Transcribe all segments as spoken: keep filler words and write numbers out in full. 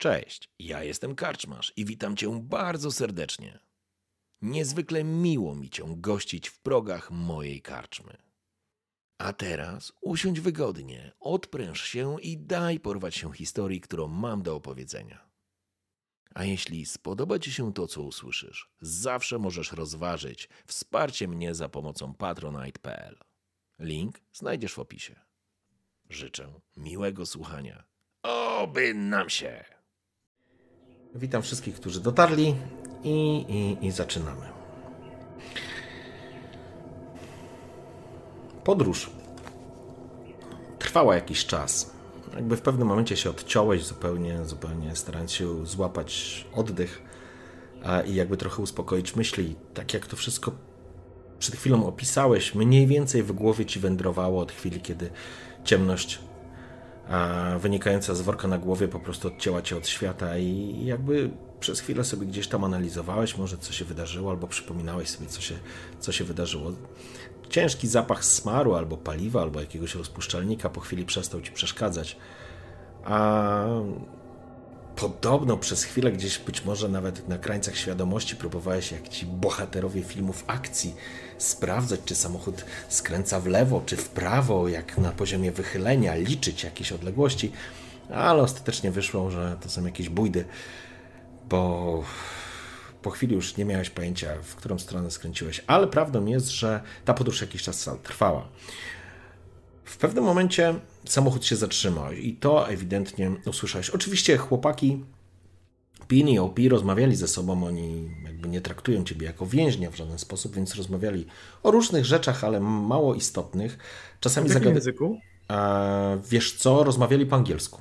Cześć, ja jestem Karczmarz i witam Cię bardzo serdecznie. Niezwykle miło mi Cię gościć w progach mojej karczmy. A teraz usiądź wygodnie, odpręż się i daj porwać się historii, którą mam do opowiedzenia. A jeśli spodoba Ci się to, co usłyszysz, zawsze możesz rozważyć wsparcie mnie za pomocą patronite kropka p l. Link znajdziesz w opisie. Życzę miłego słuchania. Oby nam się! Witam wszystkich, którzy dotarli i, i, i zaczynamy. Podróż trwała jakiś czas. Jakby w pewnym momencie się odciąłeś zupełnie, zupełnie starając się złapać oddech a, i jakby trochę uspokoić myśli. Tak jak to wszystko przed chwilą opisałeś, mniej więcej w głowie ci wędrowało od chwili, kiedy ciemność a wynikająca z worka na głowie po prostu odcięła cię od świata i jakby przez chwilę sobie gdzieś tam analizowałeś może co się wydarzyło, albo przypominałeś sobie co się, co się wydarzyło. Ciężki zapach smaru albo paliwa, albo jakiegoś rozpuszczalnika po chwili przestał ci przeszkadzać. A podobno przez chwilę gdzieś być może nawet na krańcach świadomości próbowałeś jak ci bohaterowie filmów akcji sprawdzać, czy samochód skręca w lewo, czy w prawo, jak na poziomie wychylenia, liczyć jakieś odległości, ale ostatecznie wyszło, że to są jakieś bójdy, bo po chwili już nie miałeś pojęcia, w którą stronę skręciłeś, ale prawdą jest, że ta podróż jakiś czas trwała. W pewnym momencie samochód się zatrzymał i to ewidentnie usłyszałeś. Oczywiście chłopaki Pin i O P rozmawiali ze sobą, oni jakby nie traktują ciebie jako więźnia w żaden sposób, więc rozmawiali o różnych rzeczach, ale mało istotnych. Czasami w jakim zagad... języku? A, wiesz co, rozmawiali po angielsku.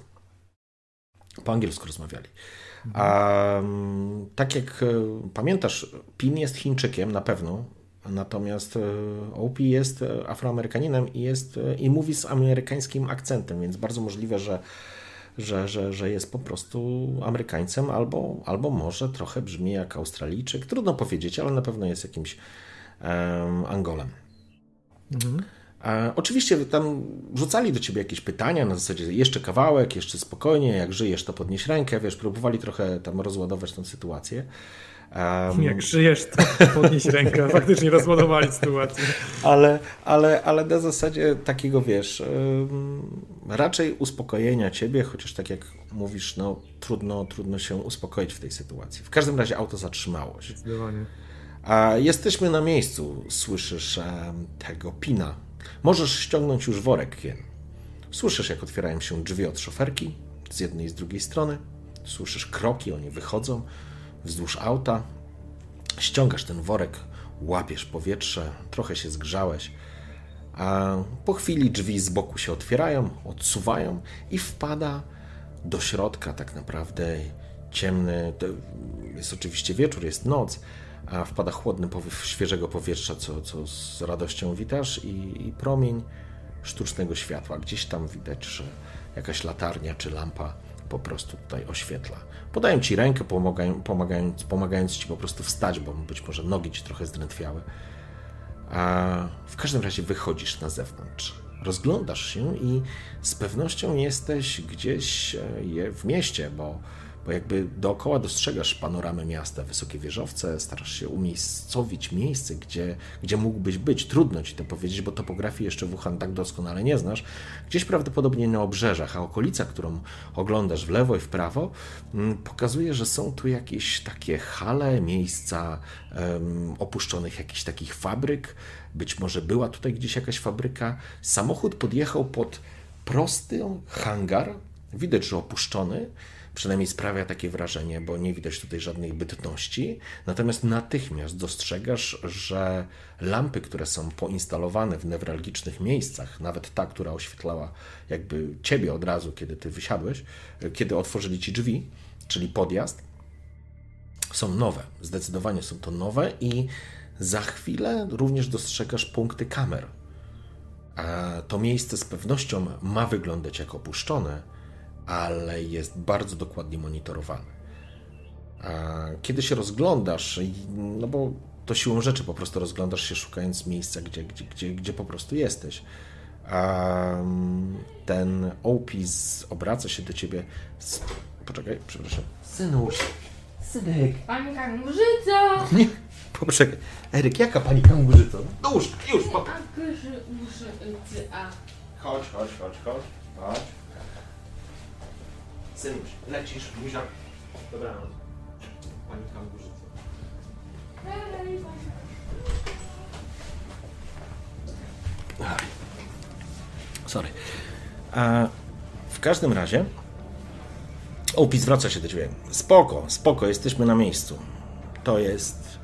Po angielsku rozmawiali. A, tak jak pamiętasz, Pin jest Chińczykiem na pewno, natomiast O P jest Afroamerykaninem i, jest, i mówi z amerykańskim akcentem, więc bardzo możliwe, że, że, że, że jest po prostu Amerykańcem albo, albo może trochę brzmi jak Australijczyk. Trudno powiedzieć, ale na pewno jest jakimś um, Angolem. Mhm. E, oczywiście tam rzucali do ciebie jakieś pytania na zasadzie jeszcze kawałek, jeszcze spokojnie, jak żyjesz to podnieś rękę, wiesz, próbowali trochę tam rozładować tę sytuację. Um, Jak żyjesz, to podnieś rękę. Faktycznie rozładowali sytuację. Ale, ale, ale na zasadzie takiego, wiesz, um, raczej uspokojenia ciebie, chociaż tak jak mówisz, no trudno, trudno się uspokoić w tej sytuacji. W każdym razie auto zatrzymało się. Zdecydowanie. A jesteśmy na miejscu, słyszysz um, tego Pina. Możesz ściągnąć już worek, Kien. Słyszysz, jak otwierają się drzwi od szoferki z jednej i z drugiej strony. Słyszysz kroki, oni wychodzą wzdłuż auta, ściągasz ten worek, łapiesz powietrze, trochę się zgrzałeś, a po chwili drzwi z boku się otwierają, odsuwają i wpada do środka tak naprawdę ciemny, to jest oczywiście wieczór, jest noc, a wpada chłodny powiew świeżego powietrza, co, co z radością witasz i, i promień sztucznego światła. Gdzieś tam widać, że jakaś latarnia czy lampa po prostu tutaj oświetla. Podają ci rękę, pomagają, pomagając, pomagając ci po prostu wstać, bo być może nogi ci trochę zdrętwiały. A w każdym razie wychodzisz na zewnątrz. Rozglądasz się i z pewnością jesteś gdzieś w mieście, bo, bo jakby dookoła dostrzegasz panoramę miasta, wysokie wieżowce, starasz się umiejscowić miejsce, gdzie, gdzie mógłbyś być. Trudno ci to powiedzieć, bo topografii jeszcze Wuhan tak doskonale nie znasz. Gdzieś prawdopodobnie na obrzeżach, a okolica, którą oglądasz w lewo i w prawo, pokazuje, że są tu jakieś takie hale, miejsca um, opuszczonych jakichś takich fabryk. Być może była tutaj gdzieś jakaś fabryka. Samochód podjechał pod prosty hangar, widać, że opuszczony. Przynajmniej sprawia takie wrażenie, bo nie widać tutaj żadnej bytności. Natomiast natychmiast dostrzegasz, że lampy, które są poinstalowane w newralgicznych miejscach, nawet ta, która oświetlała jakby ciebie od razu, kiedy ty wysiadłeś, kiedy otworzyli ci drzwi, czyli podjazd, są nowe. Zdecydowanie są to nowe i za chwilę również dostrzegasz punkty kamer. A to miejsce z pewnością ma wyglądać jak opuszczone, ale jest bardzo dokładnie monitorowany. A kiedy się rozglądasz, no bo to siłą rzeczy po prostu rozglądasz się szukając miejsca, gdzie, gdzie, gdzie, gdzie po prostu jesteś, a ten O P obraca się do ciebie z Poczekaj, przepraszam. Synuś, synek. Pani Kangurzyco! Nie, poczekaj. Eryk, jaka pani Kangurzyco? Do łóżka, już, papa. A Chodź, chodź, chodź, chodź, chodź. Synuś, lecisz, buzia. Dobranoc. Pani Kangurzyco. Sorry. A w każdym razie Opie zwraca się do ciebie. Spoko, spoko, jesteśmy na miejscu. To jest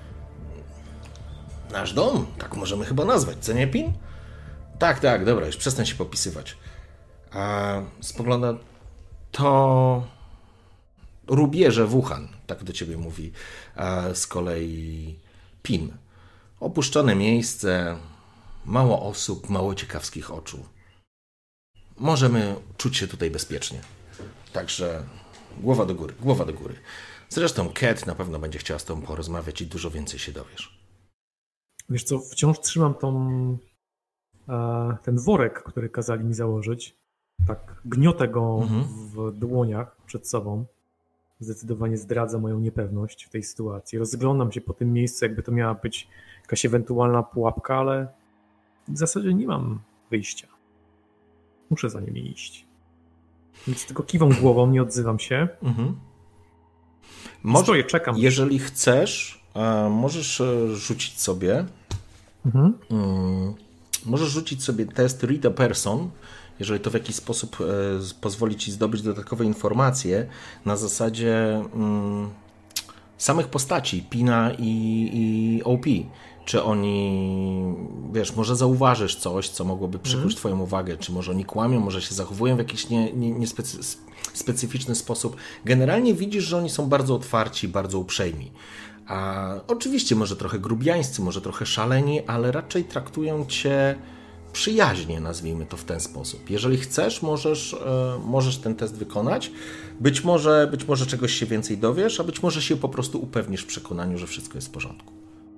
nasz dom, tak możemy chyba nazwać, co nie, Pin? Tak, tak, dobra, już przestań się popisywać. A spogląda, to rubieże Wuhan, tak do ciebie mówi. A z kolei Pin. Opuszczone miejsce, mało osób, mało ciekawskich oczu. Możemy czuć się tutaj bezpiecznie. Także głowa do góry, głowa do góry. Zresztą Cat na pewno będzie chciała z tobą porozmawiać i dużo więcej się dowiesz. Wiesz co, wciąż trzymam tą, e, ten worek, który kazali mi założyć. Tak, gniotę go Mhm. w dłoniach przed sobą. Zdecydowanie zdradza moją niepewność w tej sytuacji. Rozglądam się po tym miejscu, jakby to miała być jakaś ewentualna pułapka, ale w zasadzie nie mam wyjścia. Muszę za nimi iść. Więc tylko kiwam głową, nie odzywam się. Mhm. Może, Stoję, czekam. jeżeli chcesz, e, możesz e, rzucić sobie Mhm. mm, możesz rzucić sobie test Read a Person, jeżeli to w jakiś sposób e, z- pozwoli ci zdobyć dodatkowe informacje na zasadzie mm, samych postaci Pina i, i O P. Czy oni, wiesz, może zauważysz coś, co mogłoby przykuć twoją uwagę, czy może oni kłamią, może się zachowują w jakiś nie, nie, nie specy, specyficzny sposób. Generalnie widzisz, że oni są bardzo otwarci, bardzo uprzejmi. A oczywiście może trochę grubiańscy, może trochę szaleni, ale raczej traktują cię przyjaźnie, nazwijmy to w ten sposób. Jeżeli chcesz, możesz, e, możesz ten test wykonać. Być może, być może czegoś się więcej dowiesz, a być może się po prostu upewnisz w przekonaniu, że wszystko jest w porządku.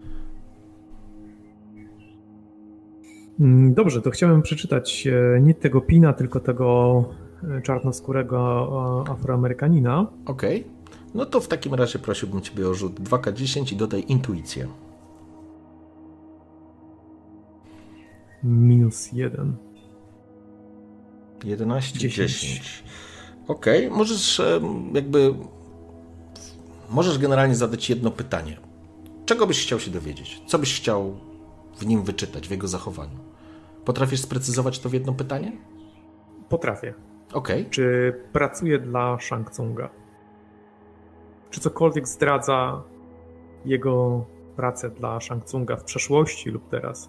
Mm, Dobrze, to chciałem przeczytać e, nie tego Pina, tylko tego e, czarnoskórego e, Afroamerykanina. Okej. No to w takim razie prosiłbym ciebie o rzut dwa K dziesięć i dodaj intuicję. Minus jeden. jedenaście, Dziesięć. dziesięć. Okej, możesz em, jakby... Możesz generalnie zadać jedno pytanie. Czego byś chciał się dowiedzieć? Co byś chciał w nim wyczytać, w jego zachowaniu? Potrafisz sprecyzować to w jedno pytanie? Potrafię. Okej. Czy pracuje dla Shang Tsunga? Czy cokolwiek zdradza jego pracę dla Shang Tsunga w przeszłości lub teraz?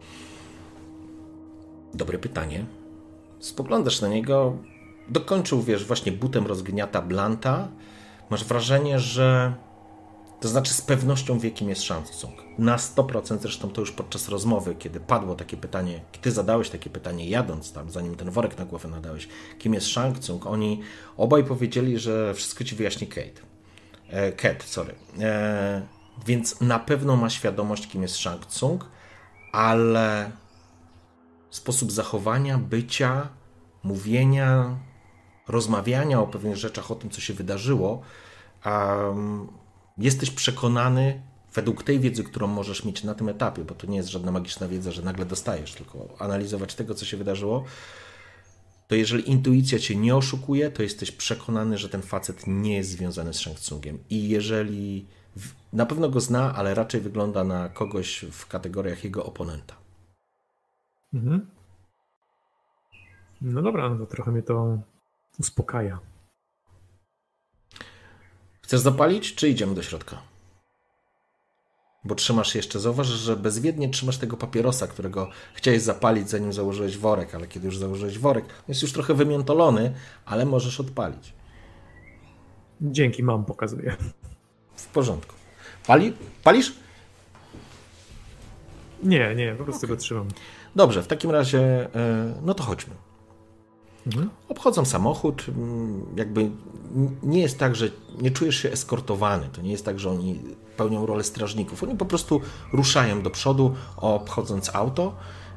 Dobre pytanie. Spoglądasz na niego, dokończył, wiesz, właśnie butem rozgniata Blanta. Masz wrażenie, że... To znaczy z pewnością wie, kim jest Shang Tsung. Na sto procent, zresztą to już podczas rozmowy, kiedy padło takie pytanie, ty zadałeś takie pytanie jadąc tam, zanim ten worek na głowę nadałeś, kim jest Shang Tsung, oni obaj powiedzieli, że wszystko ci wyjaśni Kate. E, Cat, sorry. E, więc na pewno ma świadomość, kim jest Shang Tsung, ale sposób zachowania, bycia, mówienia, rozmawiania o pewnych rzeczach, o tym, co się wydarzyło, um, jesteś przekonany, według tej wiedzy, którą możesz mieć na tym etapie, bo to nie jest żadna magiczna wiedza, że nagle dostajesz, tylko analizować tego, co się wydarzyło, to jeżeli intuicja cię nie oszukuje, to jesteś przekonany, że ten facet nie jest związany z Shang Tsungiem. I jeżeli w, na pewno go zna, ale raczej wygląda na kogoś w kategoriach jego oponenta. Mhm. No dobra, no to trochę mnie to uspokaja. Chcesz zapalić, czy idziemy do środka? Bo trzymasz jeszcze, zauważ, że bezwiednie trzymasz tego papierosa, którego chciałeś zapalić, zanim założyłeś worek, ale kiedy już założyłeś worek, jest już trochę wymiętolony, ale możesz odpalić. Dzięki, mam, pokazuję. W porządku. Pali? Palisz? Nie, nie, po prostu go trzymam. Dobrze, w takim razie, e, no to chodźmy. Mhm. Obchodzą samochód, jakby nie jest tak, że nie czujesz się eskortowany, to nie jest tak, że oni pełnią rolę strażników, oni po prostu ruszają do przodu, obchodząc auto,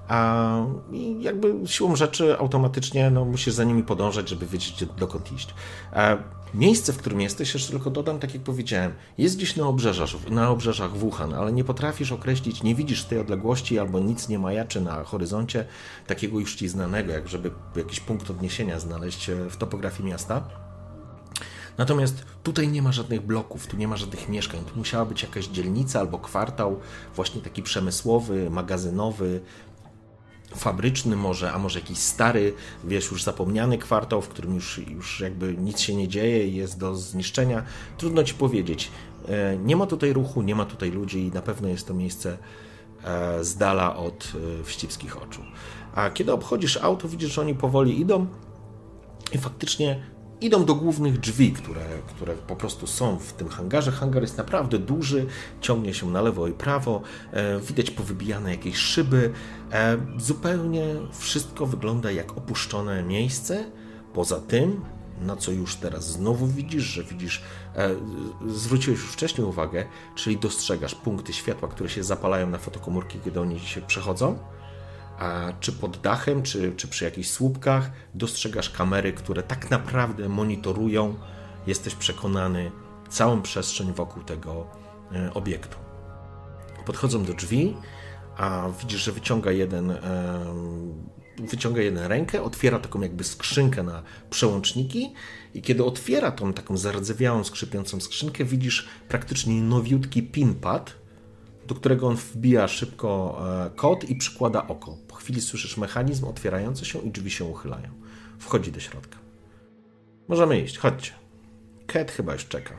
A, i jakby siłą rzeczy automatycznie no, musisz za nimi podążać, żeby wiedzieć, dokąd iść. A miejsce, w którym jesteś, jeszcze tylko dodam, tak jak powiedziałem, jest gdzieś na obrzeżach, na obrzeżach Wuhan, ale nie potrafisz określić, nie widzisz tej odległości albo nic nie majaczy na horyzoncie takiego już ci znanego, jak żeby jakiś punkt odniesienia znaleźć w topografii miasta. Natomiast tutaj nie ma żadnych bloków, tu nie ma żadnych mieszkań, tu musiała być jakaś dzielnica albo kwartał, właśnie taki przemysłowy, magazynowy, fabryczny może, a może jakiś stary, wiesz, już zapomniany kwartał, w którym już, już jakby nic się nie dzieje i jest do zniszczenia. Trudno ci powiedzieć. Nie ma tutaj ruchu, nie ma tutaj ludzi i na pewno jest to miejsce z dala od wścibskich oczu. A kiedy obchodzisz auto, widzisz, że oni powoli idą i faktycznie idą do głównych drzwi, które, które po prostu są w tym hangarze. Hangar jest naprawdę duży, ciągnie się na lewo i prawo, e, widać powybijane jakieś szyby. E, zupełnie wszystko wygląda jak opuszczone miejsce. Poza tym, na co już teraz znowu widzisz, że widzisz, e, zwróciłeś już wcześniej uwagę, czyli dostrzegasz punkty światła, które się zapalają na fotokomórki, kiedy oni się przechodzą. A czy pod dachem, czy, czy przy jakichś słupkach dostrzegasz kamery, które tak naprawdę monitorują, jesteś przekonany, całą przestrzeń wokół tego e, obiektu. Podchodzą do drzwi, a widzisz, że wyciąga jeden, e, wyciąga jeden rękę, otwiera taką jakby skrzynkę na przełączniki i kiedy otwiera tą taką zardzewiałą, skrzypiącą skrzynkę, widzisz praktycznie nowiutki pinpad, do którego on wbija szybko kod i przykłada oko. Po chwili słyszysz mechanizm otwierający się i drzwi się uchylają. Wchodzi do środka. Możemy iść, chodźcie. Cat chyba już czeka.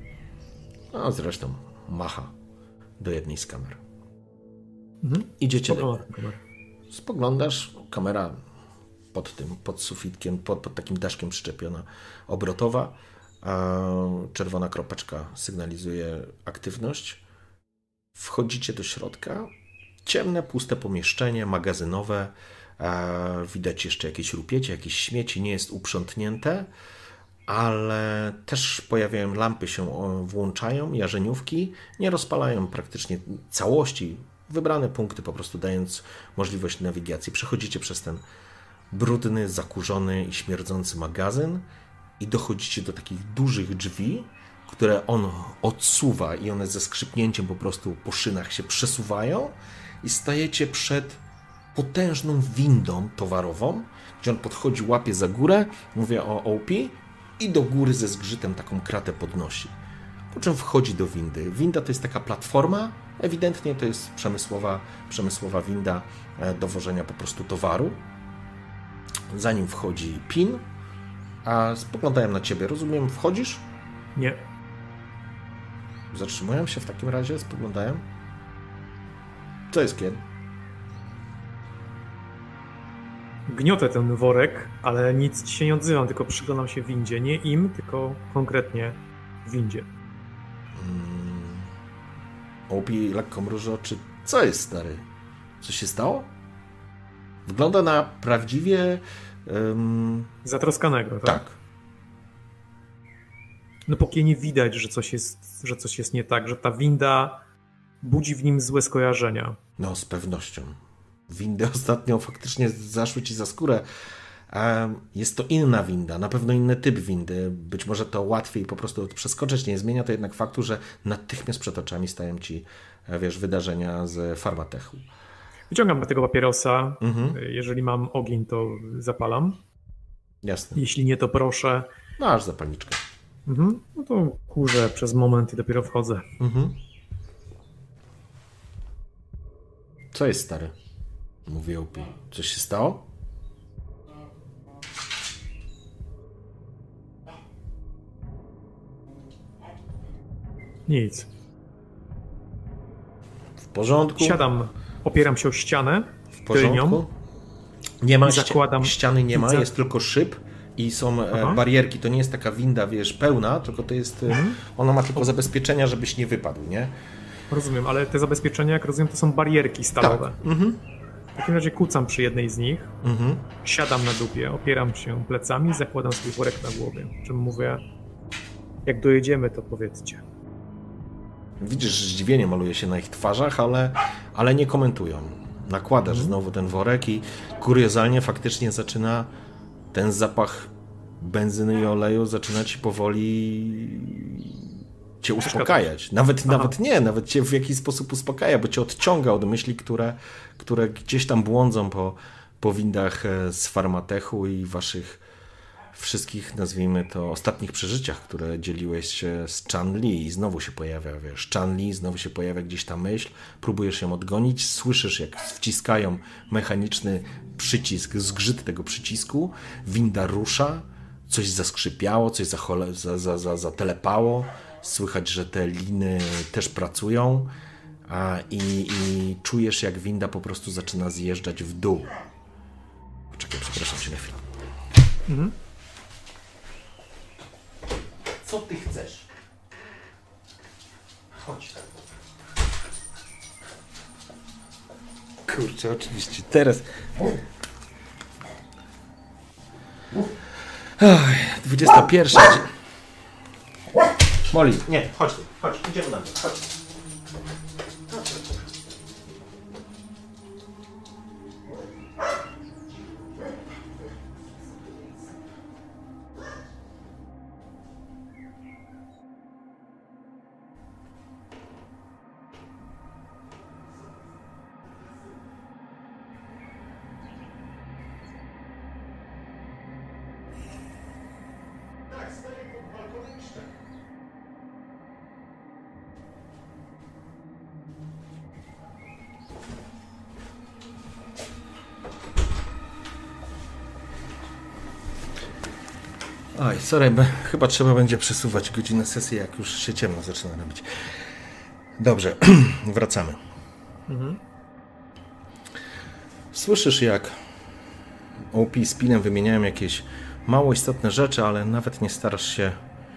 No zresztą macha do jednej z kamer. Mhm. Idziecie do... Kamer. Spoglądasz, kamera pod tym, pod sufitkiem, pod, pod takim daszkiem przyczepiona, obrotowa. A czerwona kropeczka sygnalizuje aktywność. Wchodzicie do środka, ciemne, puste pomieszczenie, magazynowe, e, widać jeszcze jakieś rupiecie, jakieś śmieci, nie jest uprzątnięte, ale też pojawiają lampy, się włączają, jarzeniówki, nie rozpalają praktycznie całości, wybrane punkty po prostu dając możliwość nawigacji. Przechodzicie przez ten brudny, zakurzony i śmierdzący magazyn i dochodzicie do takich dużych drzwi, które on odsuwa i one ze skrzypnięciem po prostu po szynach się przesuwają i stajecie przed potężną windą towarową, gdzie on podchodzi, łapie za górę, mówię o O P, i do góry ze zgrzytem taką kratę podnosi. Po czym wchodzi do windy. Winda to jest taka platforma, ewidentnie to jest przemysłowa, przemysłowa winda do wożenia po prostu towaru. Za nim wchodzi Pin, a spoglądają na ciebie. Rozumiem, wchodzisz? Nie. Zatrzymują się w takim razie, spoglądają. Co jest kiedy? Gniotę ten worek, ale nic ci się nie odzywam, tylko przyglądam się windzie. Nie im, tylko konkretnie windzie. Hmm. Opi lekko mruży oczy. Co jest, stary? Co się stało? Wygląda na prawdziwie... Um... Zatroskanego, tak? Tak. No póki nie widać, że coś jest, że coś jest nie tak, że ta winda budzi w nim złe skojarzenia. No, z pewnością. Windy ostatnio faktycznie zaszły ci za skórę. Jest to inna winda, na pewno inny typ windy. Być może to łatwiej po prostu przeskoczyć. Nie zmienia to jednak faktu, że natychmiast przed oczami stają ci, wiesz, wydarzenia z Farmatechu. Wyciągam tego papierosa. Mhm. Jeżeli mam ogień, to zapalam. Jasne. Jeśli nie, to proszę. Masz zapalniczkę. Mhm. No to kurzę przez moment i dopiero wchodzę. Mhm. Co jest, stary? Mówi O P. Coś się stało? Nic. W porządku? Siadam, opieram się o ścianę. W porządku? Tylnią. Nie ma zakładam, ściany, nie ma, za... jest tylko szyb i są Aha. barierki. To nie jest taka winda, wiesz, pełna, tylko to jest, mhm. ona ma tylko zabezpieczenia, żebyś nie wypadł, nie? Rozumiem, ale te zabezpieczenia, jak rozumiem, to są barierki stalowe. Tak. Mhm. W takim razie kucam przy jednej z nich, Mhm. siadam na dupie, opieram się plecami, zakładam swój worek na głowie. Czym mówię, jak dojedziemy, to powiedzcie. Widzisz, że zdziwienie maluje się na ich twarzach, ale, ale nie komentują. nakładasz mhm. znowu ten worek i kuriozalnie faktycznie zaczyna ten zapach benzyny i oleju zaczyna ci powoli cię uspokajać. Nawet, nawet nie, nawet cię w jakiś sposób uspokaja, bo cię odciąga od myśli, które, które gdzieś tam błądzą po, po windach z Farmatechu i waszych wszystkich, nazwijmy to, ostatnich przeżyciach, które dzieliłeś się z Chan Li i znowu się pojawia, wiesz, Chan Li, znowu się pojawia gdzieś ta myśl, próbujesz ją odgonić, słyszysz jak wciskają mechaniczny przycisk, zgrzyt tego przycisku, winda rusza, coś zaskrzypiało, coś zachole, za, za, za, zatelepało, słychać, że te liny też pracują a, i, i czujesz jak winda po prostu zaczyna zjeżdżać w dół. Poczekaj, przepraszam cię na chwilę. Mhm. Co ty chcesz? Chodź. Kurczę, oczywiście. Teraz... Oj, dwudziesta pierwsza. Molly, nie, chodź tu. Chodź, idziemy na dół. Chodź. Oj, sorry, chyba trzeba będzie przesuwać godzinę sesji, jak już się ciemno zaczyna robić. Dobrze, wracamy. Mhm. Słyszysz, jak O P z Pinem wymieniają jakieś mało istotne rzeczy, ale nawet nie starasz się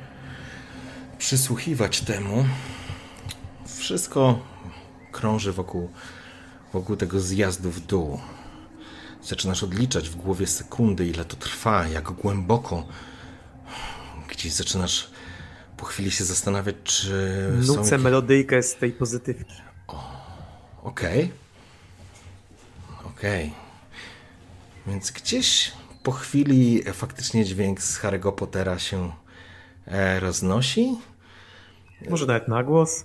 przysłuchiwać temu. Wszystko krąży wokół, wokół tego zjazdu w dół. Zaczynasz odliczać w głowie sekundy, ile to trwa, jak głęboko. Gdzieś zaczynasz po chwili się zastanawiać, czy Nucę są jakieś... melodyjkę z tej pozytywki. Okej. Okay. Okej. Okay. Więc gdzieś po chwili faktycznie dźwięk z Harry'ego Pottera się e, roznosi. Może nawet na głos?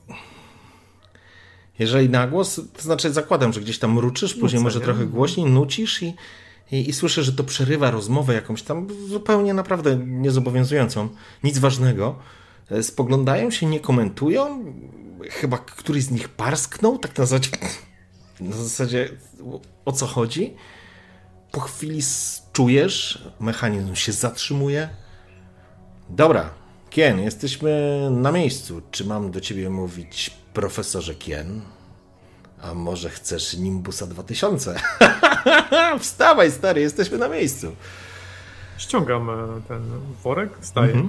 Jeżeli na głos, to znaczy zakładam, że gdzieś tam mruczysz, później Nucę, może nie? trochę głośniej, nucisz i I, I słyszę, że to przerywa rozmowę jakąś tam zupełnie naprawdę niezobowiązującą, nic ważnego. Spoglądają się, nie komentują. Chyba któryś z nich parsknął, tak na zasadzie, na zasadzie o co chodzi. Po chwili czujesz, mechanizm się zatrzymuje. Dobra, Kien, jesteśmy na miejscu. Czy mam do ciebie mówić profesorze Kien? A może chcesz Nimbusa dwa tysiące? Wstawaj, stary, jesteśmy na miejscu. Ściągam ten worek, wstaję. Mhm.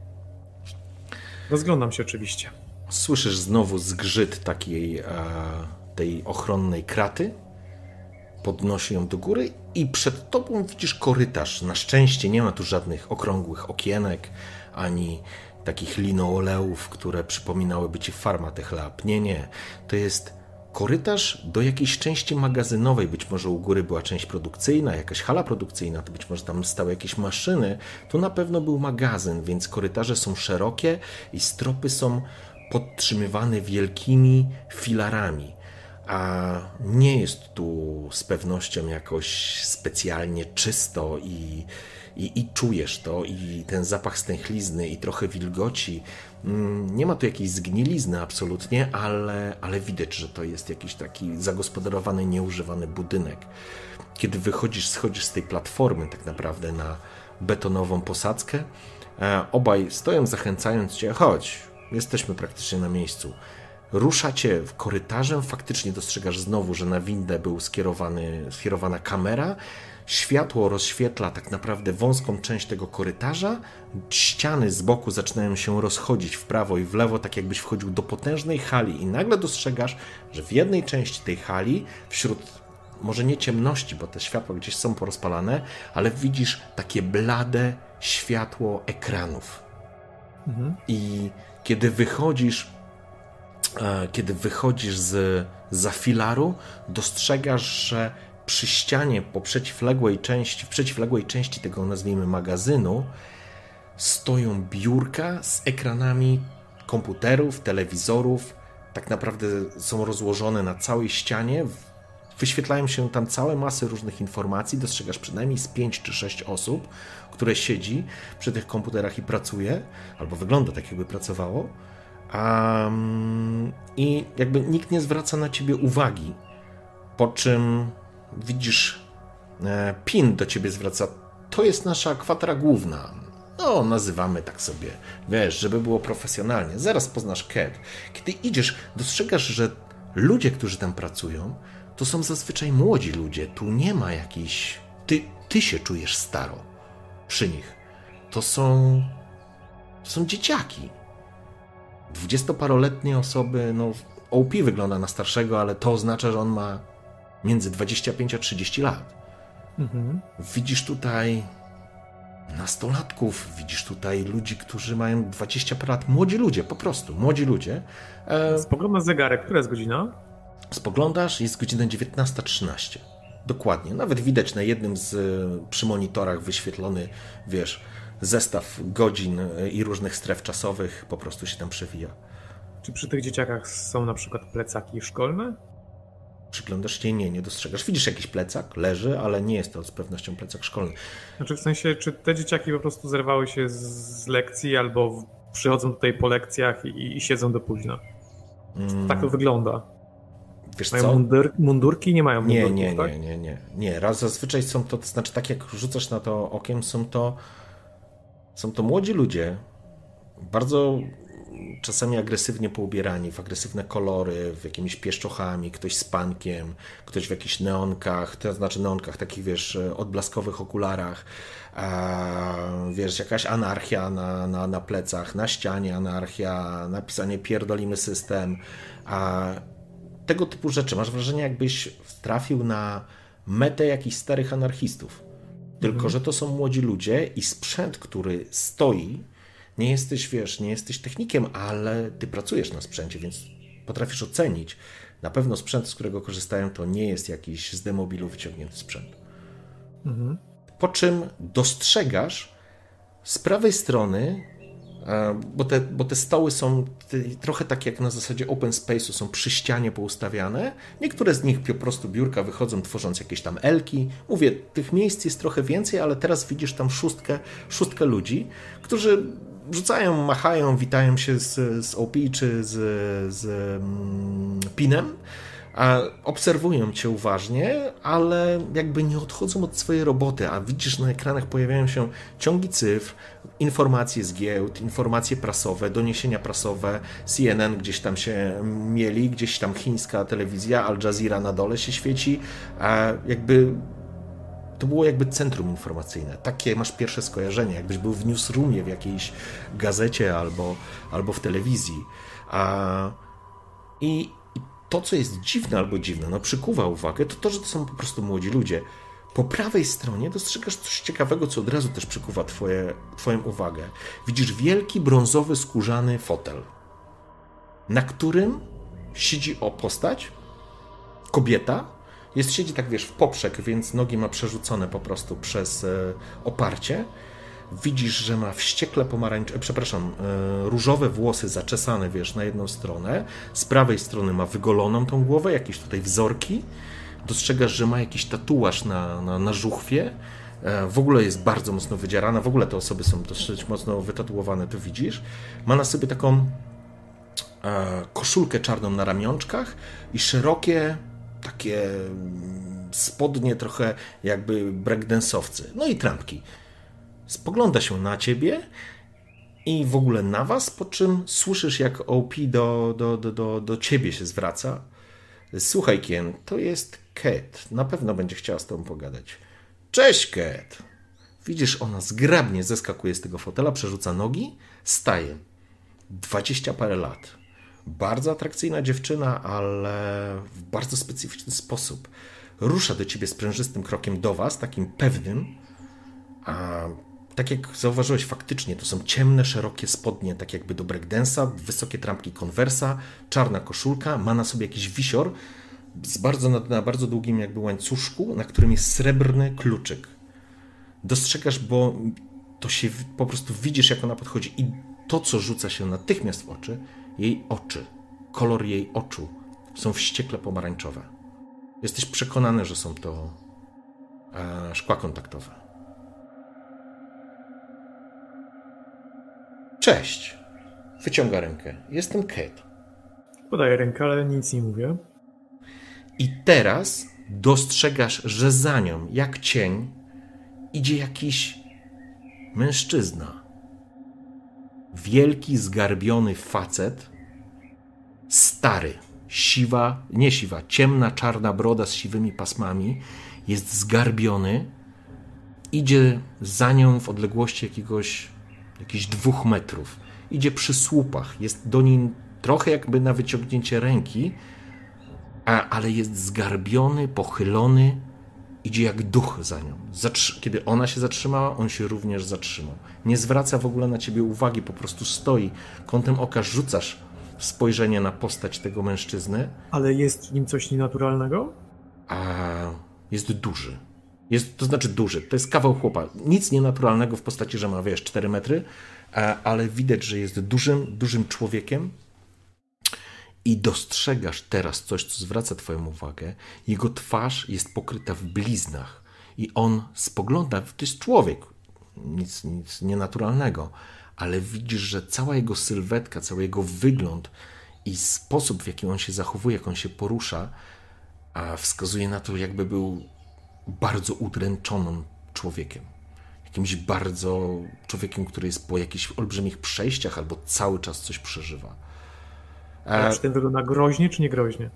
Rozglądam się oczywiście. Słyszysz znowu zgrzyt takiej e, tej ochronnej kraty. Podnosi ją do góry i przed tobą widzisz korytarz. Na szczęście nie ma tu żadnych okrągłych okienek, ani takich linooleów, które przypominałyby ci Farmatech Lab. Nie, nie. To jest korytarz do jakiejś części magazynowej, być może u góry była część produkcyjna, jakaś hala produkcyjna, to być może tam stały jakieś maszyny, to na pewno był magazyn, więc korytarze są szerokie i stropy są podtrzymywane wielkimi filarami, a nie jest tu z pewnością jakoś specjalnie czysto i, i, i czujesz to i ten zapach stęchlizny i trochę wilgoci. Nie ma tu jakiejś zgnilizny absolutnie, ale, ale widać, że to jest jakiś taki zagospodarowany, nieużywany budynek. Kiedy wychodzisz, schodzisz z tej platformy tak naprawdę na betonową posadzkę, obaj stoją zachęcając cię, chodź, jesteśmy praktycznie na miejscu. Ruszacie korytarzem, faktycznie dostrzegasz znowu, że na windę był skierowany, skierowana kamera. Światło rozświetla tak naprawdę wąską część tego korytarza. Ściany z boku zaczynają się rozchodzić w prawo i w lewo, tak jakbyś wchodził do potężnej hali i nagle dostrzegasz, że w jednej części tej hali, wśród może nie ciemności, bo te światła gdzieś są porozpalane, ale widzisz takie blade światło ekranów. Mhm. I kiedy wychodzisz, kiedy wychodzisz z, za filaru dostrzegasz, że przy ścianie po przeciwległej części, w przeciwległej części tego, nazwijmy, magazynu stoją biurka z ekranami komputerów, telewizorów. Tak naprawdę są rozłożone na całej ścianie. Wyświetlają się tam całe masy różnych informacji. Dostrzegasz przynajmniej z pięć czy sześć osób, które siedzi przy tych komputerach i pracuje, albo wygląda tak, jakby pracowało. Um, I jakby nikt nie zwraca na ciebie uwagi. Po czym widzisz, e, Pin do ciebie zwraca. To jest nasza kwatera główna. No, nazywamy tak sobie, wiesz, żeby było profesjonalnie. Zaraz poznasz Cat. Kiedy idziesz, dostrzegasz, że ludzie, którzy tam pracują, to są zazwyczaj młodzi ludzie. Tu nie ma jakiejś... Ty, ty się czujesz staro przy nich. To są... To są dzieciaki. Dwudziestoparoletnie osoby, no O P wygląda na starszego, ale to oznacza, że on ma między dwadzieścia pięć a trzydzieści lat. Mhm. Widzisz tutaj nastolatków, widzisz tutaj ludzi, którzy mają dwadzieścia lat, młodzi ludzie, po prostu, młodzi ludzie. E... Spoglądam na zegarek, która jest godzina? Spoglądasz, jest godzina dziewiętnasta trzynaście. Dokładnie, nawet widać na jednym z, przy monitorach wyświetlony, wiesz, zestaw godzin i różnych stref czasowych po prostu się tam przewija. Czy przy tych dzieciakach są na przykład plecaki szkolne? Przyglądasz się, nie, nie dostrzegasz. Widzisz jakiś plecak, leży, ale nie jest to z pewnością plecak szkolny. Znaczy w sensie, czy te dzieciaki po prostu zerwały się z, z lekcji albo w, przychodzą tutaj po lekcjach i, i siedzą do późna? Mm. Tak to wygląda. Wiesz mają co? Mundur, mundurki? Nie mają mundurków, nie, nie, tak? nie, nie, nie, nie. Raz zazwyczaj są to, to znaczy tak jak rzucasz na to okiem, są to są to młodzi ludzie, bardzo czasami agresywnie poubierani, w agresywne kolory, w jakimiś pieszczochami, ktoś z pankiem, ktoś w jakichś neonkach, to znaczy neonkach takich, wiesz, odblaskowych okularach, a, wiesz, jakaś anarchia na, na, na plecach, na ścianie anarchia, napisanie pierdolimy system, a tego typu rzeczy. Masz wrażenie, jakbyś trafił na metę jakichś starych anarchistów. Tylko, mhm. że to są młodzi ludzie i sprzęt, który stoi, nie jesteś, wiesz, nie jesteś technikiem, ale ty pracujesz na sprzęcie, więc potrafisz ocenić. Na pewno sprzęt, z którego korzystają, to nie jest jakiś z demobilu wyciągnięty sprzęt. Mhm. Po czym dostrzegasz z prawej strony, bo te, bo te stoły są trochę tak jak na zasadzie open space'u, są przy ścianie poustawiane. Niektóre z nich po prostu biurka wychodzą, tworząc jakieś tam elki. Mówię, tych miejsc jest trochę więcej, ale teraz widzisz tam szóstkę, szóstkę ludzi, którzy rzucają, machają, witają się z, z O P czy z, z mm, Pinem, a obserwują cię uważnie, ale jakby nie odchodzą od swojej roboty, a widzisz, na ekranach pojawiają się ciągi cyfr, informacje z giełd, informacje prasowe, doniesienia prasowe, C N N gdzieś tam się mieli, gdzieś tam chińska telewizja, Al Jazeera na dole się świeci, a jakby to było jakby centrum informacyjne. Takie masz pierwsze skojarzenie, jakbyś był w newsroomie w jakiejś gazecie albo, albo w telewizji. A, i, I to, co jest dziwne albo dziwne, no przykuwa uwagę, to to, że to są po prostu młodzi ludzie. Po prawej stronie dostrzegasz coś ciekawego, co od razu też przykuwa twoje, twoją uwagę. Widzisz wielki, brązowy, skórzany fotel, na którym siedzi o postać, kobieta. Jest, siedzi tak, wiesz, w poprzek, więc nogi ma przerzucone po prostu przez e, oparcie. Widzisz, że ma wściekle pomarańczowe, przepraszam, e, różowe włosy zaczesane, wiesz, na jedną stronę. Z prawej strony ma wygoloną tą głowę, jakieś tutaj wzorki. Dostrzegasz, że ma jakiś tatuaż na, na, na żuchwie. E, w ogóle jest bardzo mocno wydzierana. W ogóle te osoby są dosyć mocno wytatuowane, to widzisz. Ma na sobie taką e, koszulkę czarną na ramionczkach i szerokie takie spodnie trochę jakby breakdance'owcy. No i trampki. Spogląda się na ciebie i w ogóle na was, po czym słyszysz, jak O P do, do, do, do, do ciebie się zwraca. Słuchaj, Kien, to jest Cat. Na pewno będzie chciała z tobą pogadać. Cześć, Cat. Widzisz, ona zgrabnie zeskakuje z tego fotela, przerzuca nogi, staje. Dwadzieścia parę lat. Bardzo atrakcyjna dziewczyna, ale w bardzo specyficzny sposób. Rusza do ciebie sprężystym krokiem do was, takim pewnym, a tak jak zauważyłeś, faktycznie to są ciemne, szerokie spodnie, tak jakby do breakdance'a, wysokie trampki Conversa, czarna koszulka, ma na sobie jakiś wisior z bardzo, na, na bardzo długim jakby łańcuszku, na którym jest srebrny kluczyk. Dostrzegasz, bo to się po prostu widzisz, jak ona podchodzi i to, co rzuca się natychmiast w oczy, jej oczy, kolor jej oczu są wściekle pomarańczowe. Jesteś przekonany, że są to e, szkła kontaktowe. Cześć. Wyciąga rękę. Jestem Kate. Podaję rękę, ale nic nie mówię. I teraz dostrzegasz, że za nią, jak cień, idzie jakiś mężczyzna. Wielki, zgarbiony facet. Stary. Siwa, nie siwa, ciemna, czarna broda z siwymi pasmami. Jest zgarbiony. Idzie za nią w odległości jakiegoś, jakichś dwóch metrów. Idzie przy słupach. Jest do niej trochę jakby na wyciągnięcie ręki, a, ale jest zgarbiony, pochylony. Idzie jak duch za nią. Zatrzy- Kiedy ona się zatrzymała, on się również zatrzymał. Nie zwraca w ogóle na ciebie uwagi, po prostu stoi. Kątem oka rzucasz spojrzenie na postać tego mężczyzny. Ale jest w nim coś nienaturalnego? A jest duży. Jest, to znaczy duży. To jest kawał chłopa. Nic nienaturalnego w postaci, że ma, wiesz, cztery metry, a, ale widać, że jest dużym, dużym człowiekiem. I dostrzegasz teraz coś, co zwraca twoją uwagę. Jego twarz jest pokryta w bliznach. I on spogląda, to jest człowiek. Nic, nic nienaturalnego. Ale widzisz, że cała jego sylwetka, cały jego wygląd i sposób, w jaki on się zachowuje, jak on się porusza, a wskazuje na to, jakby był bardzo udręczonym człowiekiem. Jakimś bardzo człowiekiem, który jest po jakichś olbrzymich przejściach albo cały czas coś przeżywa. A czy ten wygląda groźnie, czy nie groźnie?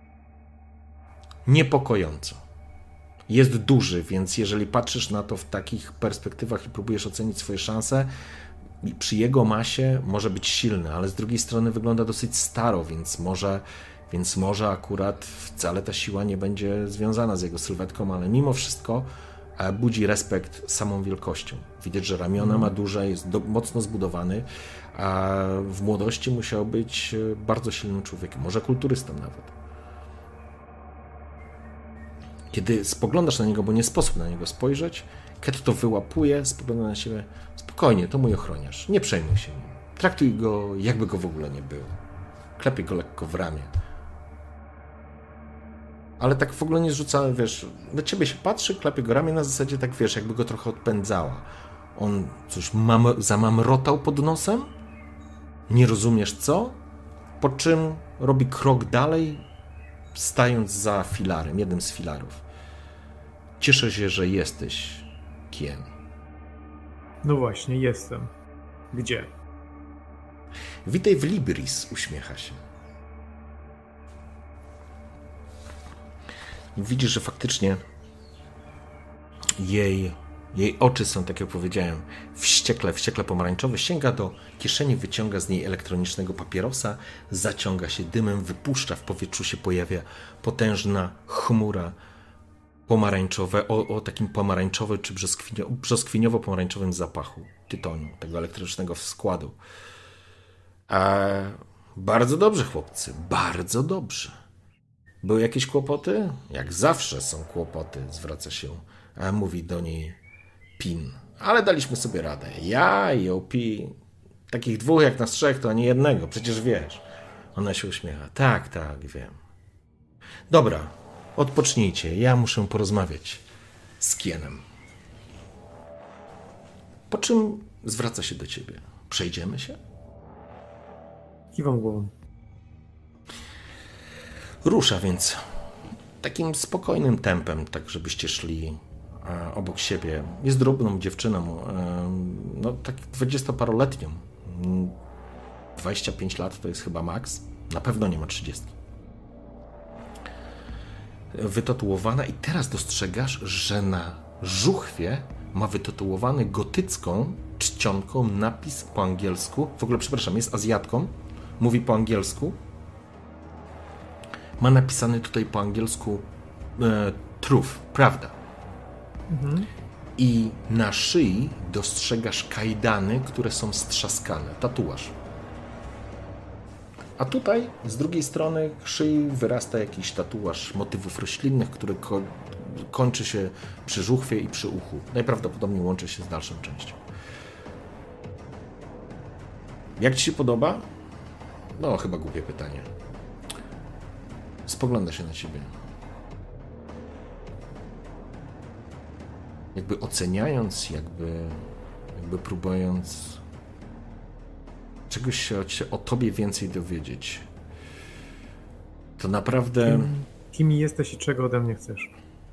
Niepokojąco. Jest duży, więc jeżeli patrzysz na to w takich perspektywach i próbujesz ocenić swoje szanse, przy jego masie może być silny, ale z drugiej strony wygląda dosyć staro, więc może, więc może akurat wcale ta siła nie będzie związana z jego sylwetką, ale mimo wszystko budzi respekt samą wielkością. Widać, że ramiona ma duże, jest do, mocno zbudowany, a w młodości musiał być bardzo silnym człowiekiem, może kulturystą nawet. Kiedy spoglądasz na niego, bo nie sposób na niego spojrzeć, Ket to wyłapuje, spogląda na siebie. Spokojnie, to mój ochroniarz, nie przejmuj się nim. Traktuj go, jakby go w ogóle nie było. Klepie go lekko w ramię. Ale tak w ogóle nie zrzuca, wiesz, do ciebie się patrzy, klepie go ramię na zasadzie tak, wiesz, jakby go trochę odpędzała. On coś mam, zamamrotał pod nosem, nie rozumiesz co, po czym robi krok dalej, stając za filarem, jednym z filarów. Cieszę się, że jesteś, Kien. No właśnie, jestem. Gdzie? Witaj w Libris, uśmiecha się. Widzisz, że faktycznie jej, jej oczy są, tak jak powiedziałem, wściekle, wściekle pomarańczowe. Sięga do kieszeni, wyciąga z niej elektronicznego papierosa, zaciąga się dymem, wypuszcza, w powietrzu się pojawia potężna chmura pomarańczowe, o, o takim pomarańczowym czy brzoskwinio, brzoskwiniowo-pomarańczowym zapachu tytoniu, tego elektrycznego składu. A bardzo dobrze, chłopcy, bardzo dobrze. Były jakieś kłopoty? Jak zawsze są kłopoty, zwraca się, a mówi do niej Pin. Ale daliśmy sobie radę. Ja i O P, takich dwóch jak nas trzech, to ani jednego, przecież wiesz. Ona się uśmiecha. Tak, tak, wiem. Dobra, odpocznijcie, ja muszę porozmawiać z Kienem. Po czym zwraca się do ciebie. Przejdziemy się? Kiwam głową. Rusza więc takim spokojnym tempem, tak żebyście szli e, obok siebie. Jest drobną dziewczyną, e, no tak dwudziestoparoletnią. dwadzieścia pięć lat to jest chyba maks. Na pewno nie ma trzydzieści. Wytatuowana i teraz dostrzegasz, że na żuchwie ma wytatuowany gotycką czcionką napis po angielsku. W ogóle, przepraszam, jest Azjatką. Mówi po angielsku. Ma napisany tutaj po angielsku e, truth, prawda. Mhm. I na szyi dostrzegasz kajdany, które są strzaskane. Tatuaż. A tutaj z drugiej strony szyi wyrasta jakiś tatuaż motywów roślinnych, który ko- kończy się przy żuchwie i przy uchu. Najprawdopodobniej łączy się z dalszą częścią. Jak ci się podoba? No, chyba głupie pytanie. Spogląda się na ciebie. Jakby oceniając, jakby, jakby próbując czegoś się o, o tobie więcej dowiedzieć. To naprawdę... Kim, kim jesteś i czego ode mnie chcesz?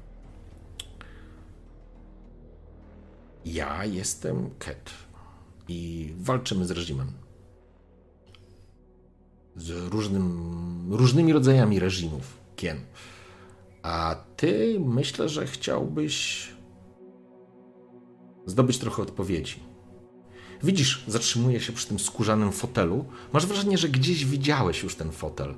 Ja jestem Ket i walczymy z reżimem. Z różnym, różnymi rodzajami reżimów, Kien. A ty myślę, że chciałbyś zdobyć trochę odpowiedzi. Widzisz, zatrzymuje się przy tym skórzanym fotelu. Masz wrażenie, że gdzieś widziałeś już ten fotel.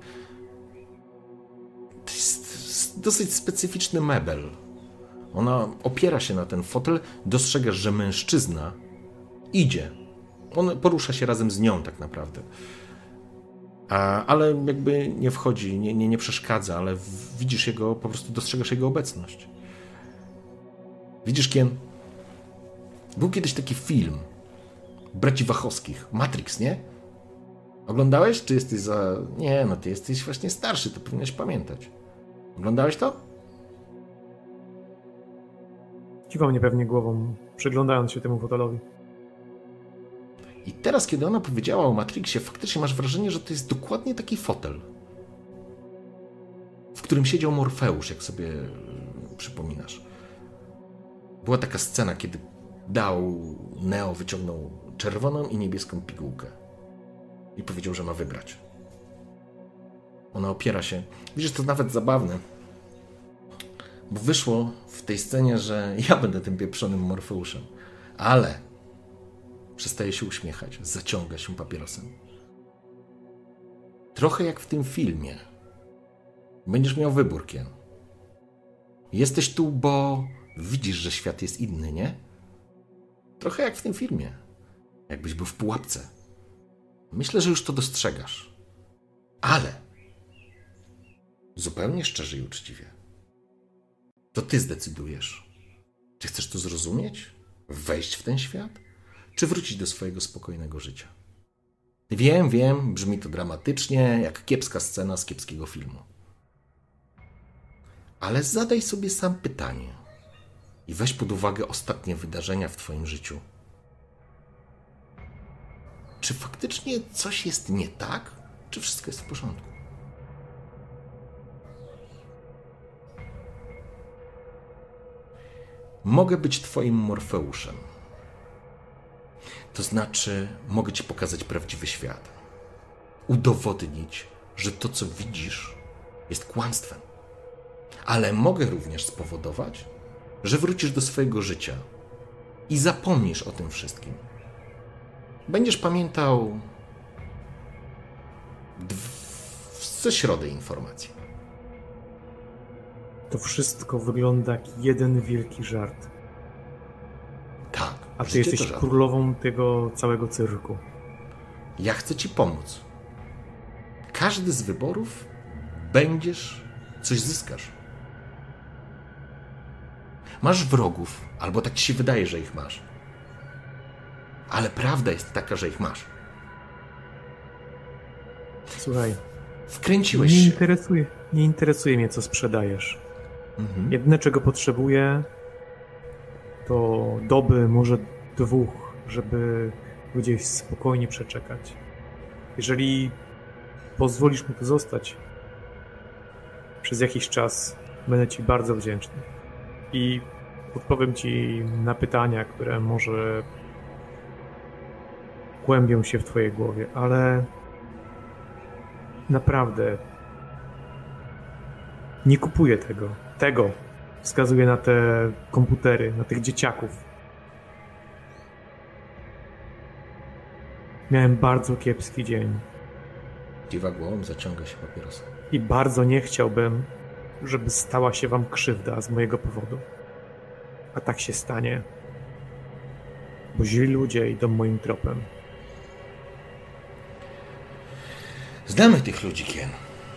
To jest dosyć specyficzny mebel. Ona opiera się na ten fotel. Dostrzegasz, że mężczyzna idzie. On porusza się razem z nią tak naprawdę. A, ale jakby nie wchodzi, nie, nie, nie przeszkadza, ale widzisz jego, po prostu dostrzegasz jego obecność. Widzisz, Kien? Był kiedyś taki film braci Wachowskich, Matrix, nie? Oglądałeś? Czy jesteś za... Nie, no ty jesteś właśnie starszy, to powinieneś pamiętać. Oglądałeś to? Kiwał mnie pewnie głową, przyglądając się temu fotelowi. I teraz, kiedy ona powiedziała o Matrixie, faktycznie masz wrażenie, że to jest dokładnie taki fotel, w którym siedział Morfeusz, jak sobie przypominasz. Była taka scena, kiedy dał, Neo wyciągnął czerwoną i niebieską pigułkę i powiedział, że ma wybrać. Ona opiera się. Widzisz, to nawet zabawne, bo wyszło w tej scenie, że ja będę tym pieprzonym Morfeuszem, ale przestaje się uśmiechać, zaciąga się papierosem. Trochę jak w tym filmie. Będziesz miał wybór, Kien. Jesteś tu, bo widzisz, że świat jest inny, nie? Trochę jak w tym filmie. Jakbyś był w pułapce. Myślę, że już to dostrzegasz. Ale zupełnie szczerze i uczciwie, to ty zdecydujesz, czy chcesz to zrozumieć, wejść w ten świat, czy wrócić do swojego spokojnego życia. Wiem, wiem, brzmi to dramatycznie, jak kiepska scena z kiepskiego filmu. Ale zadaj sobie sam pytanie i weź pod uwagę ostatnie wydarzenia w twoim życiu. Czy faktycznie coś jest nie tak, czy wszystko jest w porządku? Mogę być twoim Morfeuszem. To znaczy, mogę ci pokazać prawdziwy świat. Udowodnić, że to, co widzisz, jest kłamstwem. Ale mogę również spowodować, że wrócisz do swojego życia i zapomnisz o tym wszystkim. Będziesz pamiętał ze środy informacji. To wszystko wygląda jak jeden wielki żart. Tak. A ty jesteś żart. królową tego całego cyrku. Ja chcę ci pomóc. Każdy z wyborów będziesz coś zyskasz. Masz wrogów, albo tak ci się wydaje, że ich masz. Ale prawda jest taka, że ich masz. Słuchaj, Wkręciłeś nie się. interesuje, nie interesuje mnie, co sprzedajesz. Mhm. Jedyne, czego potrzebuję, to doby, może dwóch, żeby gdzieś spokojnie przeczekać. Jeżeli pozwolisz mi tu zostać przez jakiś czas, będę ci bardzo wdzięczny. I odpowiem ci na pytania, które może głębią się w twojej głowie, ale naprawdę nie kupuję tego. Tego wskazuję na te komputery, na tych dzieciaków. Miałem bardzo kiepski dzień Kiwa głową, zaciąga się papierosem. i bardzo nie chciałbym, żeby stała się wam krzywda z mojego powodu. A tak się stanie. Bo źli ludzie idą moim tropem. Znamy tych ludzi, Kien.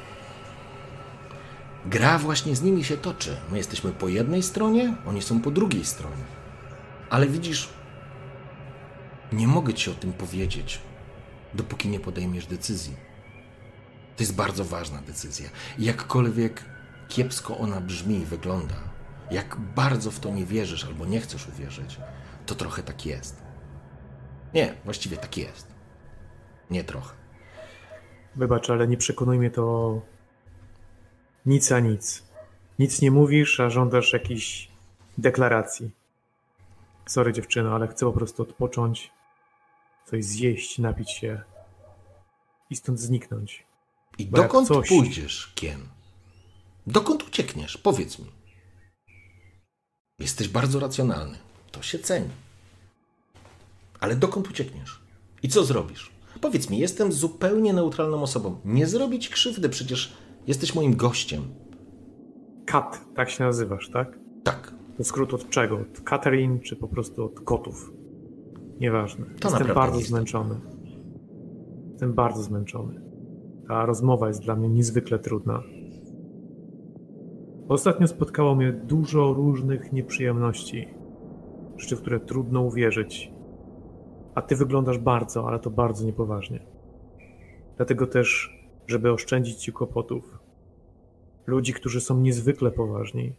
Gra właśnie z nimi się toczy. My jesteśmy po jednej stronie, oni są po drugiej stronie. Ale widzisz, nie mogę ci o tym powiedzieć, dopóki nie podejmiesz decyzji. To jest bardzo ważna decyzja. I jakkolwiek kiepsko ona brzmi i wygląda, jak bardzo w to nie wierzysz albo nie chcesz uwierzyć, to trochę tak jest. Nie, właściwie tak jest. Nie trochę. Wybacz, ale nie przekonuje mnie to nic a nic. Nic nie mówisz, a żądasz jakichś deklaracji. Sorry dziewczyno, ale chcę po prostu odpocząć, coś zjeść, napić się i stąd zniknąć. I Bo jak dokąd coś- pójdziesz, Kien? Dokąd uciekniesz? Powiedz mi. Jesteś bardzo racjonalny. To się ceni. Ale dokąd uciekniesz? I co zrobisz? Powiedz mi, jestem zupełnie neutralną osobą. Nie zrobię ci krzywdy, przecież jesteś moim gościem. Kat, tak się nazywasz, tak? Tak, To skrót od czego? Od Catherine, czy po prostu od kotów? Nieważne. Jestem naprawdę bardzo nieistotne. zmęczony. Jestem bardzo zmęczony. Ta rozmowa jest dla mnie niezwykle trudna. Ostatnio spotkało mnie dużo różnych nieprzyjemności, rzeczy, w które trudno uwierzyć. A ty wyglądasz bardzo, ale to bardzo niepoważnie. Dlatego też, żeby oszczędzić ci kłopotów, ludzi, którzy są niezwykle poważni,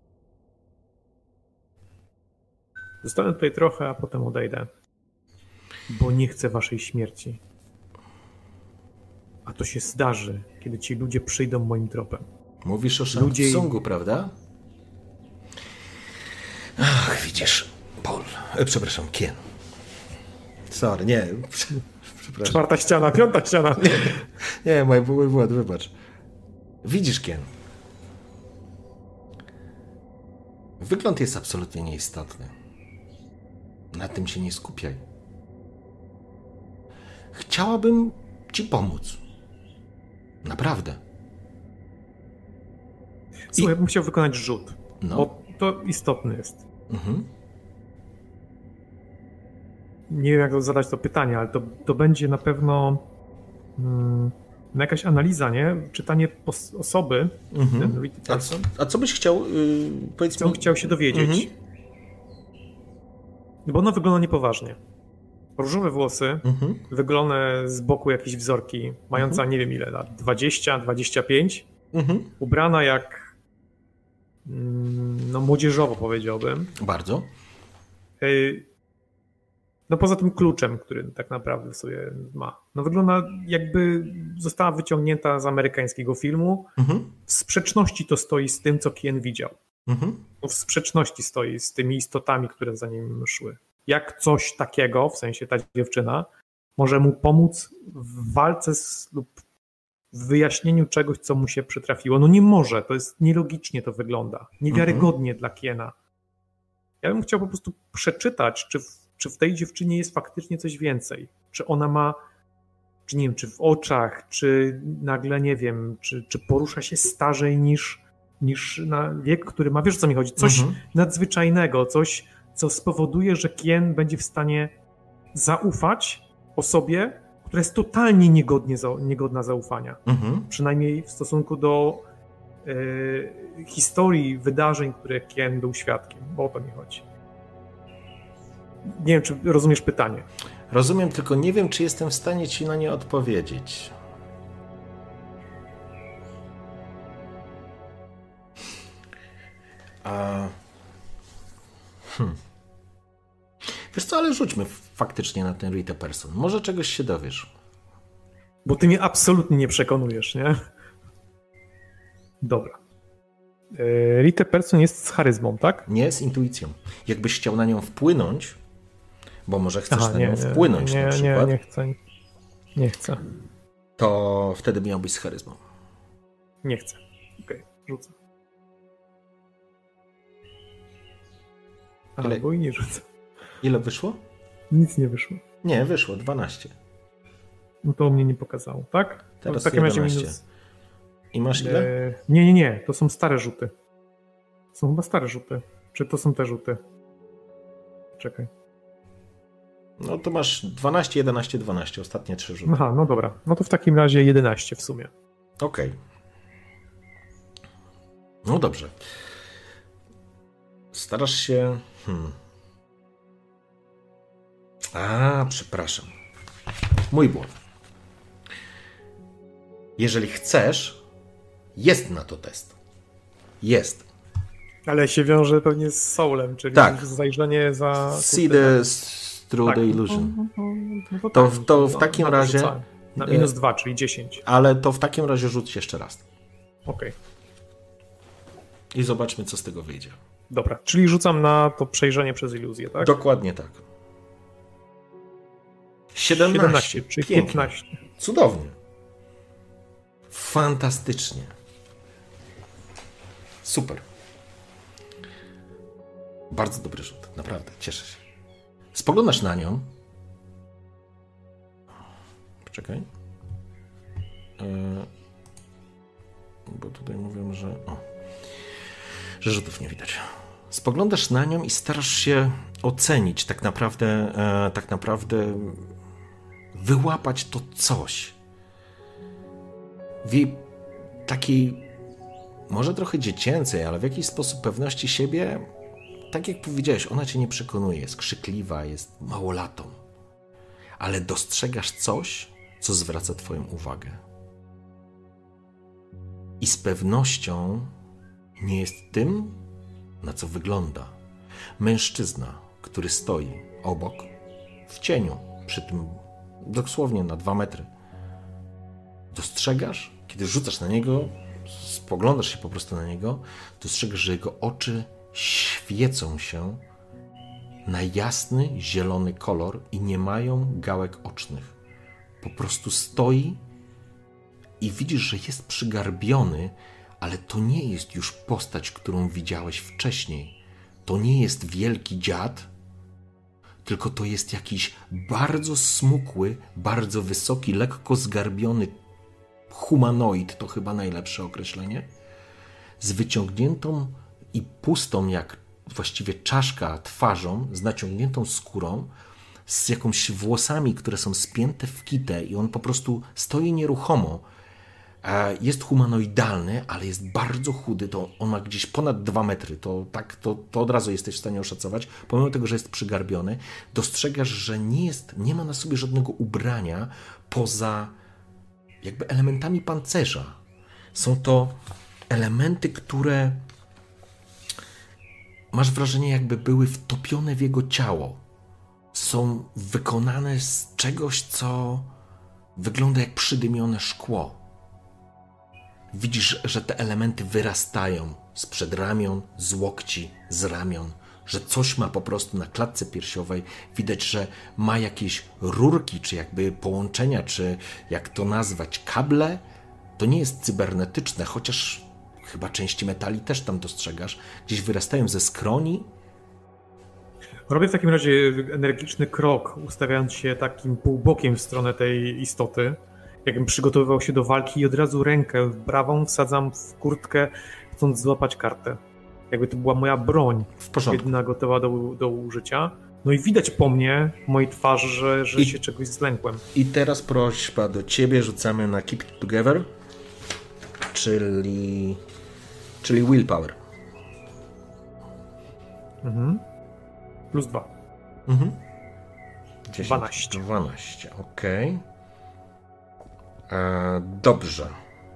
zostanę tutaj trochę, a potem odejdę, bo nie chcę waszej śmierci. A to się zdarzy, kiedy ci ludzie przyjdą moim tropem. mówisz o Shang Ludzie- Tsungu, prawda? Ach, widzisz, Paul. E, przepraszam, Kien. Sorry, nie. Przepraszam. Czwarta ściana, piąta ściana. Nie, mój mój błąd, wybacz. Widzisz, Kien. Wygląd jest absolutnie nieistotny. Na tym się nie skupiaj. Chciałabym ci pomóc. Naprawdę. Słuchaj, ja bym chciał wykonać rzut, No. bo to istotne jest. Mhm. Nie wiem, jak zadać to pytanie, ale to, to będzie na pewno mm, jakaś analiza, nie? Czytanie pos- osoby, Mhm. ten read A, person, a co byś chciał, yy, powiedz co mi... on chciał się dowiedzieć. Mhm. Bo ona wygląda niepoważnie. Różowe włosy, Mhm. wyglądane z boku jakieś wzorki, mająca nie wiem ile lat, dwadzieścia, dwadzieścia pięć, Mhm. ubrana jak mm, no młodzieżowo powiedziałbym. Bardzo. Yy, No poza tym kluczem, który tak naprawdę sobie ma. No wygląda jakby została wyciągnięta z amerykańskiego filmu. Mhm. W sprzeczności to stoi z tym, co Kien widział. Mhm. W sprzeczności stoi z tymi istotami, które za nim szły. Jak coś takiego, w sensie ta dziewczyna, może mu pomóc w walce z, lub w wyjaśnieniu czegoś, co mu się przytrafiło. No nie może, to jest nielogicznie to wygląda. Niewiarygodnie dla Kiena. Ja bym chciał po prostu przeczytać, czy w, czy w tej dziewczynie jest faktycznie coś więcej. Czy ona ma, czy nie wiem, czy w oczach, czy nagle, nie wiem, czy, czy porusza się starzej niż, niż na wiek, który ma. Wiesz, o co mi chodzi? Coś Mhm. nadzwyczajnego, coś, co spowoduje, że Kien będzie w stanie zaufać osobie, która jest totalnie niegodnie za, niegodna zaufania. Mhm. Przynajmniej w stosunku do y, historii, wydarzeń, które Kien był świadkiem, bo o to mi chodzi. Nie wiem, czy rozumiesz pytanie. Rozumiem, tylko nie wiem, czy jestem w stanie ci na nie odpowiedzieć. A... Hmm. Wiesz co, ale rzućmy faktycznie na ten Rita Person. Może czegoś się dowiesz. Bo ty mnie absolutnie nie przekonujesz, nie? Dobra. Y, Rita Person jest z charyzmą, tak? Nie z intuicją. Jakbyś chciał na nią wpłynąć, bo może chcesz Aha, na nie, nią nie, wpłynąć nie, na nie, przykład, nie chcę. Nie chcę. to wtedy miałbyś z charyzmą. Nie chcę. Okej, rzucę. Ile- Albo i nie rzucę. Ile wyszło? Nic nie wyszło. Nie, wyszło dwanaście. No to mnie nie pokazało, tak? Teraz w takim razie jedenaście. minus. I masz ile? E, nie, nie, nie. To są stare rzuty. Są chyba stare rzuty. Czy to są te rzuty? Czekaj. No to masz dwanaście, jedenaście, dwanaście, ostatnie trzy rzuty. Aha, no dobra. No to w takim razie jedenaście w sumie. Okej. Okay. No dobrze. Starasz się... Hmm. A, przepraszam. Mój błąd. Jeżeli chcesz, jest na to test. Jest. Ale się wiąże pewnie z soulem, czyli tak. Zajrzenie za... See the through tak. the illusion. No to, to, tak, to w no, takim no, razie... Rzucałem. Na minus dwa, czyli dziesięć. Ale to w takim razie rzuć jeszcze raz. Okej. Okay. I zobaczmy, co z tego wyjdzie. Dobra, czyli rzucam na to przejrzenie przez iluzję, tak? Dokładnie tak. siedemnaście, siedemnaście czyli pięknie. piętnaście. Cudownie. Fantastycznie. Super. Bardzo dobry rzut, naprawdę, cieszę się. Spoglądasz na nią. Poczekaj. Yy, bo tutaj mówią, że... O, że rzutów nie widać. Spoglądasz na nią i starasz się ocenić tak naprawdę, e, tak naprawdę wyłapać to coś. W jej takiej, może trochę dziecięcej, ale w jakiś sposób pewności siebie, tak jak powiedziałeś, ona cię nie przekonuje, jest krzykliwa, jest małolatą. Ale dostrzegasz coś, co zwraca twoją uwagę. I z pewnością nie jest tym, na co wygląda. Mężczyzna, który stoi obok, w cieniu, przy tym dosłownie na dwa metry. Dostrzegasz, kiedy rzucasz na niego, spoglądasz się po prostu na niego, dostrzegasz, że jego oczy świecą się na jasny, zielony kolor i nie mają gałek ocznych. Po prostu stoi i widzisz, że jest przygarbiony, ale to nie jest już postać, którą widziałeś wcześniej. To nie jest wielki dziad, tylko to jest jakiś bardzo smukły, bardzo wysoki, lekko zgarbiony humanoid, to chyba najlepsze określenie, z wyciągniętą i pustą, jak właściwie czaszka, twarzą, z naciągniętą skórą, z jakąś włosami, które są spięte w kitę i on po prostu stoi nieruchomo. Jest humanoidalny, ale jest bardzo chudy, to on ma gdzieś ponad dwa metry, to, tak, to, to od razu jesteś w stanie oszacować. Pomimo tego, że jest przygarbiony, dostrzegasz, że nie, jest, nie ma na sobie żadnego ubrania poza jakby elementami pancerza. Są to elementy, które masz wrażenie, jakby były wtopione w jego ciało. Są wykonane z czegoś, co wygląda jak przydymione szkło. Widzisz, że te elementy wyrastają z przedramion, z łokci, z ramion, że coś ma po prostu na klatce piersiowej. Widać, że ma jakieś rurki, czy jakby połączenia, czy jak to nazwać, kable. To nie jest cybernetyczne, chociaż chyba części metali też tam dostrzegasz. Gdzieś wyrastają ze skroni. Robię w takim razie energiczny krok, ustawiając się takim półbokiem w stronę tej istoty. Jakbym przygotowywał się do walki i od razu rękę prawą wsadzam w kurtkę, chcąc złapać kartę. Jakby to była moja broń, w porządku, jedyna gotowa do, do użycia. No i widać po mnie, w mojej twarzy, że, że I, się czegoś zlękłem. I teraz prośba do ciebie, rzucamy na Keep It Together, czyli, czyli Willpower. Mhm. Plus dwa. Mhm. dwanaście. dwanaście, okej. Okay. Dobrze.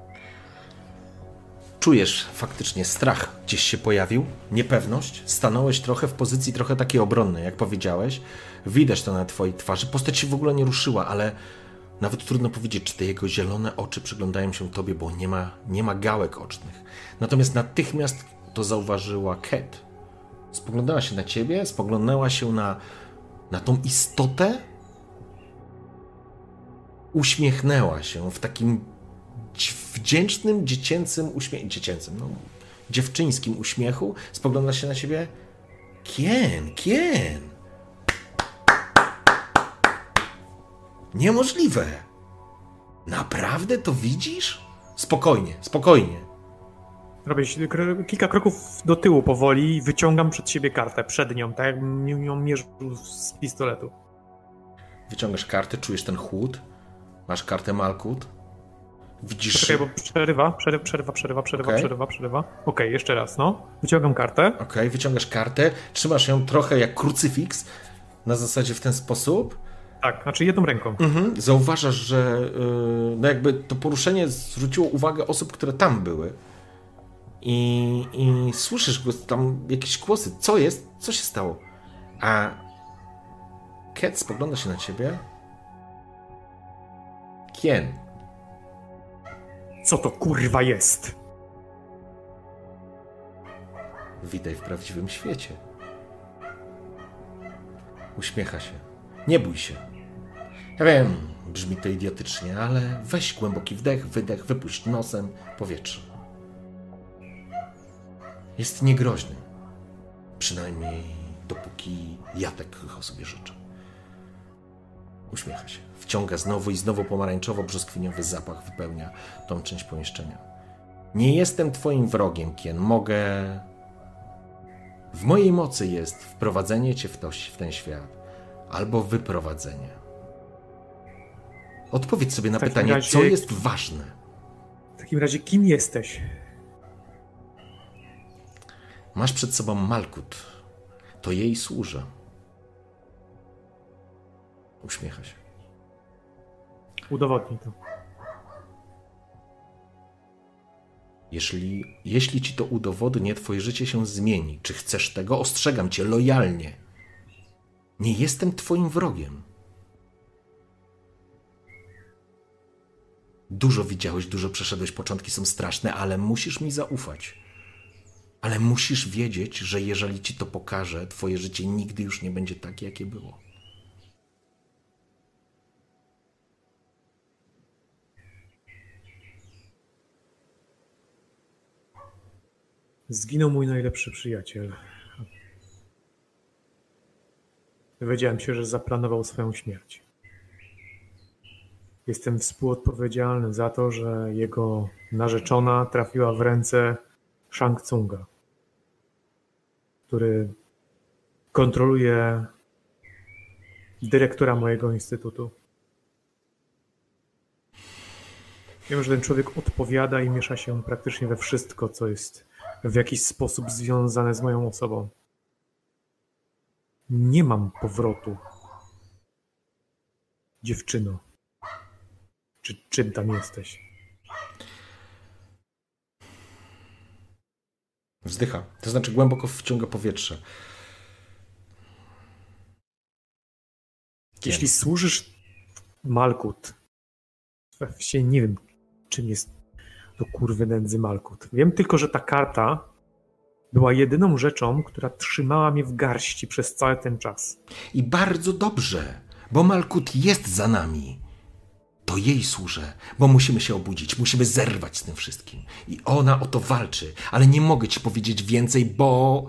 Czujesz faktycznie strach gdzieś się pojawił, niepewność, stanąłeś trochę w pozycji trochę takiej obronnej, jak powiedziałeś. Widać to na twojej twarzy. Postać się w ogóle nie ruszyła, ale nawet trudno powiedzieć, czy te jego zielone oczy przyglądają się tobie, bo nie ma, nie ma gałek ocznych. Natomiast natychmiast to zauważyła Cat. Spoglądała się na ciebie, spoglądała się na, na tą istotę, uśmiechnęła się w takim wdzięcznym, dziecięcym uśmiechu, dziecięcym, no, dziewczyńskim uśmiechu, spogląda się na siebie. Kien, Kien! Niemożliwe! Naprawdę to widzisz? Spokojnie, spokojnie. Robię kilka kroków do tyłu powoli i wyciągam przed siebie kartę, przed nią, tak jakbym ją mierzył z pistoletu. Wyciągasz kartę, czujesz ten chłód. Masz kartę Malkut. Widzisz... Czekaj, bo przerywa, przerywa, przerywa, przerywa, przerywa, okay. przerywa, przerywa. Okej, okay, jeszcze raz, no. Wyciągam kartę. Okej, okay, wyciągasz kartę, trzymasz ją trochę jak krucyfiks, na zasadzie w ten sposób. Tak, znaczy jedną ręką. Mhm. Zauważasz, że yy, no jakby to poruszenie zwróciło uwagę osób, które tam były. I, i słyszysz go, tam jakieś głosy. Co jest? Co się stało? A Ket spogląda się na ciebie. Kien. Co to kurwa jest? Witaj w prawdziwym świecie. Uśmiecha się. Nie bój się. Ja wiem, brzmi to idiotycznie, ale weź głęboki wdech, wydech, wypuść nosem powietrze. Jest niegroźny. Przynajmniej dopóki ja tak o sobie życzę. Uśmiecha się. Wciąga znowu i znowu pomarańczowo-brzoskwiniowy zapach wypełnia tą część pomieszczenia. Nie jestem twoim wrogiem, Kien. Mogę... W mojej mocy jest wprowadzenie cię w, to, w ten świat. Albo wyprowadzenie. Odpowiedz sobie na pytanie, razie... co jest ważne. W takim razie kim jesteś? Masz przed sobą Malkut. To jej służę. Uśmiecha się. Udowodnij to. Jeśli, jeśli ci to udowodnię, twoje życie się zmieni. Czy chcesz tego? Ostrzegam cię lojalnie. Nie jestem twoim wrogiem. Dużo widziałeś, dużo przeszedłeś, początki są straszne, ale musisz mi zaufać. Ale musisz wiedzieć, że jeżeli ci to pokażę, twoje życie nigdy już nie będzie takie, jakie było. Zginął mój najlepszy przyjaciel. Dowiedziałem się, że zaplanował swoją śmierć. Jestem współodpowiedzialny za to, że jego narzeczona trafiła w ręce Shang Tsunga, który kontroluje dyrektora mojego instytutu. Wiem, że ten człowiek odpowiada i miesza się praktycznie we wszystko, co jest w jakiś sposób związane z moją osobą. Nie mam powrotu. Dziewczyno. Czy czym tam jesteś? Wzdycha. To znaczy głęboko wciąga powietrze. Jeśli służysz Malkut, właściwie nie wiem, czym jest to kurwy nędzy Malkut. Wiem tylko, że ta karta była jedyną rzeczą, która trzymała mnie w garści przez cały ten czas. I bardzo dobrze, bo Malkut jest za nami. To jej służę, bo musimy się obudzić, musimy zerwać z tym wszystkim. I ona o to walczy, ale nie mogę ci powiedzieć więcej, bo...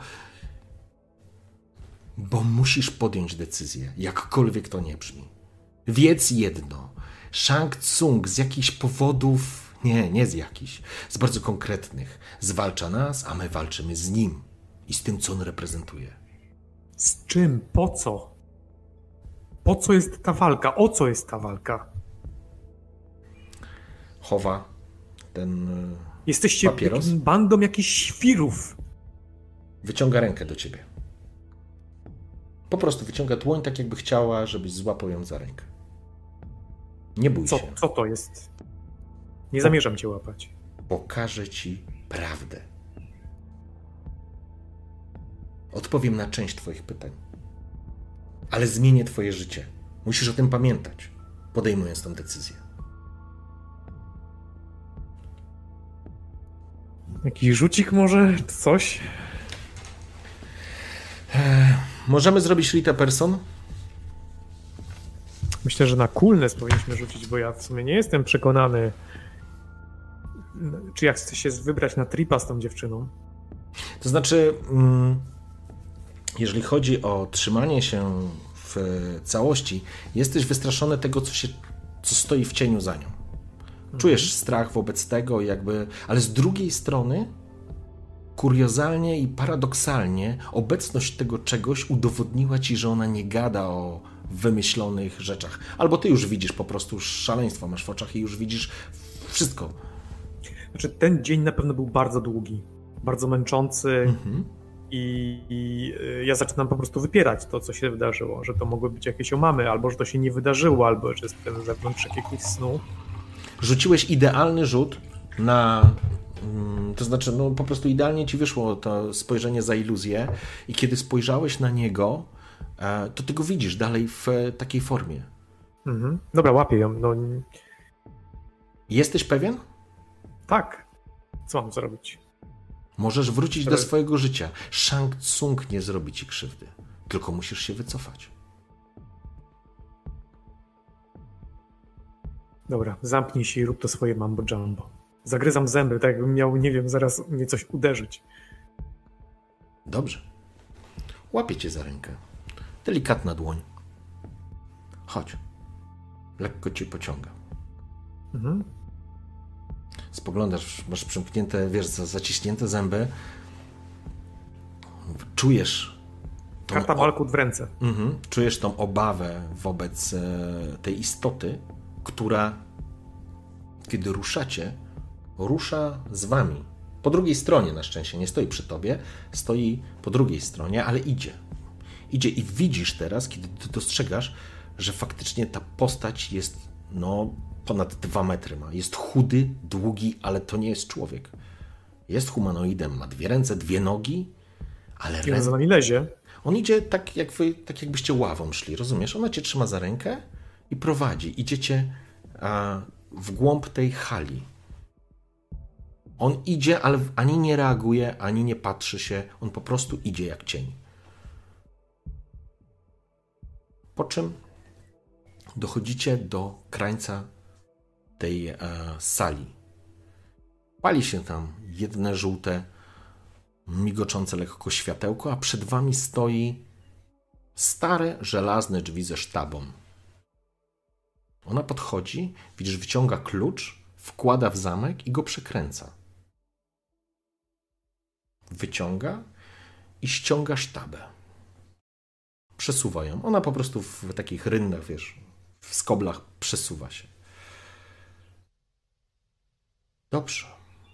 Bo musisz podjąć decyzję, jakkolwiek to nie brzmi. Wiedz jedno, Shang Tsung z jakichś powodów, nie, nie z jakichś, z bardzo konkretnych, zwalcza nas, a my walczymy z nim i z tym, co on reprezentuje. Z czym? Po co? Po co jest ta walka? O co jest ta walka? Chowa ten Jesteście papieros. bandą jakichś świrów. Wyciąga rękę do ciebie. Po prostu wyciąga dłoń tak, jakby chciała, żebyś złapał ją za rękę. Nie bój co, się. Co to jest? Nie zamierzam cię łapać. Pokażę ci prawdę. Odpowiem na część twoich pytań. Ale zmienię twoje życie. Musisz o tym pamiętać, podejmując tę decyzję. Jakiś rzucik może? Coś? Eee, możemy zrobić Rita Person? Myślę, że na coolness powinniśmy rzucić, bo ja w sumie nie jestem przekonany, czy ja chcę się wybrać na tripa z tą dziewczyną. To znaczy, jeżeli chodzi o trzymanie się w całości, jesteś wystraszony tego, co, się, co stoi w cieniu za nią. Czujesz mhm. strach wobec tego, jakby, ale z drugiej strony, kuriozalnie i paradoksalnie, obecność tego czegoś udowodniła ci, że ona nie gada o wymyślonych rzeczach. Albo ty już widzisz po prostu szaleństwo, masz w oczach i już widzisz wszystko. Znaczy, ten dzień na pewno był bardzo długi, bardzo męczący mhm. i, i ja zaczynam po prostu wypierać to, co się wydarzyło, że to mogły być jakieś omamy, albo że to się nie wydarzyło, albo że jestem zewnątrz jakiegoś snu. Rzuciłeś idealny rzut na... To znaczy, no po prostu idealnie ci wyszło to spojrzenie za iluzję i kiedy spojrzałeś na niego, to ty go widzisz dalej w takiej formie. Mhm. Dobra, łapię ją. No... Jesteś pewien? Tak. Co mam zrobić? Możesz wrócić Żeby... do swojego życia. Shang Tsung nie zrobi ci krzywdy. Tylko musisz się wycofać. Dobra, zamknij się i rób to swoje mambo jumbo. Zagryzam zęby, tak jakbym miał, nie wiem, zaraz mnie coś uderzyć. Dobrze. Łapię cię za rękę. Delikatna dłoń. Chodź. Lekko cię pociąga. Mhm. Spoglądasz, masz przymknięte, wiesz, zaciśnięte zęby. Czujesz... Tą... Karta Malkut w ręce. Mhm. Czujesz tą obawę wobec e, tej istoty, która, kiedy ruszacie, rusza z wami. Po drugiej stronie na szczęście, nie stoi przy tobie, stoi po drugiej stronie, ale idzie. Idzie i widzisz teraz, kiedy ty dostrzegasz, że faktycznie ta postać jest, no, ponad dwa metry ma. Jest chudy, długi, ale to nie jest człowiek. Jest humanoidem, ma dwie ręce, dwie nogi, ale... I on za nami lezie. On idzie tak, jak wy, tak jakbyście ławą szli, rozumiesz? Ona cię trzyma za rękę i prowadzi. Idziecie a, w głąb tej hali. On idzie, ale ani nie reaguje, ani nie patrzy się. On po prostu idzie jak cień. Po czym dochodzicie do krańca tej e, sali. Pali się tam jedne żółte, migoczące lekko światełko, a przed wami stoi stare, żelazne drzwi ze sztabą. Ona podchodzi, widzisz, wyciąga klucz, wkłada w zamek i go przekręca. Wyciąga i ściąga sztabę. Przesuwa ją. Ona po prostu w takich rynnach, wiesz, w skoblach przesuwa się. Dobrze.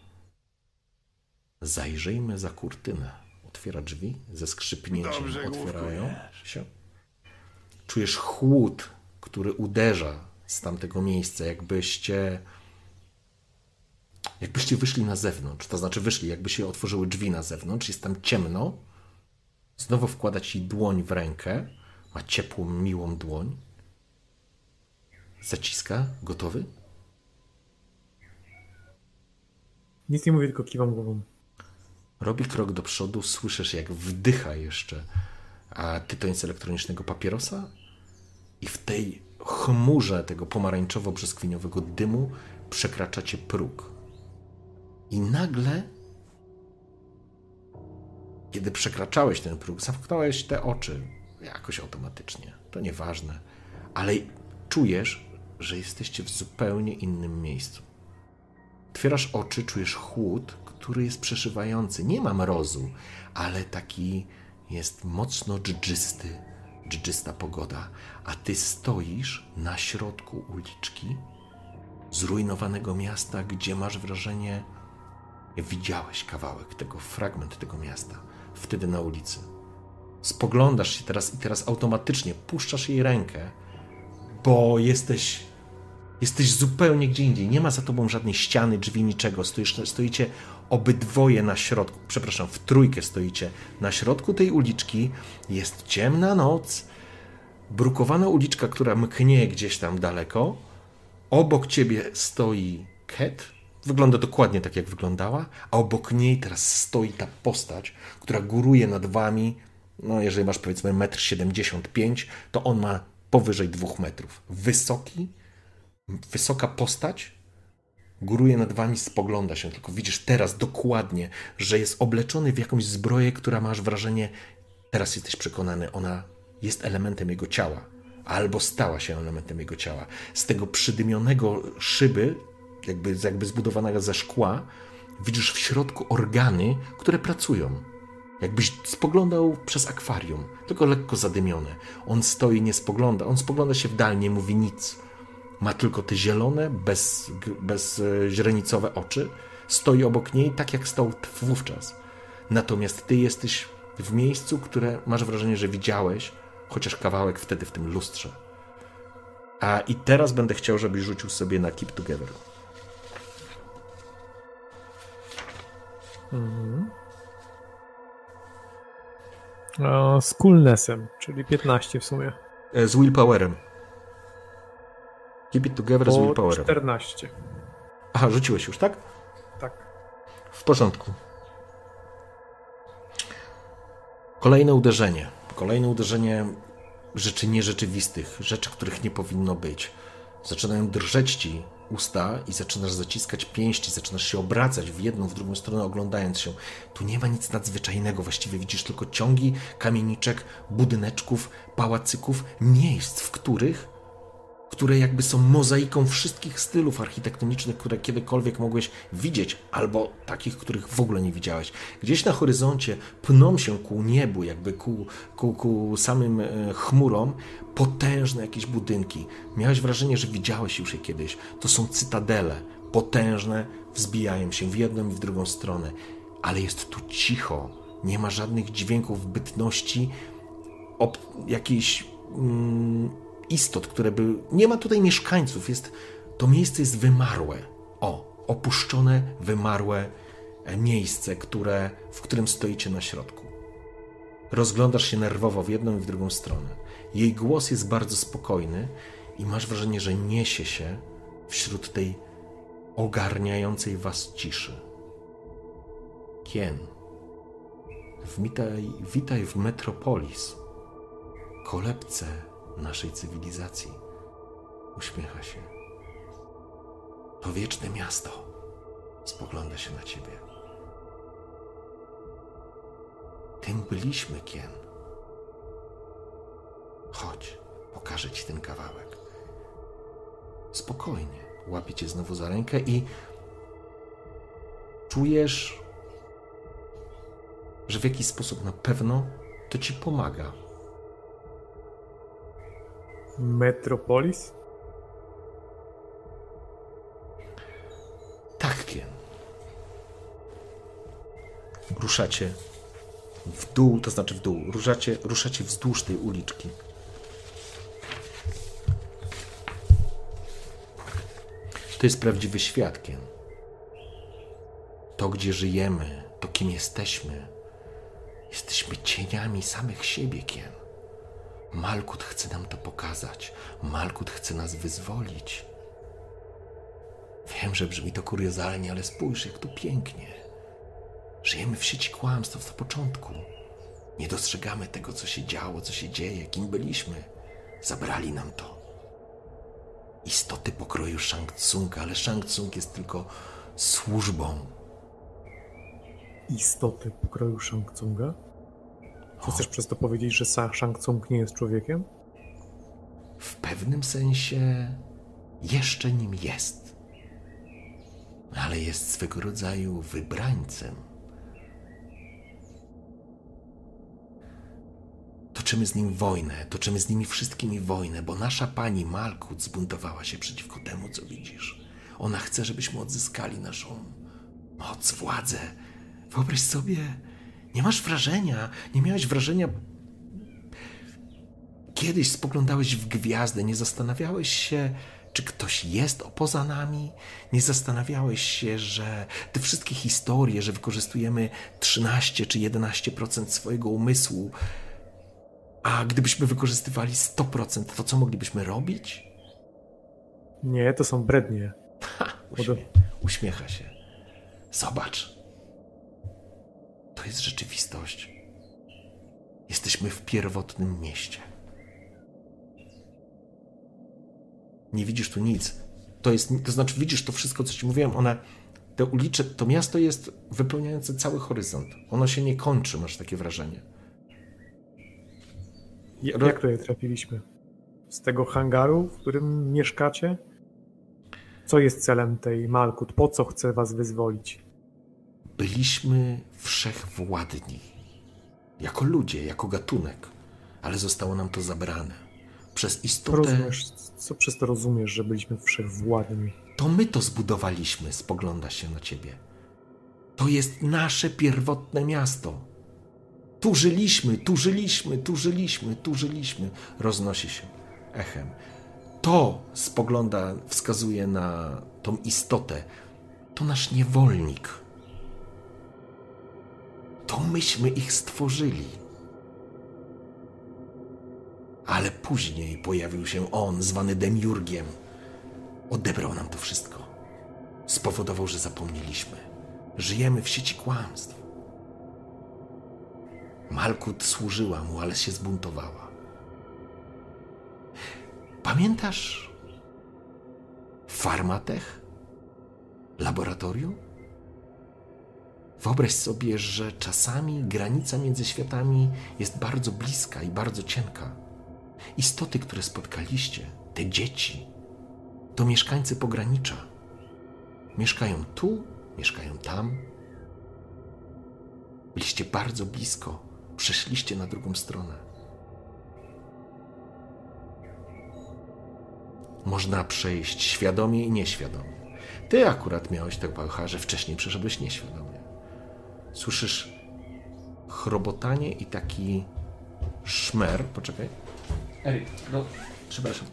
Zajrzyjmy za kurtynę. Otwiera drzwi, ze skrzypnięciem Dobrze, otwierają się. Czujesz chłód, który uderza z tamtego miejsca, jakbyście jakbyście wyszli na zewnątrz. To znaczy wyszli, jakby się otworzyły drzwi na zewnątrz. Jest tam ciemno. Znowu wkłada ci dłoń w rękę. Ma ciepłą, miłą dłoń. Zaciska. Gotowy? Nic nie mówię, tylko kiwam głową. Robi krok do przodu, słyszysz, jak wdycha jeszcze a tytoń z elektronicznego papierosa i w tej chmurze tego pomarańczowo-brzoskwiniowego dymu przekraczacie próg. I nagle, kiedy przekraczałeś ten próg, zamknąłeś te oczy jakoś automatycznie. To nieważne, ale czujesz, że jesteście w zupełnie innym miejscu. Otwierasz oczy, czujesz chłód, który jest przeszywający. Nie ma mrozu, ale taki jest mocno dżdżysty, dżdżysta pogoda. A ty stoisz na środku uliczki zrujnowanego miasta, gdzie masz wrażenie, widziałeś kawałek tego, fragment tego miasta, wtedy na ulicy. Spoglądasz się teraz i teraz automatycznie puszczasz jej rękę, bo jesteś... Jesteś zupełnie gdzie indziej. Nie ma za tobą żadnej ściany, drzwi, niczego. Stoisz, stoicie obydwoje na środku, przepraszam, w trójkę stoicie na środku tej uliczki. Jest ciemna noc, brukowana uliczka, która mknie gdzieś tam daleko. Obok ciebie stoi Cat. Wygląda dokładnie tak, jak wyglądała, a obok niej teraz stoi ta postać, która góruje nad wami. No, jeżeli masz powiedzmy metr siedemdziesiąt pięć, to on ma powyżej dwóch metrów. Wysoki, Wysoka postać góruje nad wami, spogląda się, tylko widzisz teraz dokładnie, że jest obleczony w jakąś zbroję, która masz wrażenie, teraz jesteś przekonany, ona jest elementem jego ciała, albo stała się elementem jego ciała. Z tego przydymionego szyby, jakby, jakby zbudowanego ze szkła, widzisz w środku organy, które pracują. Jakbyś spoglądał przez akwarium, tylko lekko zadymione. On stoi, nie spogląda. On spogląda się w dal, nie mówi nic. Ma tylko te zielone, bez, bez źrenicowe oczy. Stoi obok niej tak, jak stał wówczas. Natomiast ty jesteś w miejscu, które masz wrażenie, że widziałeś, chociaż kawałek wtedy w tym lustrze. A i teraz będę chciał, żebyś rzucił sobie na Keep Together. Mhm. A z coolnessem, czyli piętnaście w sumie. Z willpowerem. Keep it together z Po willpowerem. czternaście. Aha, rzuciłeś już, tak? Tak. W porządku. Kolejne uderzenie. Kolejne uderzenie rzeczy nierzeczywistych, rzeczy, których nie powinno być. Zaczynają drżeć ci usta i zaczynasz zaciskać pięści, zaczynasz się obracać w jedną, w drugą stronę, oglądając się. Tu nie ma nic nadzwyczajnego, właściwie widzisz tylko ciągi kamieniczek, budyneczków, pałacyków, miejsc, w których, które jakby są mozaiką wszystkich stylów architektonicznych, które kiedykolwiek mogłeś widzieć, albo takich, których w ogóle nie widziałeś. Gdzieś na horyzoncie pną się ku niebu, jakby ku, ku, ku samym e, chmurom, potężne jakieś budynki. Miałeś wrażenie, że widziałeś już je kiedyś. To są cytadele, potężne, wzbijają się w jedną i w drugą stronę. Ale jest tu cicho, nie ma żadnych dźwięków bytności, ob, jakiejś... Mm, istot, które by... Nie ma tutaj mieszkańców. Jest... To miejsce jest wymarłe. O, opuszczone, wymarłe miejsce, które... w którym stoicie na środku. Rozglądasz się nerwowo w jedną i w drugą stronę. Jej głos jest bardzo spokojny i masz wrażenie, że niesie się wśród tej ogarniającej was ciszy. Kien, witaj, witaj w Metropolis, kolebce naszej cywilizacji. Uśmiecha się. To wieczne miasto. Spogląda się na ciebie. Tym byliśmy, Kien. Chodź, pokażę ci ten kawałek. Spokojnie. Łapie cię znowu za rękę i czujesz, że w jakiś sposób na pewno to ci pomaga. Metropolis? Tak, Kien. Ruszacie w dół, to znaczy w dół. Ruszacie, ruszacie wzdłuż tej uliczki. To jest prawdziwy świat, Kien. To, gdzie żyjemy, to, kim jesteśmy. Jesteśmy cieniami samych siebie, Kien. Malkuth chce nam to pokazać. Malkuth chce nas wyzwolić. Wiem, że brzmi to kuriozalnie, ale spójrz, jak tu pięknie. Żyjemy w sieci kłamstw od początku. Nie dostrzegamy tego, co się działo, co się dzieje, kim byliśmy. Zabrali nam to. Istoty pokroju Shang Tsunga, ale Shang Tsung jest tylko służbą. Istoty pokroju Shang Tsunga? Co chcesz przez to powiedzieć, że Shang Tsung nie jest człowiekiem? W pewnym sensie jeszcze nim jest. Ale jest swego rodzaju wybrańcem. Toczymy z nim wojnę, toczymy z nimi wszystkimi wojnę, bo nasza pani Malkuth zbuntowała się przeciwko temu, co widzisz. Ona chce, żebyśmy odzyskali naszą moc, władzę. Wyobraź sobie, nie masz wrażenia, nie miałeś wrażenia... Kiedyś spoglądałeś w gwiazdę, nie zastanawiałeś się, czy ktoś jest poza nami? Nie zastanawiałeś się, że te wszystkie historie, że wykorzystujemy trzynaście czy jedenaście procent swojego umysłu, a gdybyśmy wykorzystywali sto procent, to co moglibyśmy robić? Nie, to są brednie. Ha, uśmie- uśmiecha się. Zobacz. To jest rzeczywistość. Jesteśmy w pierwotnym mieście. Nie widzisz tu nic. To jest, to znaczy widzisz to wszystko, co ci mówiłem, one, te ulicze, to miasto jest wypełniające cały horyzont. Ono się nie kończy, masz takie wrażenie. Jak, jak tutaj trafiliśmy? Z tego hangaru, w którym mieszkacie? Co jest celem tej Malkuth? Po co chce was wyzwolić? Byliśmy wszechwładni. Jako ludzie, jako gatunek. Ale zostało nam to zabrane. Przez istotę... Rozumiesz, co przez to rozumiesz, że byliśmy wszechwładni? To my to zbudowaliśmy, spogląda się na ciebie. To jest nasze pierwotne miasto. Tu żyliśmy, tu żyliśmy, tu żyliśmy, tu żyliśmy. Roznosi się echem. To spogląda, wskazuje na tą istotę. To nasz niewolnik. To myśmy ich stworzyli. Ale później pojawił się on, zwany Demiurgiem. Odebrał nam to wszystko. Spowodował, że zapomnieliśmy. Żyjemy w sieci kłamstw. Malkut służyła mu, ale się zbuntowała. Pamiętasz Farmatech? Laboratorium? Wyobraź sobie, że czasami granica między światami jest bardzo bliska i bardzo cienka. Istoty, które spotkaliście, te dzieci, to mieszkańcy pogranicza. Mieszkają tu, mieszkają tam. Byliście bardzo blisko, przeszliście na drugą stronę. Można przejść świadomie i nieświadomie. Ty akurat miałeś tak pecha, że wcześniej przeszedłeś nieświadomie. Słyszysz chrobotanie i taki szmer. Poczekaj. Eryk, no, przepraszam.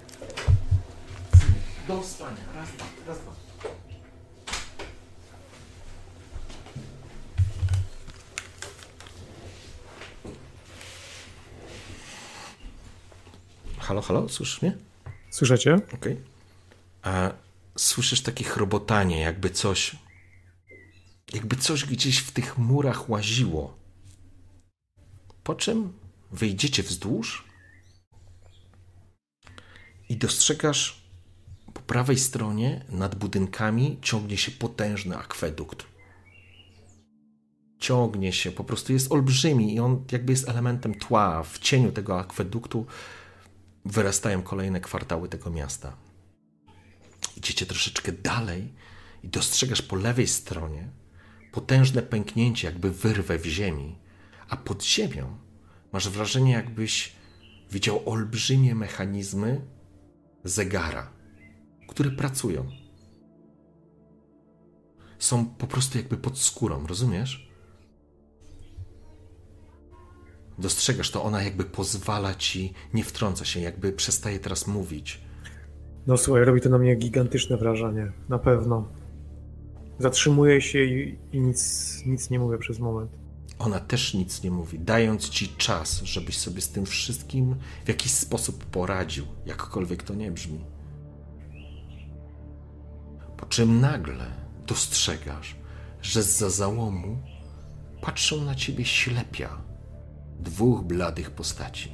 Do spania. Raz, dwa, raz, dwa. Halo, halo, słyszysz mnie? Słyszycie? Okej. Okay. A słyszysz takie chrobotanie, jakby coś... Jakby coś gdzieś w tych murach łaziło. Po czym wyjdziecie wzdłuż i dostrzegasz po prawej stronie nad budynkami ciągnie się potężny akwedukt. Ciągnie się, po prostu jest olbrzymi i on jakby jest elementem tła. W cieniu tego akweduktu wyrastają kolejne kwartały tego miasta. Idziecie troszeczkę dalej i dostrzegasz po lewej stronie potężne pęknięcie, jakby wyrwę w ziemi, a pod ziemią masz wrażenie, jakbyś widział olbrzymie mechanizmy zegara, które pracują. Są po prostu jakby pod skórą, rozumiesz? Dostrzegasz to, ona jakby pozwala ci, nie wtrąca się, jakby przestaje teraz mówić. No słuchaj, robi to na mnie gigantyczne wrażenie, na pewno. Zatrzymuję się i, i nic, nic nie mówię przez moment. Ona też nic nie mówi, dając ci czas, żebyś sobie z tym wszystkim w jakiś sposób poradził, jakkolwiek to nie brzmi. Po czym nagle dostrzegasz, że zza załomu patrzą na ciebie ślepia dwóch bladych postaci.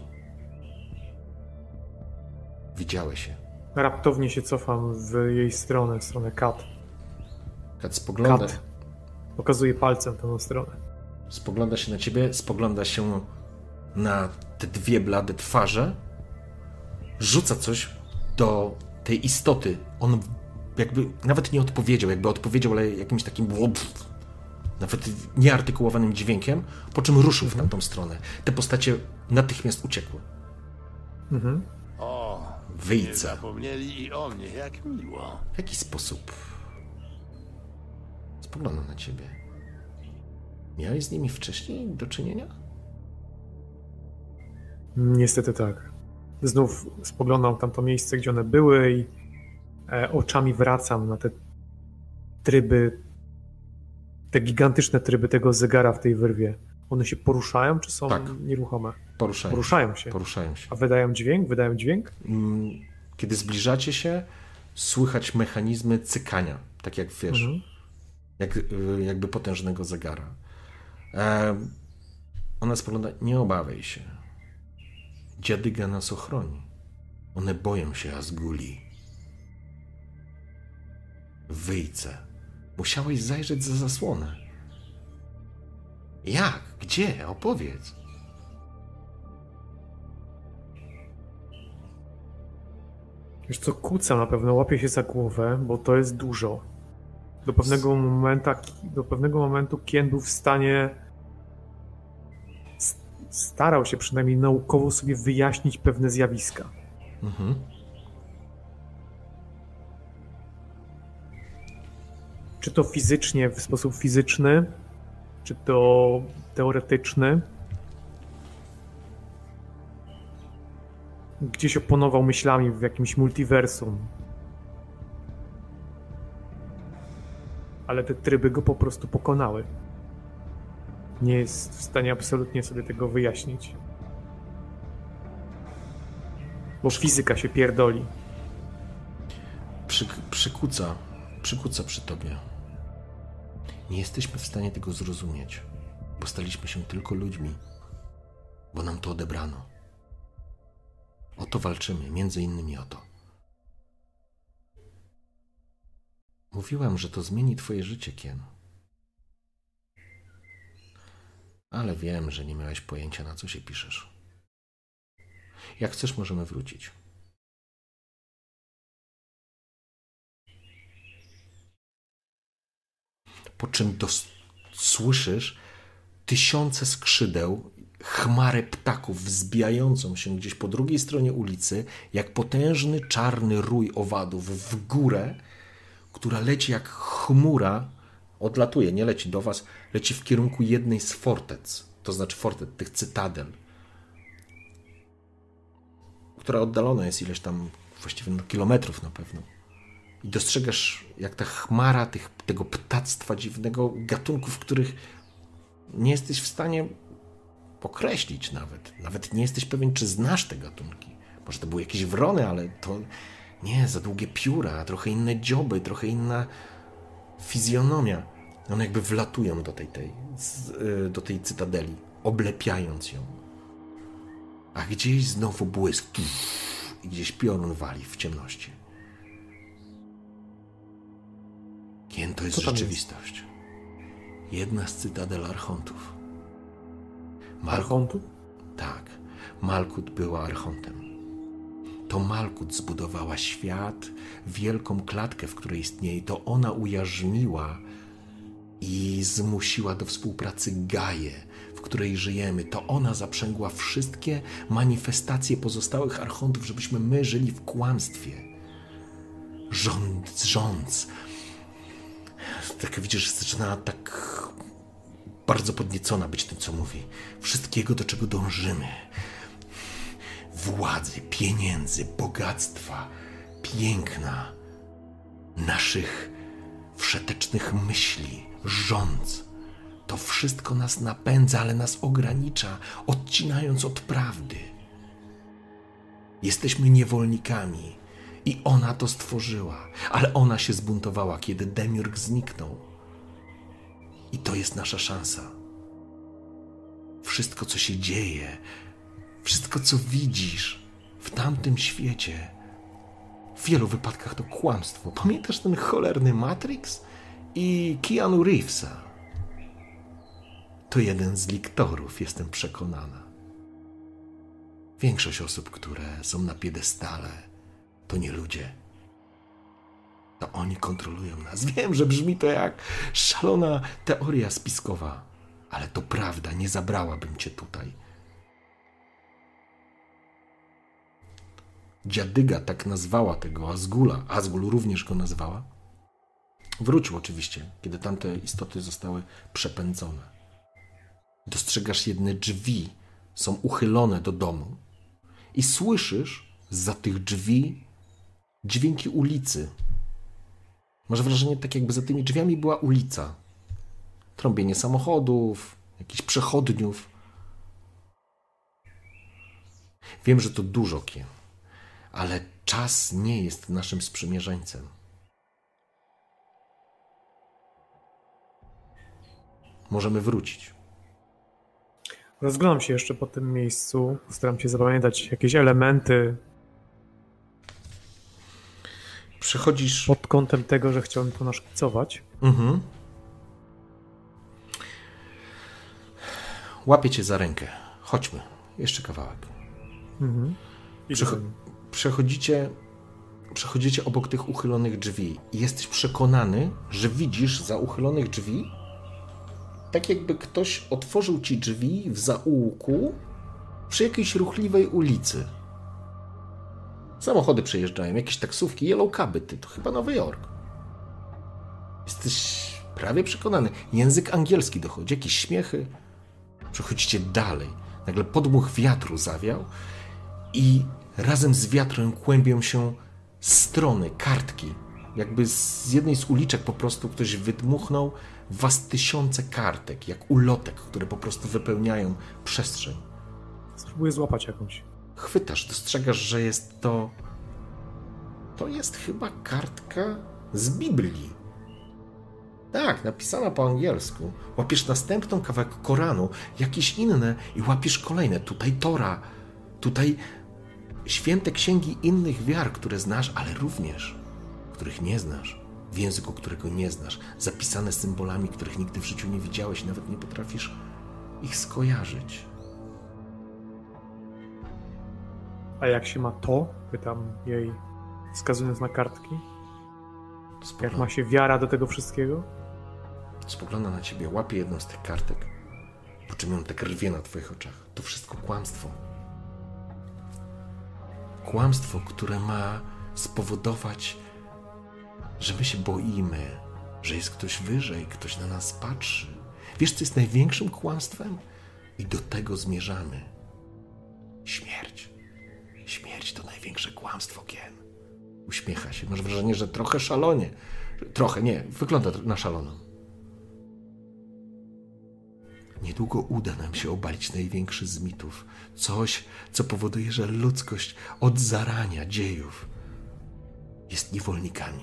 Widziałeś je. Raptownie się cofam w jej stronę, w stronę Kat. Kat spogląda... Kat. Pokazuje palcem tę stronę. Spogląda się na ciebie, spogląda się na te dwie blade twarze, rzuca coś do tej istoty. On jakby nawet nie odpowiedział, jakby odpowiedział, ale jakimś takim nawet nieartykułowanym dźwiękiem, po czym ruszył mhm. w tamtą stronę. Te postacie natychmiast uciekły. Mhm. O, wyjce. Nie zapomnieli i o mnie, jak miło. W jaki sposób? Spoglądam na ciebie. Miałeś z nimi wcześniej do czynienia? Niestety tak. Znów spoglądam w tamto miejsce, gdzie one były i e, oczami wracam na te tryby, te gigantyczne tryby tego zegara w tej wyrwie. One się poruszają, czy są tak. nieruchome? Poruszają, poruszają się. Poruszają się. A wydają dźwięk? Wydają dźwięk? Kiedy zbliżacie się, słychać mechanizmy cykania, tak jak wiesz, mhm. jak, jakby potężnego zegara. E, ona spogląda, nie obawiaj się. Dziadyga nas ochroni. One boją się Azguli. Wyjce. Musiałeś zajrzeć za zasłonę. Jak? Gdzie? Opowiedz. Wiesz co, kucam na pewno, łapię się za głowę, bo to jest dużo. Do pewnego momentu, do pewnego momentu Kien był w stanie starał się przynajmniej naukowo sobie wyjaśnić pewne zjawiska. Mhm. Czy to fizycznie, w sposób fizyczny, czy to teoretyczny. Gdzieś oponował myślami w jakimś multiversum. Ale te tryby go po prostu pokonały. Nie jest w stanie absolutnie sobie tego wyjaśnić. Bo fizyka się pierdoli. Przyk- przykuca, przykuca przy tobie. Nie jesteśmy w stanie tego zrozumieć, bo staliśmy się tylko ludźmi, bo nam to odebrano. O to walczymy, między innymi o to. Mówiłam, że to zmieni twoje życie, Kien. Ale wiem, że nie miałeś pojęcia, na co się piszesz. Jak chcesz, możemy wrócić. Po czym dos- słyszysz tysiące skrzydeł, chmarę ptaków wzbijającą się gdzieś po drugiej stronie ulicy, jak potężny czarny rój owadów w górę, która leci jak chmura, odlatuje, nie leci do was, leci w kierunku jednej z fortec, to znaczy fortet, tych cytadel, która oddalona jest ileś tam, właściwie no, kilometrów na pewno. I dostrzegasz, jak ta chmara tych, tego ptactwa dziwnego, gatunków, których nie jesteś w stanie określić nawet. Nawet nie jesteś pewien, czy znasz te gatunki. Może to były jakieś wrony, ale to nie, za długie pióra, trochę inne dzioby, trochę inna fizjonomia. One jakby wlatują do tej, tej, do tej cytadeli, oblepiając ją. A gdzieś znowu błysk i gdzieś piorun wali w ciemności. Kien, to jest rzeczywistość. Jest? Jedna z cytadel Archontów. Mal- Archontu? Tak. Malkut była Archontem. To Malkut zbudowała świat, wielką klatkę, w której istnieje. To ona ujarzmiła i zmusiła do współpracy Gaję, w której żyjemy. To ona zaprzęgła wszystkie manifestacje pozostałych Archontów, żebyśmy my żyli w kłamstwie. Rząd, rządz. Tak widzisz, zaczyna tak bardzo podniecona być tym, co mówi. Wszystkiego, do czego dążymy. Władzy, pieniędzy, bogactwa, piękna, naszych wszetecznych myśli, rządz. To wszystko nas napędza, ale nas ogranicza, odcinając od prawdy. Jesteśmy niewolnikami i ona to stworzyła, ale ona się zbuntowała, kiedy Demiurg zniknął. I to jest nasza szansa. Wszystko, co się dzieje, wszystko, co widzisz w tamtym świecie, w wielu wypadkach to kłamstwo. Pamiętasz ten cholerny Matrix i Keanu Reevesa? To jeden z liktorów, jestem przekonana. Większość osób, które są na piedestale, to nie ludzie. To oni kontrolują nas. Wiem, że brzmi to jak szalona teoria spiskowa, ale to prawda, nie zabrałabym cię tutaj. Dziadyga tak nazwała tego Azgula, Azgul również go nazwała. Wrócił oczywiście, kiedy tamte istoty zostały przepędzone. Dostrzegasz jedne drzwi, są uchylone do domu i słyszysz zza tych drzwi dźwięki ulicy. Masz wrażenie, tak jakby za tymi drzwiami była ulica. Trąbienie samochodów, jakichś przechodniów. Wiem, że to dużo, Kien, ale czas nie jest naszym sprzymierzeńcem. Możemy wrócić. Rozglądam się jeszcze po tym miejscu, staram się zapamiętać jakieś elementy. Przechodzisz... Pod kątem tego, że chciałem to naszkicować. Mhm. Łapię cię za rękę. Chodźmy. Jeszcze kawałek. Mhm. Przecho- przechodzicie, przechodzicie obok tych uchylonych drzwi i jesteś przekonany, że widzisz za uchylonych drzwi tak jakby ktoś otworzył ci drzwi w zaułku przy jakiejś ruchliwej ulicy. Samochody przejeżdżają, jakieś taksówki, yellow caby, ty, to chyba Nowy Jork. Jesteś prawie przekonany. Język angielski dochodzi, jakieś śmiechy. Przechodzicie dalej. Nagle podmuch wiatru zawiał i razem z wiatrem kłębią się strony, kartki. Jakby z jednej z uliczek po prostu ktoś wydmuchnął w was tysiące kartek, jak ulotek, które po prostu wypełniają przestrzeń. Spróbuję złapać jakąś. Chwytasz, dostrzegasz, że jest to... To jest chyba kartka z Biblii. Tak, napisana po angielsku. Łapiesz następną kawałek Koranu, jakieś inne i łapiesz kolejne. Tutaj Tora, tutaj święte księgi innych wiar, które znasz, ale również, których nie znasz, w języku, którego nie znasz, zapisane symbolami, których nigdy w życiu nie widziałeś i nawet nie potrafisz ich skojarzyć. A jak się ma to? Pytam jej, wskazując na kartki. Spogląda, Jak ma się wiara do tego wszystkiego? spogląda na ciebie, łapie jedną z tych kartek, po czym ją tak rwie na twoich oczach. To wszystko kłamstwo. Kłamstwo, które ma spowodować, że my się boimy, że jest ktoś wyżej, ktoś na nas patrzy. Wiesz, co jest największym kłamstwem? I do tego zmierzamy. Śmierć. Śmierć to największe kłamstwo, Ken. Uśmiecha się. Masz wrażenie, że trochę szalonie. Trochę, nie. Wygląda na szaloną. Niedługo uda nam się obalić największy z mitów. Coś, co powoduje, że ludzkość od zarania dziejów jest niewolnikami.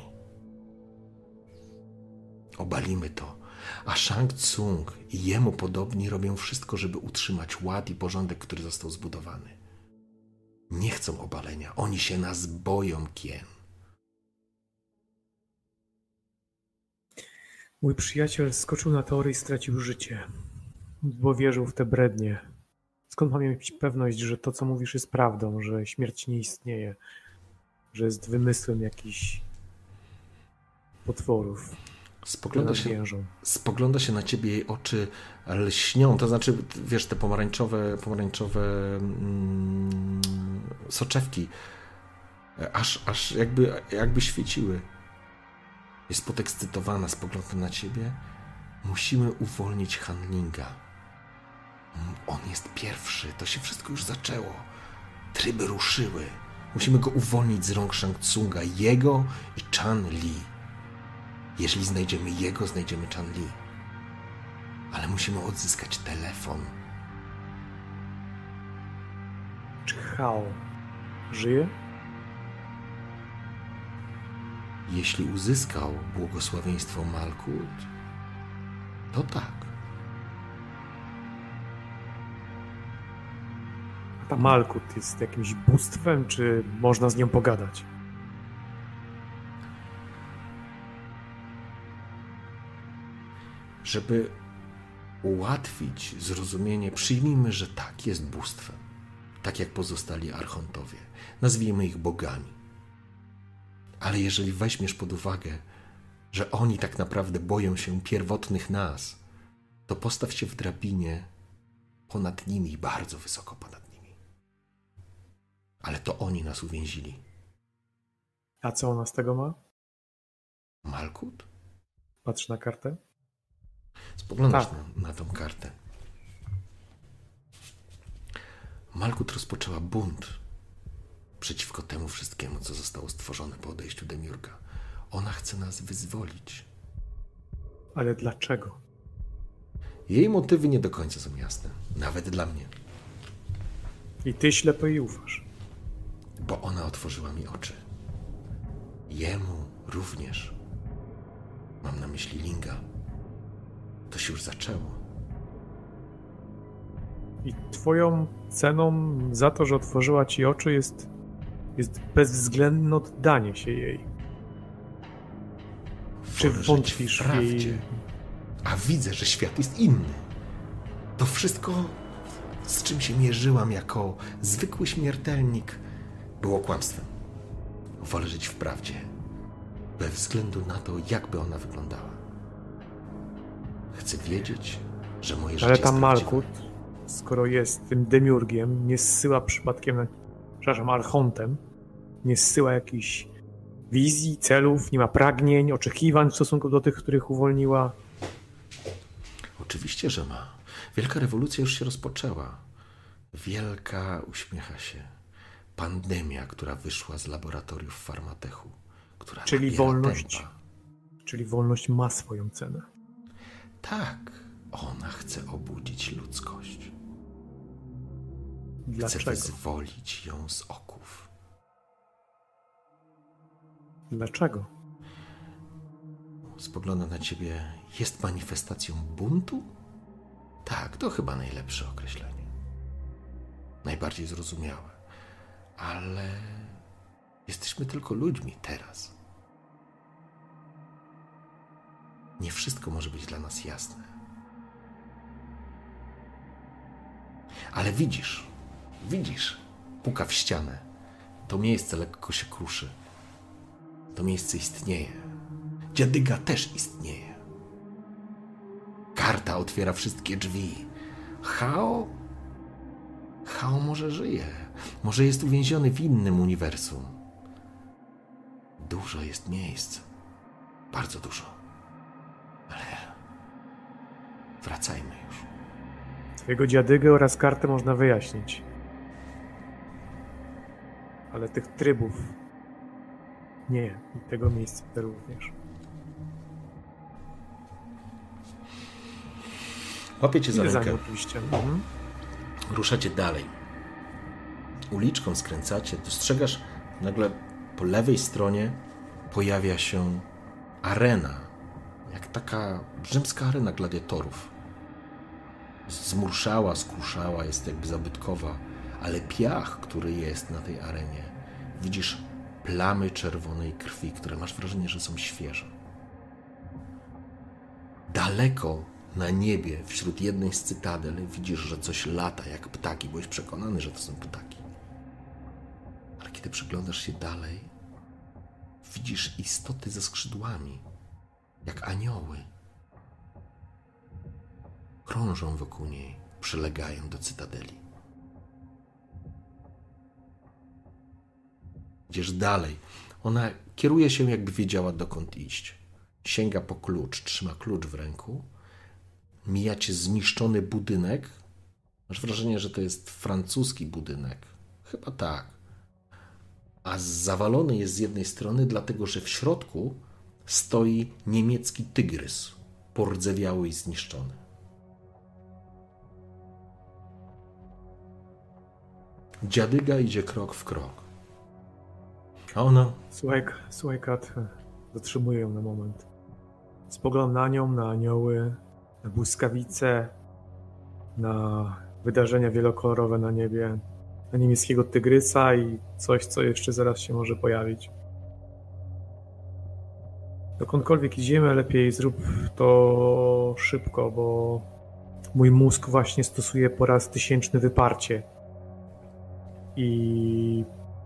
Obalimy to, a Shang Tsung i jemu podobni robią wszystko, żeby utrzymać ład i porządek, który został zbudowany. Nie chcą obalenia. Oni się nas boją, Kien. Mój przyjaciel skoczył na tory i stracił życie, bo wierzył w te brednie. Skąd mam mieć pewność, że to, co mówisz, jest prawdą, że śmierć nie istnieje, że jest wymysłem jakichś potworów, Spogląda które nas się, więżą? spogląda się na ciebie, jej oczy lśnią, to znaczy, wiesz, te pomarańczowe, pomarańczowe mm, soczewki aż, aż jakby, jakby świeciły. Jest podekscytowana, spogląda na ciebie. Musimy uwolnić Hanlinga. On jest pierwszy, to się wszystko już zaczęło. Tryby ruszyły. Musimy go uwolnić z rąk Shang Tsunga, jego i Chan Li. Jeżeli znajdziemy jego, znajdziemy Chan Li. Ale musimy odzyskać telefon. Czy Hao żyje? Jeśli uzyskał błogosławieństwo Malkut, to tak. A ta Malkut jest jakimś bóstwem, czy można z nią pogadać? Żeby ułatwić zrozumienie, przyjmijmy, że tak, jest bóstwem. Tak jak pozostali archontowie. Nazwijmy ich bogami. Ale jeżeli weźmiesz pod uwagę, że oni tak naprawdę boją się pierwotnych nas, to postaw się w drabinie ponad nimi, bardzo wysoko ponad nimi. Ale to oni nas uwięzili. A co ona z tego ma? Malkut? Patrz na kartę. Spoglądasz Tak. na, na tą kartę. Malkut rozpoczęła bunt przeciwko temu wszystkiemu, co zostało stworzone po odejściu Demiurga. Ona chce nas wyzwolić. Ale dlaczego? Jej motywy nie do końca są jasne. Nawet dla mnie. I ty ślepo jej ufasz. Bo ona otworzyła mi oczy. Jemu również. Mam na myśli Linga. To się już zaczęło. I twoją ceną za to, że otworzyła ci oczy, jest, jest bezwzględne oddanie się jej. Czy Wolę żyć wątpisz w w jej... prawdzie, a widzę, że świat jest inny. To wszystko, z czym się mierzyłam jako zwykły śmiertelnik, było kłamstwem. Wolę żyć w prawdzie, bez względu na to, jakby ona wyglądała. Chcę wiedzieć, że moje życie Ale tam jest prawdziwe. Malkut, skoro jest tym demiurgiem, nie zsyła przypadkiem, na, przepraszam, archontem, nie zsyła jakichś wizji, celów, nie ma pragnień, oczekiwań w stosunku do tych, których uwolniła. Oczywiście, że ma. Wielka rewolucja już się rozpoczęła. Wielka, uśmiecha się, pandemia, która wyszła z laboratoriów Farmatechu, która Czyli nabiera wolność. tempa. Czyli wolność ma swoją cenę. Tak, ona chce obudzić ludzkość. Chce Dlaczego? wyzwolić ją z oków. Dlaczego? Spogląda na ciebie. Jest manifestacją buntu? Tak, to chyba najlepsze określenie. Najbardziej zrozumiałe. Ale jesteśmy tylko ludźmi teraz. Nie wszystko może być dla nas jasne. Ale widzisz, widzisz, puka w ścianę. To miejsce lekko się kruszy. To miejsce istnieje. Dziadyga też istnieje. Karta otwiera wszystkie drzwi. Hao? Hao może żyje. Może jest uwięziony w innym uniwersum. Dużo jest miejsc. Bardzo dużo. Ale wracajmy już. Twojego dziadygę oraz kartę można wyjaśnić. Ale tych trybów nie. I tego miejsca również. Łapię cię za Idę za rękę. nim oczywiście. Mhm. Ruszacie dalej. Uliczką skręcacie. Dostrzegasz, nagle po lewej stronie pojawia się arena. Jak taka rzymska arena gladiatorów. Zmurszała, skruszała, jest jakby zabytkowa. Ale piach, który jest na tej arenie, widzisz plamy czerwonej krwi, które masz wrażenie, że są świeże. Daleko na niebie, wśród jednej z cytadel, widzisz, że coś lata jak ptaki. Byłeś przekonany, że to są ptaki. Ale kiedy przyglądasz się dalej, widzisz istoty ze skrzydłami, jak anioły. Krążą wokół niej, przylegają do cytadeli. Idziesz dalej. Ona kieruje się, jakby wiedziała, dokąd iść. Sięga po klucz, trzyma klucz w ręku. Mijacie zniszczony budynek. Masz wrażenie, że to jest francuski budynek. Chyba tak. A zawalony jest z jednej strony, dlatego że w środku stoi niemiecki tygrys, pordzewiały i zniszczony. Dziadyga idzie krok w krok. A ona... Słuchaj, słuchaj, Kat, zatrzymuję ją na moment. Spoglądam na nią, na anioły, na błyskawice, na wydarzenia wielokolorowe na niebie, na niemieckiego tygrysa i coś, co jeszcze zaraz się może pojawić. Dokądkolwiek idziemy, lepiej zrób to szybko, bo mój mózg właśnie stosuje po raz tysięczny wyparcie. I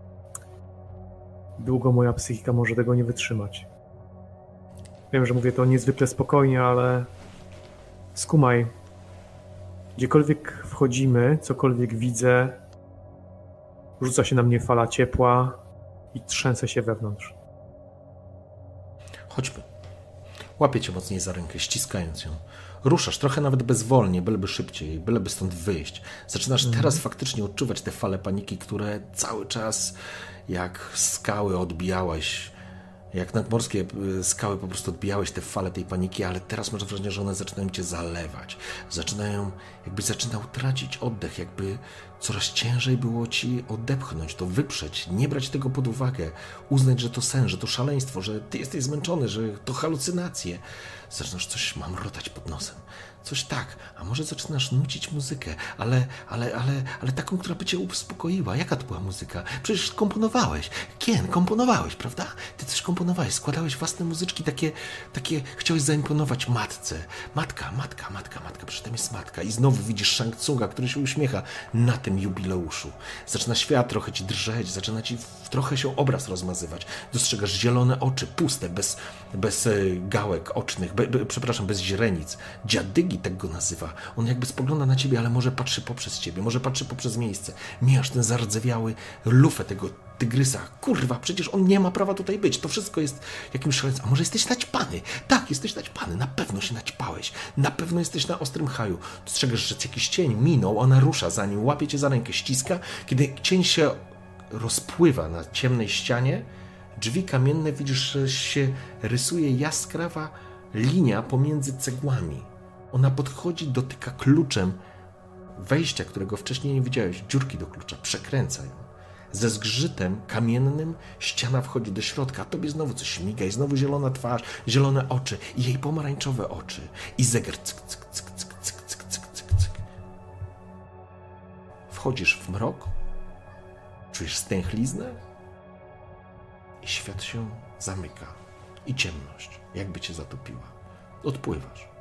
długo moja psychika może tego nie wytrzymać. Wiem, że mówię to niezwykle spokojnie, ale skumaj. Gdziekolwiek wchodzimy, cokolwiek widzę, rzuca się na mnie fala ciepła i trzęsę się wewnątrz. Chodźmy. Łapię cię mocniej za rękę, ściskając ją. Ruszasz trochę nawet bezwolnie, byleby szybciej, byleby stąd wyjść. Zaczynasz mm. teraz faktycznie odczuwać te fale paniki, które cały czas jak skały odbijałeś, jak nadmorskie skały po prostu odbijałeś te fale tej paniki, ale teraz masz wrażenie, że one zaczynają cię zalewać. Zaczynają, jakby zaczynał tracić oddech, jakby coraz ciężej było ci odepchnąć, to wyprzeć, nie brać tego pod uwagę, uznać, że to sen, że to szaleństwo, że ty jesteś zmęczony, że to halucynacje. Zaczynasz coś mamrotać pod nosem. Coś tak, a może zaczynasz nucić muzykę, ale, ale, ale, ale taką, która by cię uspokoiła. Jaka to była muzyka? Przecież komponowałeś. Kien, komponowałeś, prawda? Ty coś komponowałeś. komponowałeś, składałeś własne muzyczki, takie, takie chciałeś zaimponować matce. Matka, matka, matka, matka, przecież tam jest matka. I znowu widzisz Shang Tsunga, który się uśmiecha na tym jubileuszu. Zaczyna świat trochę ci drżeć, zaczyna ci trochę się obraz rozmazywać. Dostrzegasz zielone oczy, puste, bez, bez gałek ocznych, be, be, przepraszam, bez źrenic. Dziadygi tak go nazywa. On jakby spogląda na ciebie, ale może patrzy poprzez ciebie, może patrzy poprzez miejsce. Mijasz ten zardzewiały lufę tego tygrysa. Kurwa, przecież on nie ma prawa tutaj być. To wszystko jest jakimś szaleństwem. A może jesteś naćpany? Tak, jesteś naćpany. Na pewno się naćpałeś. Na pewno jesteś na ostrym haju. Dostrzegasz, że jakiś cień minął, ona rusza za nim, łapie cię za rękę, ściska. Kiedy cień się rozpływa na ciemnej ścianie, drzwi kamienne, widzisz, że się rysuje jaskrawa linia pomiędzy cegłami. Ona podchodzi, dotyka kluczem wejścia, którego wcześniej nie widziałeś, dziurki do klucza, przekręca ją. Ze zgrzytem kamiennym ściana wchodzi do środka, a tobie znowu coś śmiga i znowu zielona twarz, zielone oczy i jej pomarańczowe oczy. I zegar cyk, cyk, cyk, cyk, cyk, cyk, cyk, cyk, cyk. Wchodzisz w mrok, czujesz stęchliznę i świat się zamyka. I ciemność, jakby cię zatopiła. Odpływasz.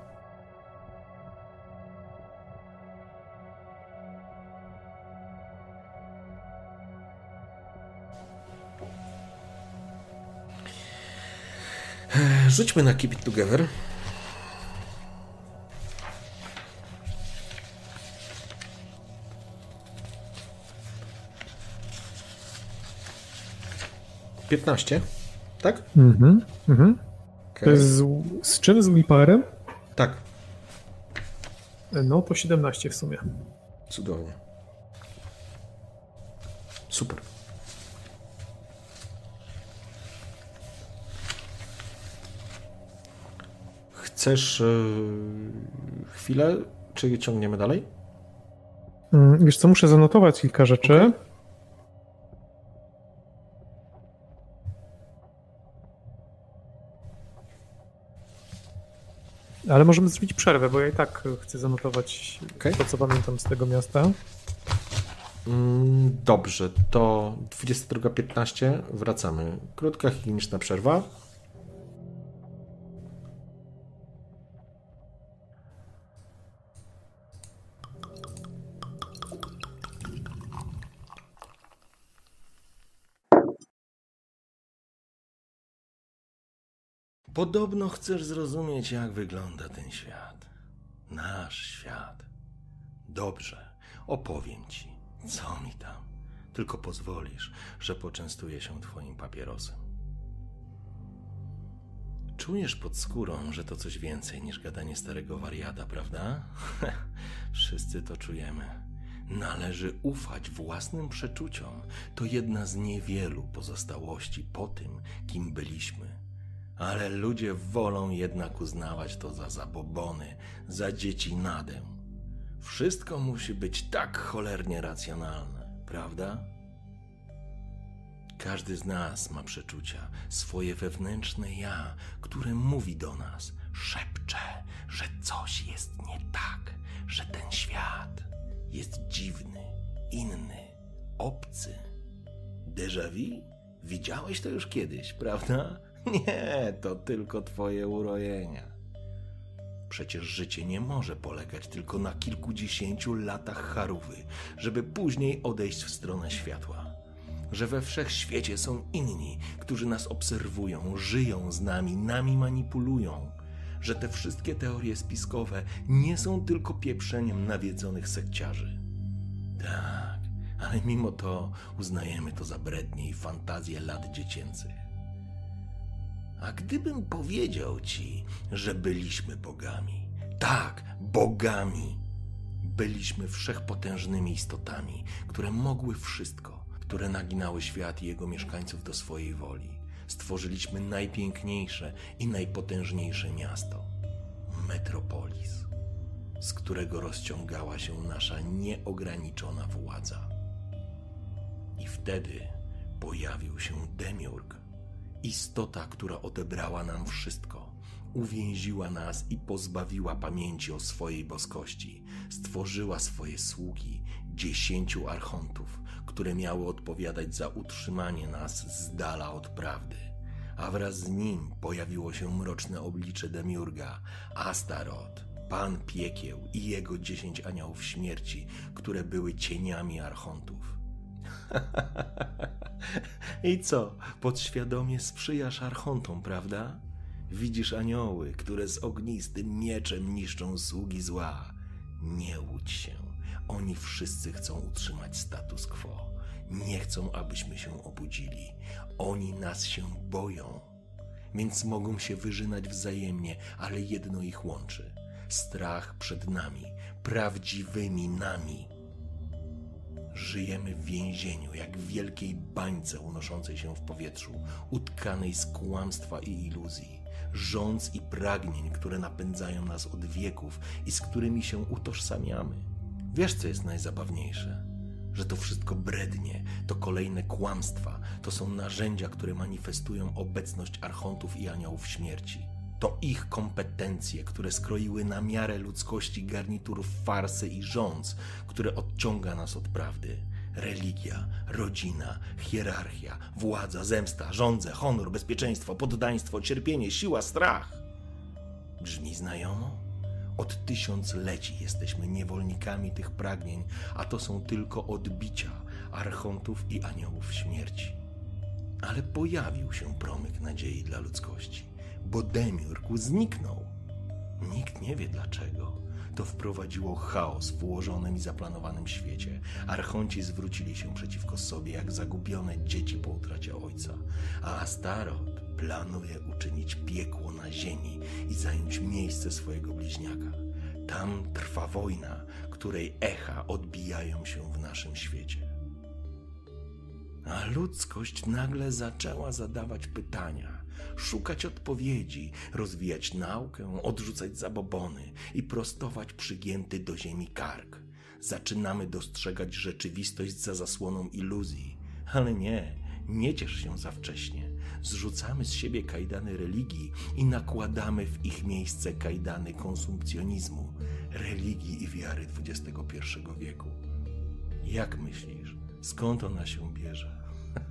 Rzućmy na Keep It Together. piętnaście, tak? Mhm, mhm. Okay. To jest z, z czym? Z Whiparem? Tak. No to siedemnaście w sumie. Cudownie. Super. Chcesz yy, chwilę, czy ciągniemy dalej? Wiesz co, muszę zanotować kilka rzeczy. Okay. Ale możemy zrobić przerwę, bo ja i tak chcę zanotować okay. to, co pamiętam z tego miasta. Dobrze, to dwudziesta druga piętnaście wracamy. Krótka, higieniczna przerwa. Podobno chcesz zrozumieć, jak wygląda ten świat. Nasz świat. Dobrze, opowiem ci, co mi tam. Tylko pozwolisz, że poczęstuję się twoim papierosem. Czujesz pod skórą, że to coś więcej niż gadanie starego wariata, prawda? Wszyscy to czujemy. Należy ufać własnym przeczuciom. To jedna z niewielu pozostałości po tym, kim byliśmy. Ale ludzie wolą jednak uznawać to za zabobony, za dziecinadę. Wszystko musi być tak cholernie racjonalne, prawda? Każdy z nas ma przeczucia, swoje wewnętrzne ja, które mówi do nas, szepcze, że coś jest nie tak, że ten świat jest dziwny, inny, obcy. Déjà vu? Widziałeś to już kiedyś, prawda? Nie, to tylko twoje urojenia. Przecież życie nie może polegać tylko na kilkudziesięciu latach charówy, żeby później odejść w stronę światła. Że we wszechświecie są inni, którzy nas obserwują, żyją z nami, nami manipulują. Że te wszystkie teorie spiskowe nie są tylko pieprzeniem nawiedzonych sekciarzy. Tak, ale mimo to uznajemy to za brednie i fantazje lat dziecięcych. A gdybym powiedział ci, że byliśmy bogami, tak, bogami, byliśmy wszechpotężnymi istotami, które mogły wszystko, które naginały świat i jego mieszkańców do swojej woli. Stworzyliśmy najpiękniejsze i najpotężniejsze miasto, Metropolis, z którego rozciągała się nasza nieograniczona władza. I wtedy pojawił się Demiurg, istota, która odebrała nam wszystko, uwięziła nas i pozbawiła pamięci o swojej boskości. Stworzyła swoje sługi, dziesięciu archontów, które miały odpowiadać za utrzymanie nas z dala od prawdy. a wraz z nim pojawiło się mroczne oblicze Demiurga, Astaroth, pan piekieł i jego dziesięć aniołów śmierci, które były cieniami archontów. I co, podświadomie sprzyjasz archontom, prawda? Widzisz anioły, które z ognistym mieczem niszczą sługi zła. Nie łudź się, oni wszyscy chcą utrzymać status quo. Nie chcą, abyśmy się obudzili. Oni nas się boją, więc mogą się wyżynać wzajemnie, ale jedno ich łączy. Strach przed nami, prawdziwymi nami. Żyjemy w więzieniu, jak w wielkiej bańce unoszącej się w powietrzu, utkanej z kłamstwa i iluzji, żądz i pragnień, które napędzają nas od wieków i z którymi się utożsamiamy. Wiesz, co jest najzabawniejsze? Że to wszystko brednie, to kolejne kłamstwa, to są narzędzia, które manifestują obecność archontów i aniołów śmierci. To ich kompetencje, które skroiły na miarę ludzkości garnitur farsy i rządz, które odciąga nas od prawdy. Religia, rodzina, hierarchia, władza, zemsta, żądze, honor, bezpieczeństwo, poddaństwo, cierpienie, siła, strach. Brzmi znajomo? Od tysiącleci jesteśmy niewolnikami tych pragnień, a to są tylko odbicia archontów i aniołów śmierci. Ale pojawił się promyk nadziei dla ludzkości, bo Demiurg zniknął. Nikt nie wie dlaczego. To wprowadziło chaos w ułożonym i zaplanowanym świecie. Archonci zwrócili się przeciwko sobie jak zagubione dzieci po utracie ojca, a Astaroth planuje uczynić piekło na ziemi i zająć miejsce swojego bliźniaka. Tam trwa wojna, której echa odbijają się w naszym świecie. A ludzkość nagle zaczęła zadawać pytania, szukać odpowiedzi, rozwijać naukę, odrzucać zabobony i prostować przygięty do ziemi kark. Zaczynamy dostrzegać rzeczywistość za zasłoną iluzji, ale nie, nie ciesz się za wcześnie. Zrzucamy z siebie kajdany religii i nakładamy w ich miejsce kajdany konsumpcjonizmu, religii i wiary dwudziestego pierwszego wieku. Jak myślisz, skąd ona się bierze?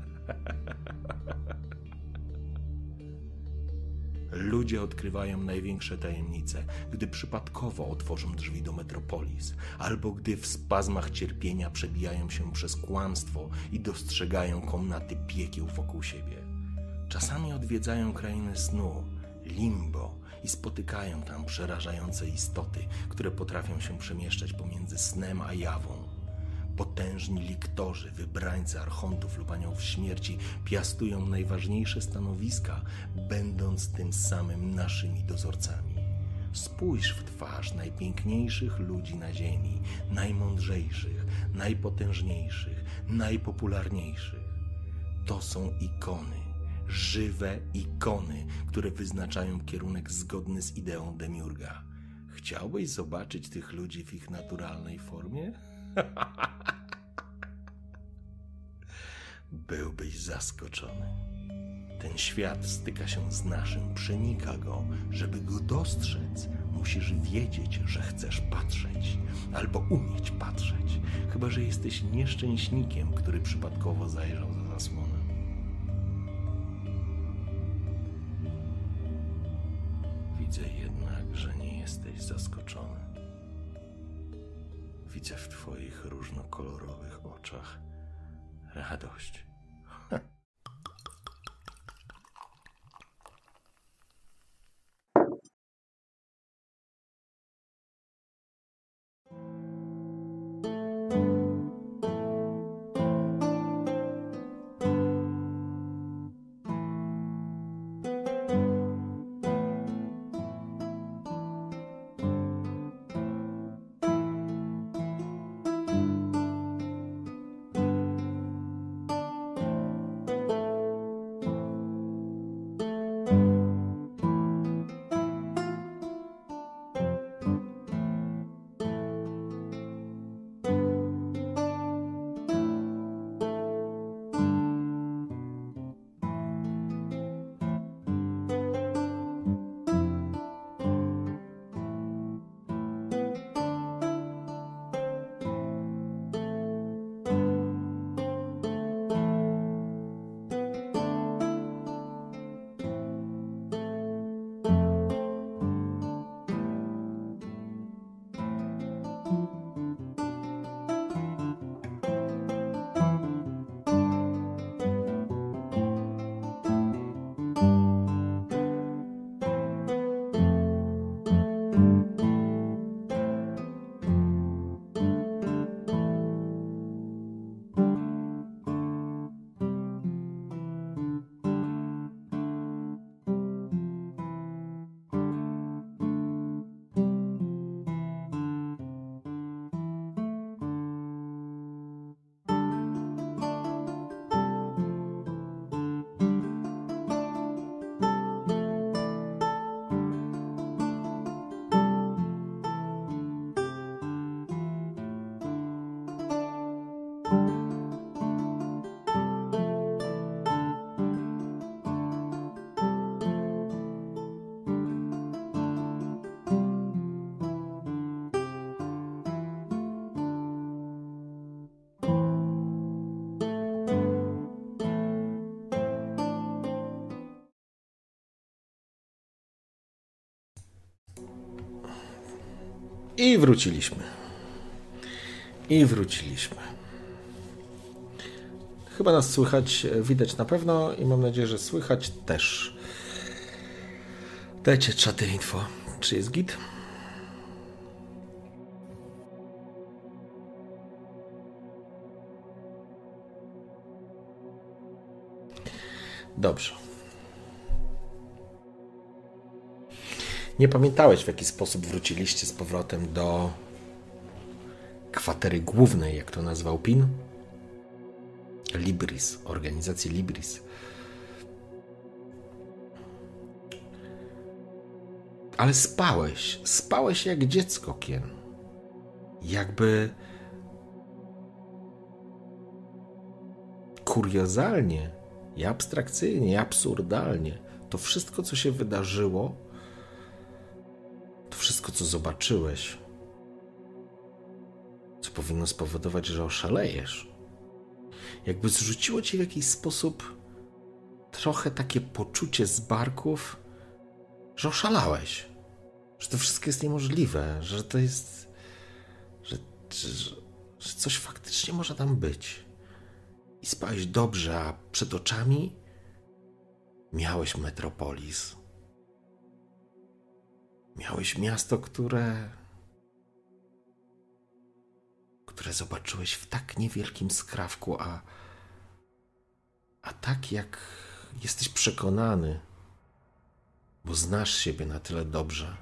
Ludzie odkrywają największe tajemnice, gdy przypadkowo otworzą drzwi do Metropolis, albo gdy w spazmach cierpienia przebijają się przez kłamstwo i dostrzegają komnaty piekieł wokół siebie. Czasami odwiedzają krainy snu, limbo, i spotykają tam przerażające istoty, które potrafią się przemieszczać pomiędzy snem a jawą. Potężni liktorzy, wybrańcy archontów lub aniołów śmierci piastują najważniejsze stanowiska, będąc tym samym naszymi dozorcami. Spójrz w twarz najpiękniejszych ludzi na ziemi, najmądrzejszych, najpotężniejszych, najpopularniejszych. To są ikony, żywe ikony, które wyznaczają kierunek zgodny z ideą Demiurga. Chciałbyś zobaczyć tych ludzi w ich naturalnej formie? Byłbyś zaskoczony. Ten świat styka się z naszym, przenika go. Żeby go dostrzec, musisz wiedzieć, że chcesz patrzeć, albo umieć patrzeć, chyba że jesteś nieszczęśnikiem, który przypadkowo zajrzał za zasłonę. Widzę jednak, że nie jesteś zaskoczony. Widzę w twoich różnokolorowych oczach radość. I wróciliśmy. I wróciliśmy. Chyba nas słychać, widać na pewno i mam nadzieję, że słychać też. Dajcie czaty info. Czy jest git? Dobrze. Nie pamiętałeś, w jaki sposób wróciliście z powrotem do kwatery głównej, jak to nazwał Pin? Libris, organizacji Libris. Ale spałeś, spałeś jak dziecko, Kien. Jakby kuriozalnie i abstrakcyjnie, i absurdalnie to wszystko, co się wydarzyło, to wszystko, co zobaczyłeś, co powinno spowodować, że oszalejesz. Jakby zrzuciło ci w jakiś sposób trochę takie poczucie z barków, że oszalałeś, że to wszystko jest niemożliwe, że to jest, że, że, że coś faktycznie może tam być. I spałeś dobrze, a przed oczami miałeś Metropolis. Miałeś miasto, które... które zobaczyłeś w tak niewielkim skrawku, a... a tak jak jesteś przekonany, bo znasz siebie na tyle dobrze,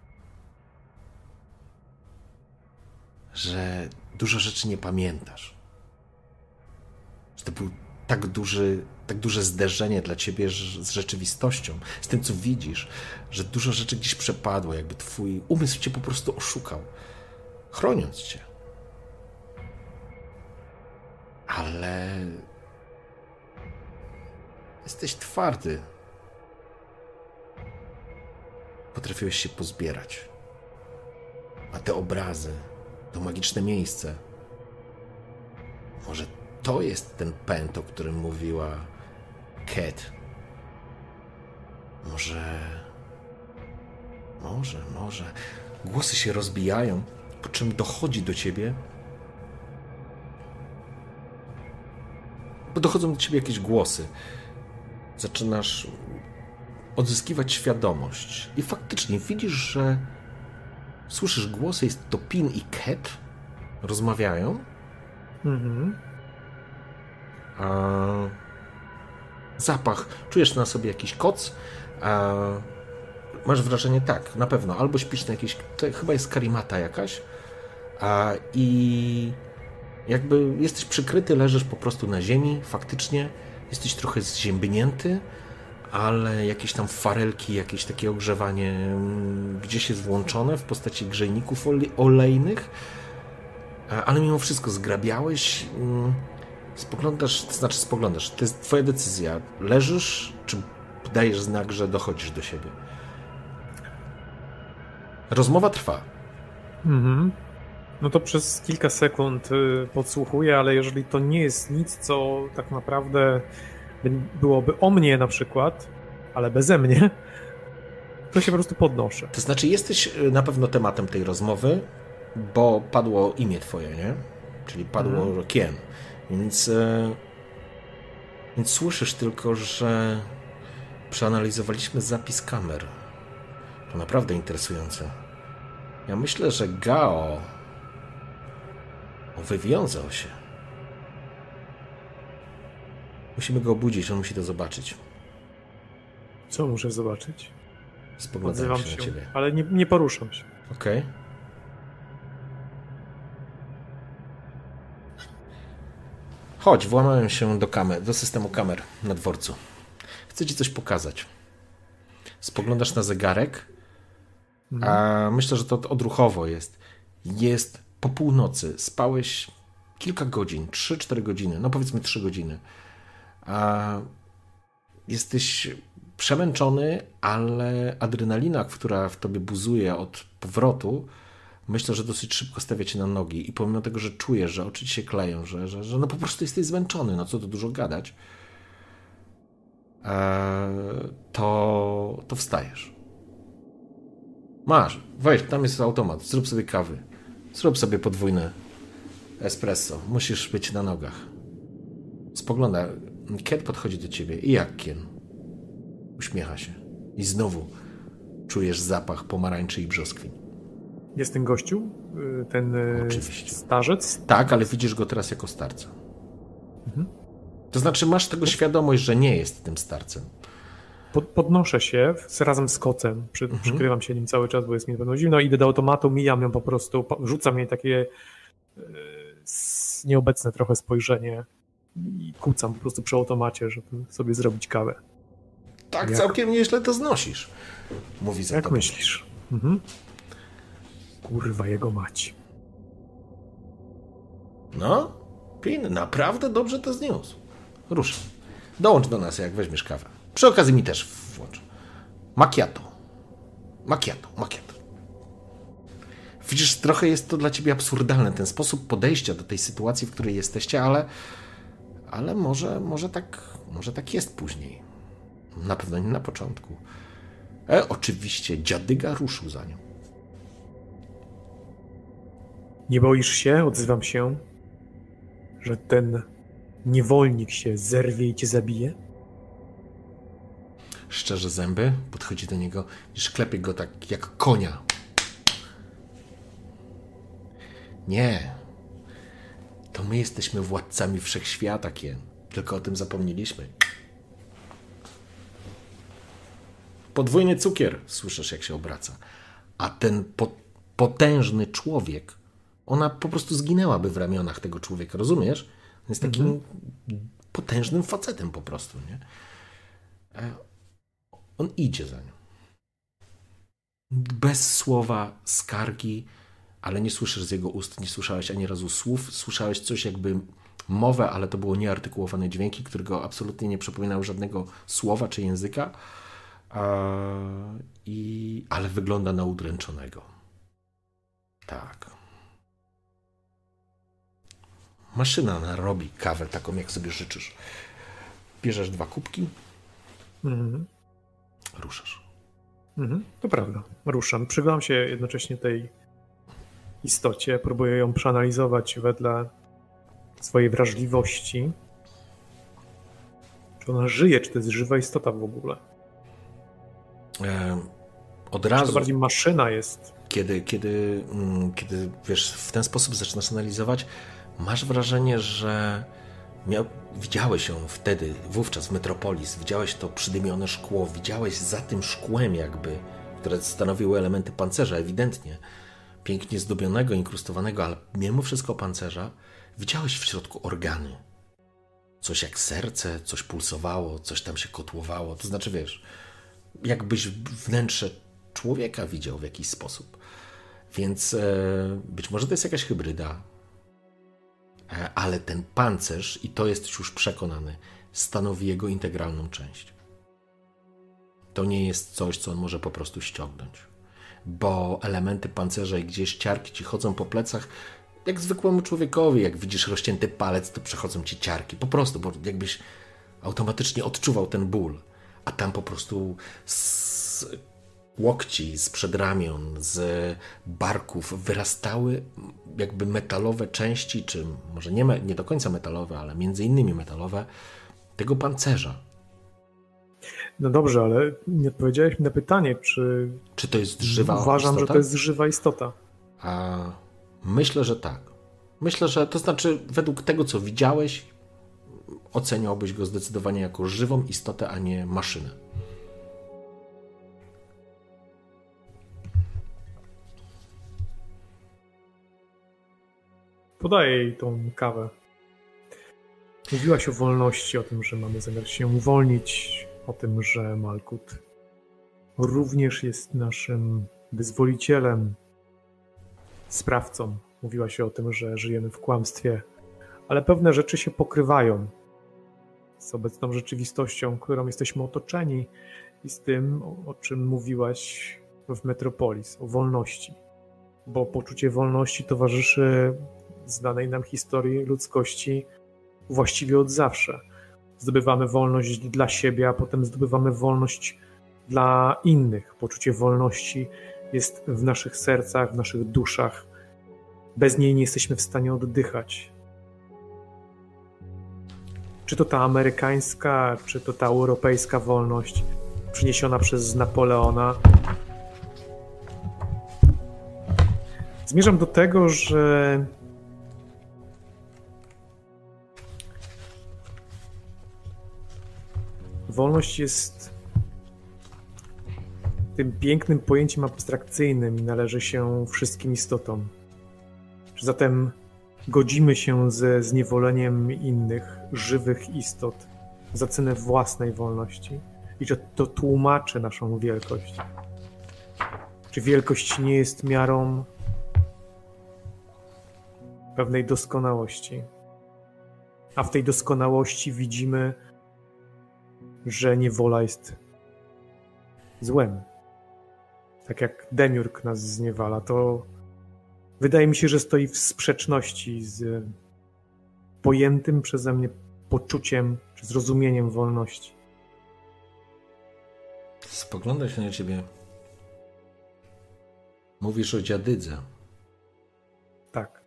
że dużo rzeczy nie pamiętasz. Że to był tak duży, tak duże zderzenie dla ciebie z rzeczywistością, z tym, co widzisz, że dużo rzeczy gdzieś przepadło, jakby twój umysł cię po prostu oszukał, chroniąc cię. Ale jesteś twardy. Potrafiłeś się pozbierać. A te obrazy, to magiczne miejsce, może to jest ten pęd, o którym mówiła Cat. Może... Może, może... Głosy się rozbijają, po czym dochodzi do ciebie... Bo dochodzą do ciebie jakieś głosy. Zaczynasz odzyskiwać świadomość. I faktycznie widzisz, że słyszysz głosy, jest to Pin i Cat. Rozmawiają. Mhm. A zapach, czujesz na sobie jakiś koc, a masz wrażenie, tak, na pewno, albo śpisz na jakiejś, to chyba jest karimata jakaś, a i jakby jesteś przykryty, leżysz po prostu na ziemi, faktycznie, jesteś trochę zziębnięty, ale jakieś tam farelki, jakieś takie ogrzewanie gdzieś jest włączone w postaci grzejników olejnych, ale mimo wszystko zgrabiałeś. Spoglądasz, to znaczy spoglądasz, to jest twoja decyzja. Leżysz, czy dajesz znak, że dochodzisz do siebie? Rozmowa trwa. Mhm. No to przez kilka sekund podsłuchuję, ale jeżeli to nie jest nic, co tak naprawdę byłoby o mnie na przykład, ale beze mnie, to się po prostu podnoszę. To znaczy jesteś na pewno tematem tej rozmowy, bo padło imię twoje, nie? Czyli padło mhm. Kien. Więc, więc słyszysz tylko, że przeanalizowaliśmy zapis kamer. To naprawdę interesujące. Ja myślę, że Gao wywiązał się. Musimy go obudzić, on musi to zobaczyć. Co muszę zobaczyć? Spoglądam Odzywam się, się, na ciebie. ale nie, nie poruszam się. Okej. Okay. Chodź, włamałem się do kamer, do systemu kamer na dworcu. Chcę ci coś pokazać. Spoglądasz na zegarek, a myślę, że to odruchowo jest. Jest po północy. Spałeś kilka godzin, trzy cztery godziny, no powiedzmy trzy godziny. A jesteś przemęczony, ale adrenalina, która w tobie buzuje od powrotu, myślę, że dosyć szybko stawia cię na nogi i pomimo tego, że czujesz, że oczy ci się kleją, że, że, że no po prostu jesteś zmęczony, no co tu dużo gadać, to, to wstajesz. Masz, weź, tam jest automat, zrób sobie kawy, zrób sobie podwójne espresso, musisz być na nogach. Spogląda, Ken podchodzi do ciebie i jak Ken? Uśmiecha się i znowu czujesz zapach pomarańczy i brzoskwin. Jest ten gościu? Ten Oczywiście. Starzec? Tak, ale widzisz go teraz jako starca. Mhm. To znaczy masz tego świadomość, że nie jest tym starcem. Pod, podnoszę się z, razem z kocem, Przy, mhm. przykrywam się nim cały czas, bo jest mi na pewno zimno, idę do automatu, mijam ją po prostu, rzucam jej takie e, nieobecne trochę spojrzenie i kucam po prostu przy automacie, żeby sobie zrobić kawę. Tak, Jak? Całkiem nieźle to znosisz. Mówi za Jak tobą. myślisz? Mhm. Kurwa jego mać. No, Pin, naprawdę dobrze to zniósł. Ruszaj. Dołącz do nas, jak weźmiesz kawę. Przy okazji mi też włącz. Macchiato. Macchiato, macchiato. Widzisz, trochę jest to dla ciebie absurdalne, ten sposób podejścia do tej sytuacji, w której jesteście, ale, ale może, może, tak, może tak jest później. Na pewno nie na początku. E, oczywiście dziadyga ruszył za nią. Nie boisz się, odzywam się, że ten niewolnik się zerwie i cię zabije? Szczerze zęby, podchodzi do niego i szklepie go tak jak konia. Nie. To my jesteśmy władcami wszechświata, Kien. Tylko o tym zapomnieliśmy. Podwójny cukier, słyszysz jak się obraca. A ten po, potężny człowiek, ona po prostu zginęłaby w ramionach tego człowieka, rozumiesz? On jest takim mm-hmm. potężnym facetem po prostu, nie? On idzie za nią. Bez słowa skargi, ale nie słyszysz z jego ust, nie słyszałeś ani razu słów, słyszałeś coś jakby mowę, ale to było nieartykułowane dźwięki, którego absolutnie nie przypominały żadnego słowa czy języka, i, ale wygląda na udręczonego. Tak. Maszyna narobi kawę taką, jak sobie życzysz. Bierzesz dwa kubki, Mhm. ruszasz. Mhm. To prawda, ruszam. Przyglądam się jednocześnie tej istocie, próbuję ją przeanalizować wedle swojej wrażliwości. Czy ona żyje, czy to jest żywa istota w ogóle? E, od Czy razu... to bardziej maszyna jest? Kiedy, kiedy, kiedy wiesz, w ten sposób zaczynasz analizować, masz wrażenie, że miał, widziałeś ją wtedy, wówczas w Metropolis, widziałeś to przydymione szkło, widziałeś za tym szkłem jakby, które stanowiły elementy pancerza, ewidentnie, pięknie zdobionego, inkrustowanego, ale mimo wszystko pancerza, widziałeś w środku organy. Coś jak serce, coś pulsowało, coś tam się kotłowało, to znaczy wiesz, jakbyś wnętrze człowieka widział w jakiś sposób. Więc e, być może to jest jakaś hybryda, e, ale ten pancerz, i to jest już przekonany, stanowi jego integralną część. To nie jest coś, co on może po prostu ściągnąć. Bo elementy pancerza i gdzieś ciarki ci chodzą po plecach, jak zwykłemu człowiekowi, jak widzisz rozcięty palec, to przechodzą ci ciarki. Po prostu, bo jakbyś automatycznie odczuwał ten ból. A tam po prostu z łokci, z przedramion, z barków wyrastały jakby metalowe części, czy może nie, nie do końca metalowe, ale między innymi metalowe, tego pancerza. No dobrze, ale nie odpowiedziałeś mi na pytanie, czy Czy to jest żywa uważam, istota? że to jest żywa istota. A myślę, że tak. Myślę, że to znaczy według tego, co widziałeś, oceniałbyś go zdecydowanie jako żywą istotę, a nie maszynę. Podaję jej tą kawę. Mówiłaś o wolności, o tym, że mamy zamiar się uwolnić, o tym, że Malkut również jest naszym wyzwolicielem, sprawcą. Mówiłaś o tym, że żyjemy w kłamstwie, ale pewne rzeczy się pokrywają z obecną rzeczywistością, którą jesteśmy otoczeni i z tym, o czym mówiłaś w Metropolis, o wolności. Bo poczucie wolności towarzyszy znanej nam historii ludzkości właściwie od zawsze. Zdobywamy wolność dla siebie, a potem zdobywamy wolność dla innych. Poczucie wolności jest w naszych sercach, w naszych duszach. Bez niej nie jesteśmy w stanie oddychać. Czy to ta amerykańska, czy to ta europejska wolność przyniesiona przez Napoleona. Zmierzam do tego, że wolność jest tym pięknym pojęciem abstrakcyjnym i należy się wszystkim istotom. Czy zatem godzimy się ze zniewoleniem innych, żywych istot za cenę własnej wolności? I że to tłumaczy naszą wielkość? Czy wielkość nie jest miarą pewnej doskonałości? A w tej doskonałości widzimy, że niewola jest złem. Tak jak Demiurg nas zniewala, to wydaje mi się, że stoi w sprzeczności z pojętym przeze mnie poczuciem czy zrozumieniem wolności. Spogląda się na ciebie. Mówisz o dziadydze. Tak.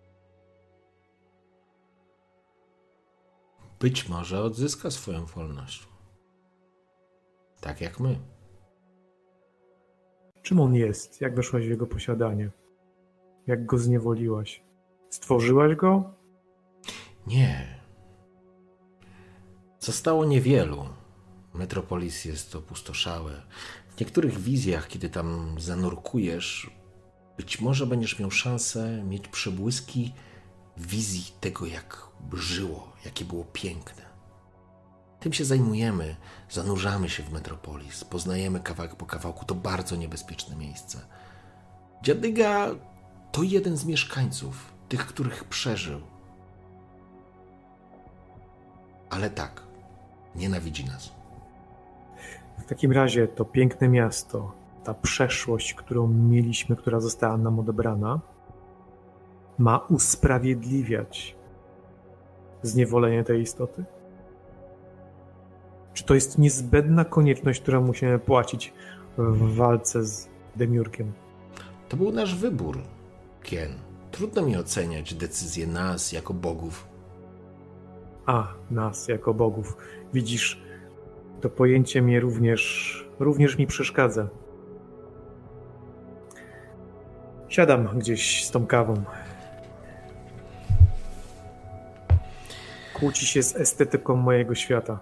Być może odzyska swoją wolność. Tak jak my. Czym on jest? Jak weszłaś w jego posiadanie? Jak go zniewoliłaś? Stworzyłaś go? Nie. Zostało niewielu. Metropolis jest opustoszałe. W niektórych wizjach, kiedy tam zanurkujesz, być może będziesz miał szansę mieć przebłyski wizji tego, jak żyło, jakie było piękne. Tym się zajmujemy, zanurzamy się w Metropolis, poznajemy kawałek po kawałku, to bardzo niebezpieczne miejsce. Dziadyga to jeden z mieszkańców, tych, których przeżył. Ale tak, nienawidzi nas. W takim razie to piękne miasto, ta przeszłość, którą mieliśmy, która została nam odebrana, ma usprawiedliwiać zniewolenie tej istoty? Czy to jest niezbędna konieczność, którą musimy płacić w walce z Demiurgiem? To był nasz wybór, Kien. Trudno mi oceniać decyzje nas jako bogów. A, nas jako bogów. Widzisz, to pojęcie mnie również, również mi przeszkadza. Siadam gdzieś z tą kawą. Kłóci się z estetyką mojego świata.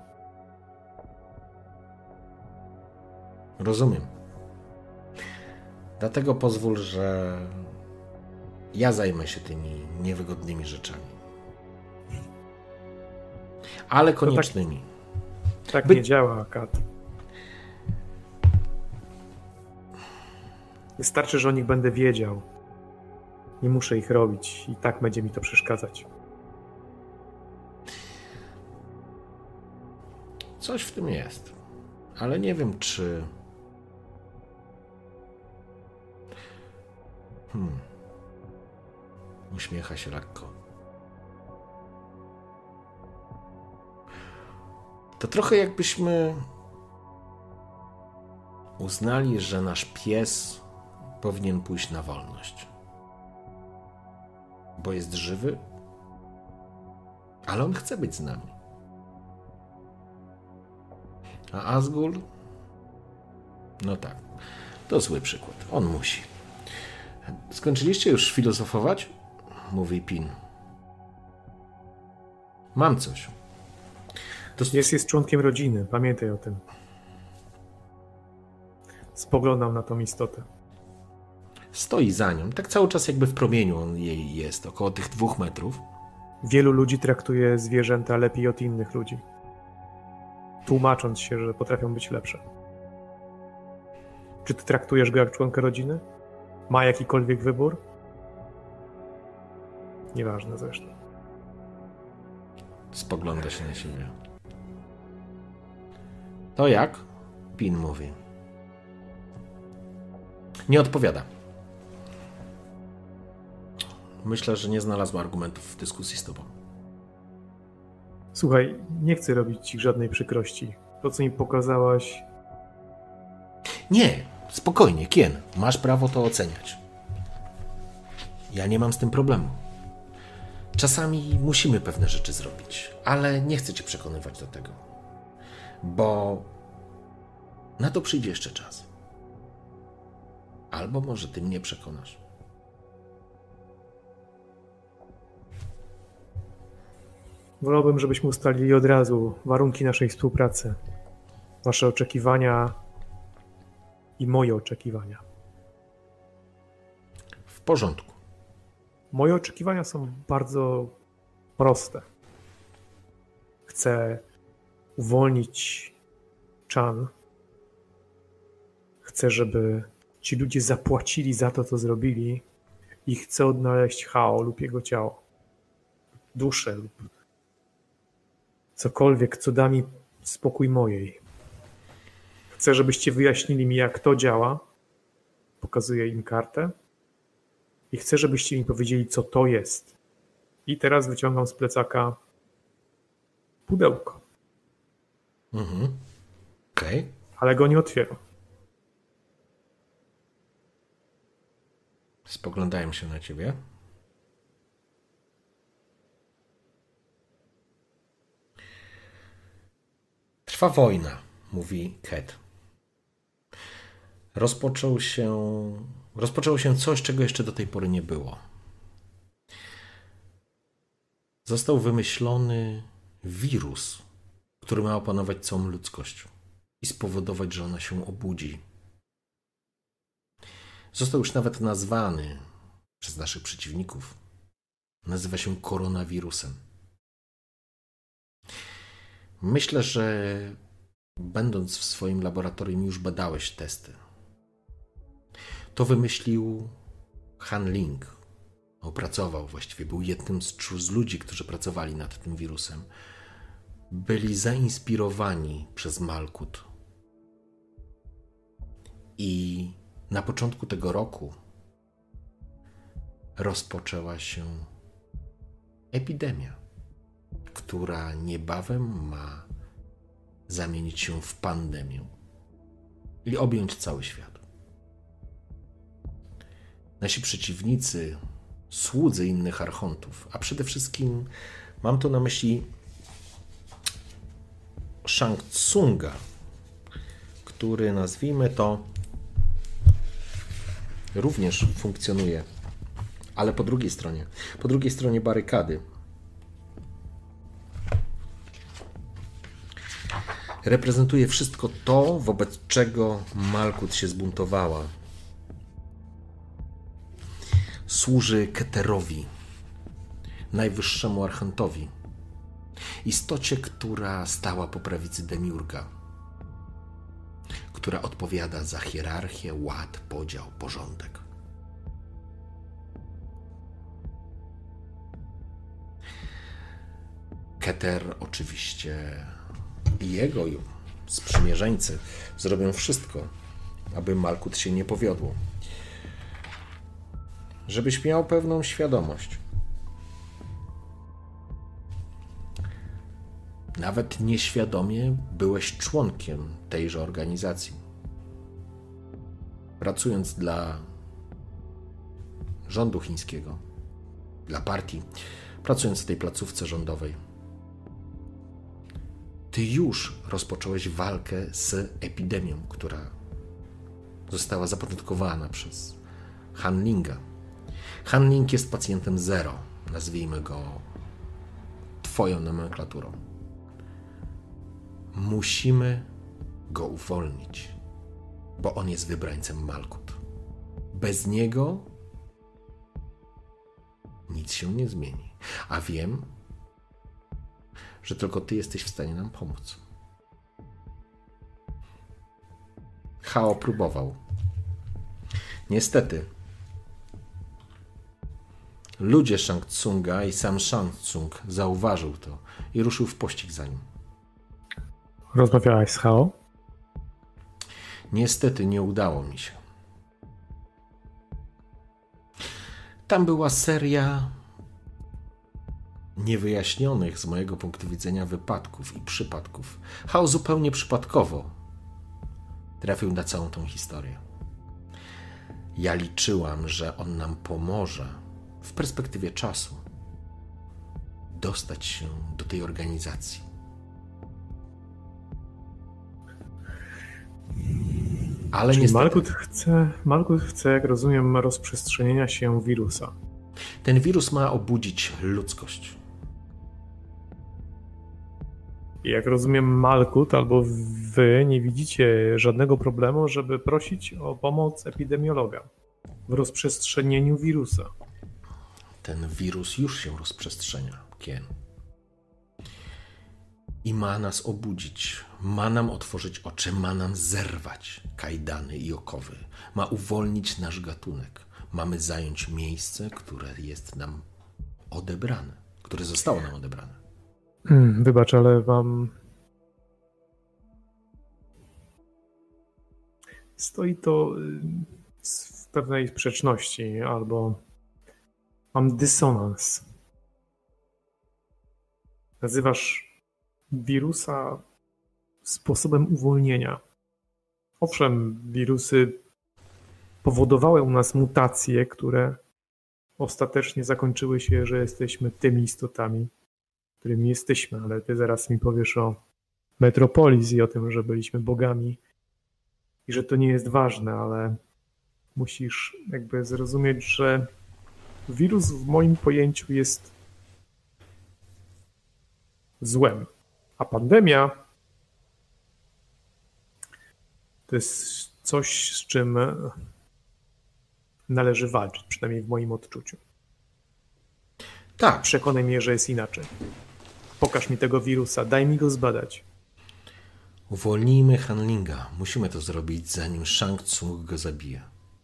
Rozumiem. Dlatego pozwól, że ja zajmę się tymi niewygodnymi rzeczami. Ale koniecznymi. Tak, tak By... nie działa, Kat. Wystarczy, że o nich będę wiedział. Nie muszę ich robić i tak będzie mi to przeszkadzać. Coś w tym jest. Ale nie wiem, czy... Hmm. Uśmiecha się lekko. To trochę jakbyśmy uznali, że nasz pies powinien pójść na wolność. Bo jest żywy, ale on chce być z nami. A Asgul? No tak, to zły przykład. On musi. Skończyliście już filozofować? Mówi Pin. Mam coś. To jest, jest członkiem rodziny, pamiętaj o tym. Spoglądam na tą istotę. Stoi za nią, tak cały czas jakby w promieniu on jej jest, około tych dwóch metrów. Wielu ludzi traktuje zwierzęta lepiej od innych ludzi, tłumacząc się, że potrafią być lepsze. Czy ty traktujesz go jak członka rodziny? Ma jakikolwiek wybór? Nieważne zresztą. Spogląda się na siebie. To jak? Pin mówi. Nie odpowiada. Myślę, że nie znalazła argumentów w dyskusji z tobą. Słuchaj, nie chcę robić ci żadnej przykrości. To, co mi pokazałaś... Nie, spokojnie, Kien. Masz prawo to oceniać. Ja nie mam z tym problemu. Czasami musimy pewne rzeczy zrobić, ale nie chcę cię przekonywać do tego. Bo na to przyjdzie jeszcze czas. Albo może ty mnie przekonasz. Wolałbym, żebyśmy ustalili od razu warunki naszej współpracy. Wasze oczekiwania i moje oczekiwania. W porządku. Moje oczekiwania są bardzo proste. Chcę uwolnić Chan. Chcę, żeby ci ludzie zapłacili za to, co zrobili i chcę odnaleźć Hao lub jego ciało. Duszę lub cokolwiek, co da mi spokój mojej. Chcę, żebyście wyjaśnili mi, jak to działa. Pokazuję im kartę. I chcę, żebyście mi powiedzieli, co to jest. I teraz wyciągam z plecaka pudełko. Mhm. Okej. Okay. Ale go nie otwieram. Spoglądają się na ciebie. Trwa wojna, mówi Ket. Rozpoczął się, rozpoczęło się coś, czego jeszcze do tej pory nie było. Został wymyślony wirus, który ma opanować całą ludzkość i spowodować, że ona się obudzi. Został już nawet nazwany przez naszych przeciwników. Nazywa się koronawirusem. Myślę, że będąc w swoim laboratorium już badałeś testy. To wymyślił Han Ling. Opracował, właściwie był jednym z, z ludzi, którzy pracowali nad tym wirusem. Byli zainspirowani przez Malkut. I na początku tego roku rozpoczęła się epidemia, która niebawem ma zamienić się w pandemię i objąć cały świat. Nasi przeciwnicy, słudzy innych archontów, a przede wszystkim mam tu na myśli Shang Tsunga, który, nazwijmy to, również funkcjonuje, ale po drugiej stronie, po drugiej stronie barykady. Reprezentuje wszystko to, wobec czego Malkut się zbuntowała. Służy Keterowi, najwyższemu archantowi, istocie, która stała po prawicy Demiurga, która odpowiada za hierarchię, ład, podział, porządek. Keter oczywiście i jego sprzymierzeńcy zrobią wszystko, aby Malkut się nie powiodło. Żebyś miał pewną świadomość. Nawet nieświadomie byłeś członkiem tejże organizacji. Pracując dla rządu chińskiego, dla partii, pracując w tej placówce rządowej. ty już rozpocząłeś walkę z epidemią, która została zapoczątkowana przez Hanlinga. Hanling jest pacjentem zero, nazwijmy go twoją nomenklaturą. Musimy go uwolnić, bo on jest wybrańcem Malkut. Bez niego nic się nie zmieni. A wiem, że tylko ty jesteś w stanie nam pomóc. Hao próbował. Niestety, ludzie Shang Tsunga i sam Shang Tsung zauważył to i ruszył w pościg za nim. Rozmawiałeś z Hao? Niestety nie udało mi się. Tam była seria niewyjaśnionych z mojego punktu widzenia wypadków i przypadków. Hao zupełnie przypadkowo trafił na całą tą historię. Ja liczyłam, że on nam pomoże w perspektywie czasu dostać się do tej organizacji. Ale Czyli niestety, Malkut chce, Malkut chce, jak rozumiem, rozprzestrzenienia się wirusa. ten wirus ma obudzić ludzkość. I jak rozumiem, Malkut albo wy nie widzicie żadnego problemu, żeby prosić o pomoc epidemiologa w rozprzestrzenieniu wirusa. Ten wirus już się rozprzestrzenia, Kien. I ma nas obudzić, ma nam otworzyć oczy, ma nam zerwać kajdany i okowy, ma uwolnić nasz gatunek. Mamy zająć miejsce, które jest nam odebrane, które zostało nam odebrane. Hmm, wybacz, ale mam... Stoi to w pewnej sprzeczności, albo mam dysonans. Nazywasz wirusa sposobem uwolnienia. Owszem, wirusy powodowały u nas mutacje, które ostatecznie zakończyły się, że jesteśmy tymi istotami, którymi jesteśmy, ale ty zaraz mi powiesz o Metropolis i o tym, że byliśmy bogami i że to nie jest ważne, ale musisz jakby zrozumieć, że wirus w moim pojęciu jest złem, a pandemia to jest coś, z czym należy walczyć, przynajmniej w moim odczuciu. Tak, Przekonaj mnie, że jest inaczej. Pokaż mi tego wirusa, daj mi go zbadać. uwolnijmy Hanlinga. Musimy to zrobić, zanim Shang Tsung go zabije.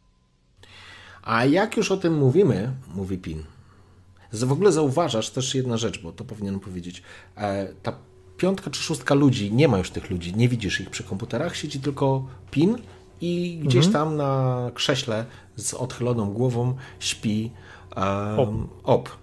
A jak już o tym mówimy, mówi Pin, w ogóle zauważasz też jedna rzecz, bo to powinienem powiedzieć. E, ta piątka czy szóstka ludzi, nie ma już tych ludzi, nie widzisz ich przy komputerach, siedzi tylko Pin i gdzieś Mhm. tam na krześle z odchyloną głową śpi um, Op. Op.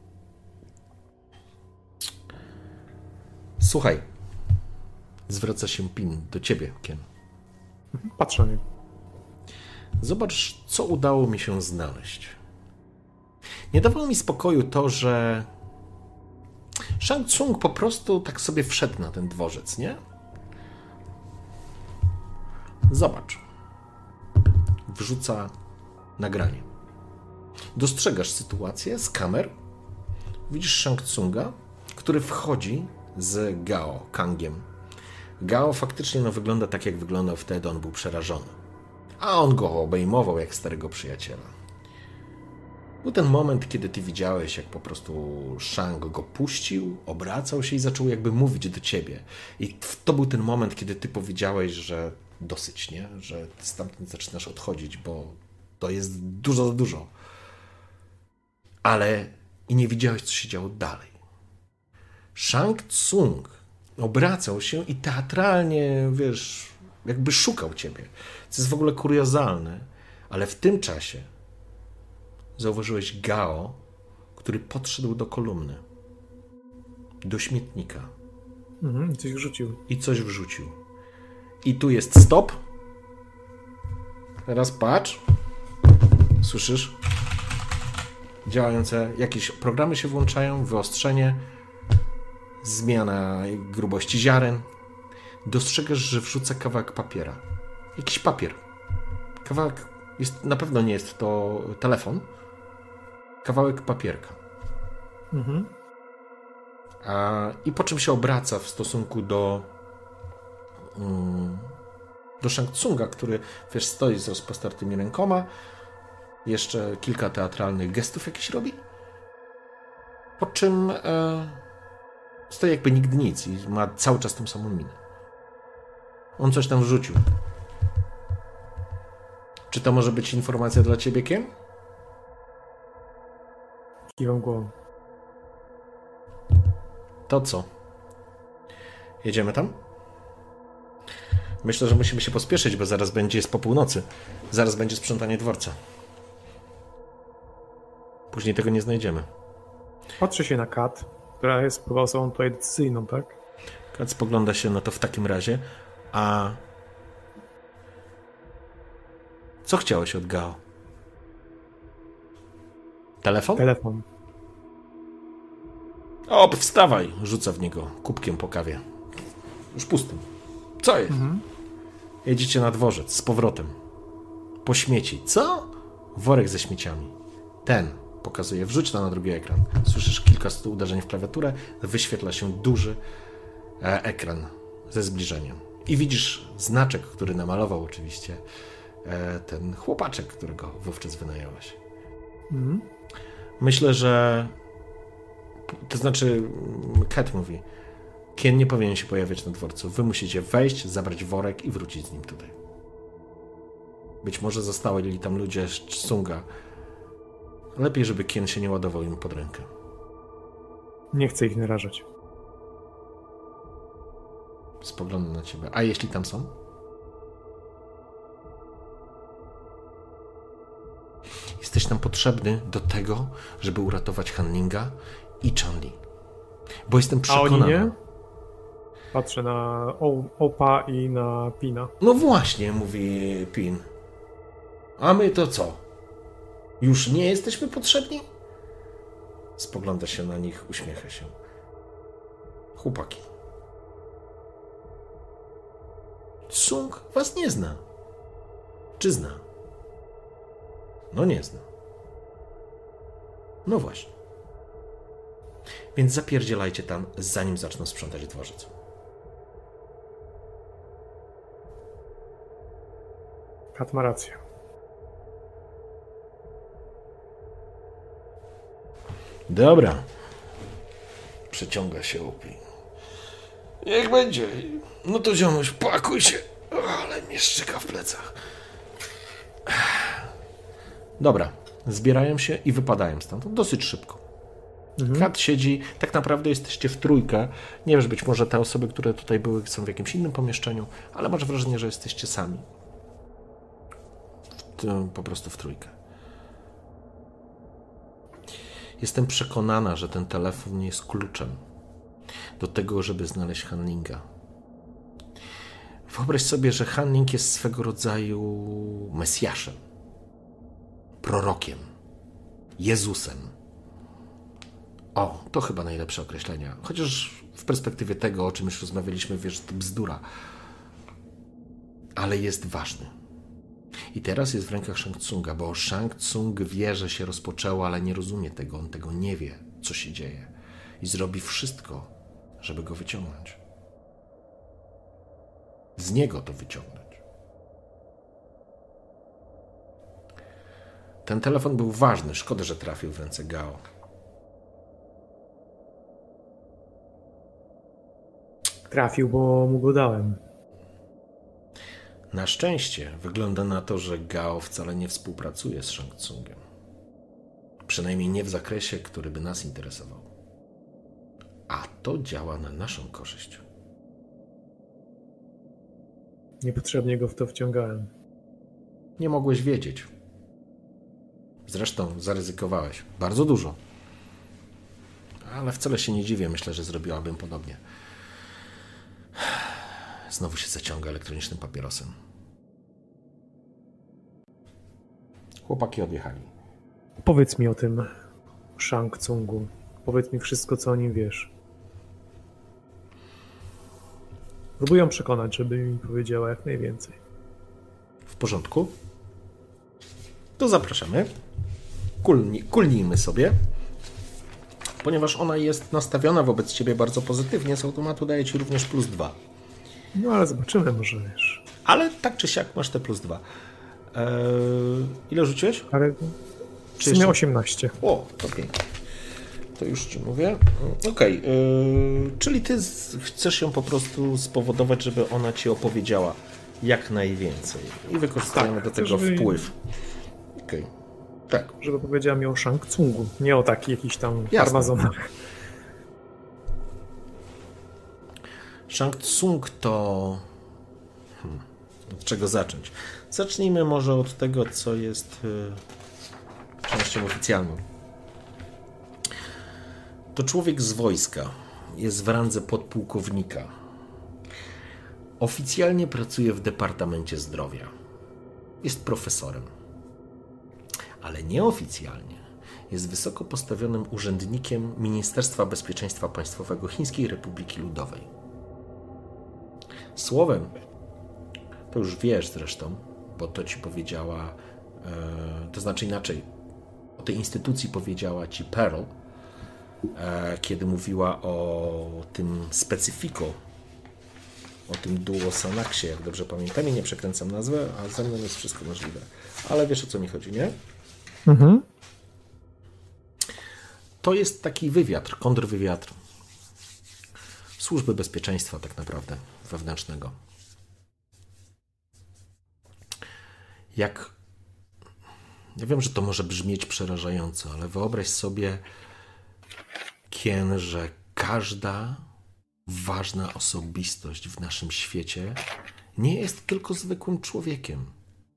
Słuchaj, zwraca się Pin do ciebie, Ken. Patrz na mnie. Zobacz, co udało mi się znaleźć. Nie dawało mi spokoju to, że Shang Tsung po prostu tak sobie wszedł na ten dworzec, nie? Zobacz. Wrzuca nagranie. Dostrzegasz sytuację z kamer. Widzisz Shang Tsunga, który wchodzi z Gao, Kangiem. Gao faktycznie no, wygląda tak, jak wyglądał wtedy. On był przerażony. A on go obejmował jak starego przyjaciela. Był ten moment, kiedy ty widziałeś, jak po prostu Shang go puścił, obracał się i zaczął jakby mówić do ciebie. I to był ten moment, kiedy ty powiedziałeś, że dosyć, nie? Że ty stamtąd zaczynasz odchodzić, bo to jest dużo za dużo. Ale i nie widziałeś, co się działo dalej. Shang Tsung obracał się i teatralnie, wiesz, jakby szukał ciebie. Co jest w ogóle kuriozalne, ale w tym czasie zauważyłeś Gao, który podszedł do kolumny, do śmietnika Mhm, coś wrzucił. i coś wrzucił. I tu jest stop. Teraz patrz. Słyszysz? Działające, jakieś programy się włączają, wyostrzenie. zmiana grubości ziaren. Dostrzegasz, że wrzuca kawałek papiera. Jakiś papier. Kawałek, jest, na pewno nie jest to telefon. Kawałek papierka. Mhm. A, I po czym się obraca w stosunku do um, do Shang Tsunga, który, wiesz, stoi z rozpostartymi rękoma. Jeszcze kilka teatralnych gestów jakiś robi. Po czym e, stoi jakby nigdy nic i ma cały czas tą samą minę. On coś tam wrzucił. Czy to może być informacja dla ciebie, Kiem? Kiwam głową. To co? Jedziemy tam? Myślę, że musimy się pospieszyć, bo zaraz będzie jest po północy. Zaraz będzie sprzątanie dworca. Później tego nie znajdziemy. Patrzę się na Kat, która jest chyba osobą tutaj decyzyjną, tak? Kat spogląda się na to w takim razie. A co chciałeś od Gao? Telefon? Telefon. O, wstawaj! Rzuca w niego kubkiem po kawie. Już pustym. Co jest? Mhm. Jedziecie na dworzec z powrotem. Po śmieci. Co? Worek ze śmieciami. Ten. Pokazuje. Wrzuć to na drugi ekran. Słyszysz kilkastu uderzeń w klawiaturę. Wyświetla się duży e, ekran ze zbliżeniem. I widzisz znaczek, który namalował oczywiście e, ten chłopaczek, którego wówczas wynająłeś. Mhm. Myślę, że to znaczy Kat mówi, Kien nie powinien się pojawiać na dworcu. Wy musicie wejść, zabrać worek i wrócić z nim tutaj. Być może zostali tam ludzie z Tsunga. Lepiej, żeby Kien się nie ładował im pod rękę. Nie chcę ich narażać. Spoglądam na ciebie. A jeśli tam są? Jesteś nam potrzebny do tego, żeby uratować Hanlinga i Chun-Li. Bo jestem przekonany... A oni nie? Patrzę na o, Opa i na Pina. No właśnie, mówi Pin. A my to co? Już nie jesteśmy potrzebni? Spogląda się na nich, uśmiecha się. Chłopaki. Tsung was nie zna. Czy zna? No nie zna. No właśnie. Więc zapierdzielajcie tam, zanim zaczną sprzątać dworzec. Kat ma rację. Dobra. Przeciąga się Upi. Niech będzie. No to ziomuś, pakuj się. O, ale mnie szczyka w plecach. Dobra. Zbierają się i wypadają stamtąd dosyć szybko. Mhm. Kat siedzi, tak naprawdę jesteście w trójkę. Nie wiesz, być może te osoby, które tutaj były, są w jakimś innym pomieszczeniu, ale masz wrażenie, że jesteście sami. W, po prostu w trójkę. Jestem przekonana, że ten telefon jest kluczem do tego, żeby znaleźć Hanlinga. Wyobraź sobie, że Hanling jest swego rodzaju Mesjaszem, prorokiem, Jezusem. O, to chyba najlepsze określenia. Chociaż w perspektywie tego, o czym już rozmawialiśmy, wiesz, to bzdura. Ale jest ważny. I teraz jest w rękach Shang Tsunga, bo Shang Tsung wie, że się rozpoczęło, ale nie rozumie tego. On tego nie wie, co się dzieje. I zrobi wszystko, żeby go wyciągnąć. Z niego to wyciągnąć. Ten telefon był ważny. Szkoda, że trafił w ręce Gao. Trafił, bo mu go dałem. Na szczęście wygląda na to, że Gao wcale nie współpracuje z Shang Tsungiem. Przynajmniej nie w zakresie, który by nas interesował. A to działa na naszą korzyść. Niepotrzebnie go w to wciągałem. Nie mogłeś wiedzieć. Zresztą zaryzykowałeś. Bardzo dużo. Ale wcale się nie dziwię. Myślę, że zrobiłabym podobnie. Znowu się zaciąga elektronicznym papierosem. Chłopaki odjechali. Powiedz mi o tym Shang Tsungu. Powiedz mi wszystko, co o nim wiesz. Próbuję przekonać, żeby mi powiedziała jak najwięcej. W porządku. To zapraszamy. Kulni, kulnijmy sobie. Ponieważ ona jest nastawiona wobec ciebie bardzo pozytywnie, z automatu daje ci również plus dwa. No ale zobaczymy, może wiesz. Ale tak czy siak masz te plus dwa. Eee, ile rzuciłeś? Ale w Czy sumie jeszcze- osiemnaście. O, to pięknie. To już ci mówię. Okej, yy, czyli ty z, chcesz ją po prostu spowodować, żeby ona ci opowiedziała jak najwięcej. I wykorzystujemy Tak, do chcę, tego żeby- wpływ. Okej. Tak. Żeby powiedziała mi o Shang Tsungu, nie o takich jakichś tam Jasne. farmazonach. Shang Tsung to... Hmm, od czego zacząć? Zacznijmy może od tego, co jest yy, częścią oficjalną. To człowiek z wojska. Jest w randze podpułkownika. Oficjalnie pracuje w Departamencie Zdrowia. Jest profesorem. Ale nieoficjalnie jest wysoko postawionym urzędnikiem Ministerstwa Bezpieczeństwa Państwowego Chińskiej Republiki Ludowej. Słowem, to już wiesz zresztą, bo to ci powiedziała, e, to znaczy inaczej, o tej instytucji powiedziała ci Pearl, e, kiedy mówiła o tym specyfiku, o tym duo Sanaksie, jak dobrze pamiętam, i nie przekręcam nazwę, a ze mną jest wszystko możliwe. Ale wiesz, o co mi chodzi, nie? Mhm. To jest taki wywiad, kontrwywiad Służby Bezpieczeństwa tak naprawdę wewnętrznego. Jak... Ja wiem, że to może brzmieć przerażająco, ale wyobraź sobie, Kien, że każda ważna osobistość w naszym świecie nie jest tylko zwykłym człowiekiem.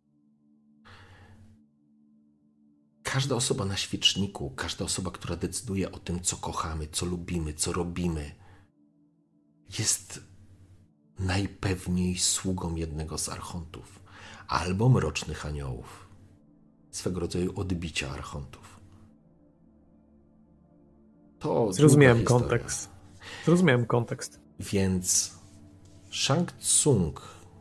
Każda osoba na świeczniku, każda osoba, która decyduje o tym, co kochamy, co lubimy, co robimy, jest najpewniej sługą jednego z archontów albo mrocznych aniołów, swego rodzaju odbicia archontów. To Zrozumiałem długa historia. kontekst. Zrozumiałem kontekst. Więc Shang Tsung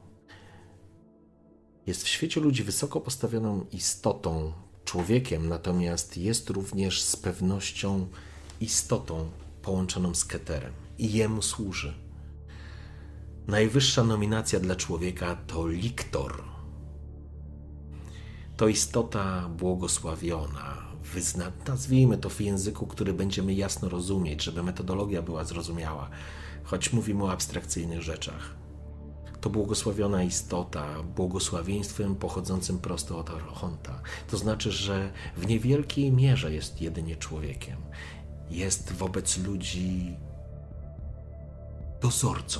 jest w świecie ludzi wysoko postawioną istotą, człowiekiem, natomiast jest również z pewnością istotą połączoną z Keterem i jemu służy. Najwyższa nominacja dla człowieka to Liktor. To istota błogosławiona, wyzna... nazwijmy to w języku, który będziemy jasno rozumieć, żeby metodologia była zrozumiała, choć mówimy o abstrakcyjnych rzeczach. To błogosławiona istota, błogosławieństwem pochodzącym prosto od Archonta. To znaczy, że w niewielkiej mierze jest jedynie człowiekiem. Jest wobec ludzi dozorcą.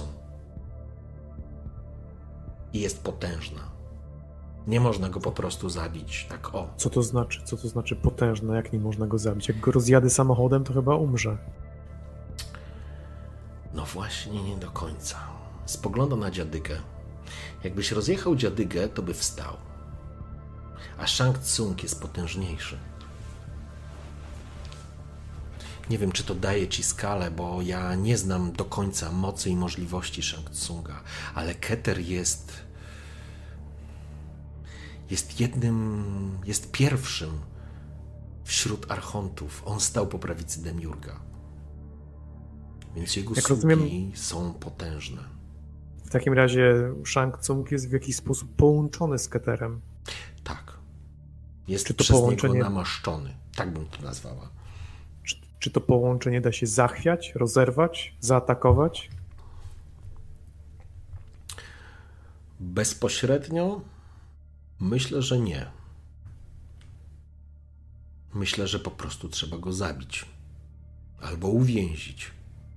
I jest potężna. Nie można go po prostu zabić tak o. Co to znaczy? Co to znaczy potężne? Jak nie można go zabić? Jak go rozjadę samochodem, to chyba umrze. No właśnie, nie do końca. Spogląda na dziadygę. Jakbyś rozjechał dziadygę, to by wstał. A Shang Tsung jest potężniejszy. Nie wiem, czy to daje ci skalę, bo ja nie znam do końca mocy i możliwości Shang Tsunga, ale Keter jest... jest jednym... jest pierwszym wśród archontów. On stał po prawicy Demiurga. Więc jego Jak sługi rozumiem- są potężne. W takim razie Shang Tsung jest w jakiś sposób połączony z Keterem. Tak. Jest Czy to przez połączenie- niego namaszczony. Tak bym to nazwała. Czy, czy to połączenie da się zachwiać, rozerwać, zaatakować? Bezpośrednio? Myślę, że nie. Myślę, że po prostu trzeba go zabić. Albo uwięzić.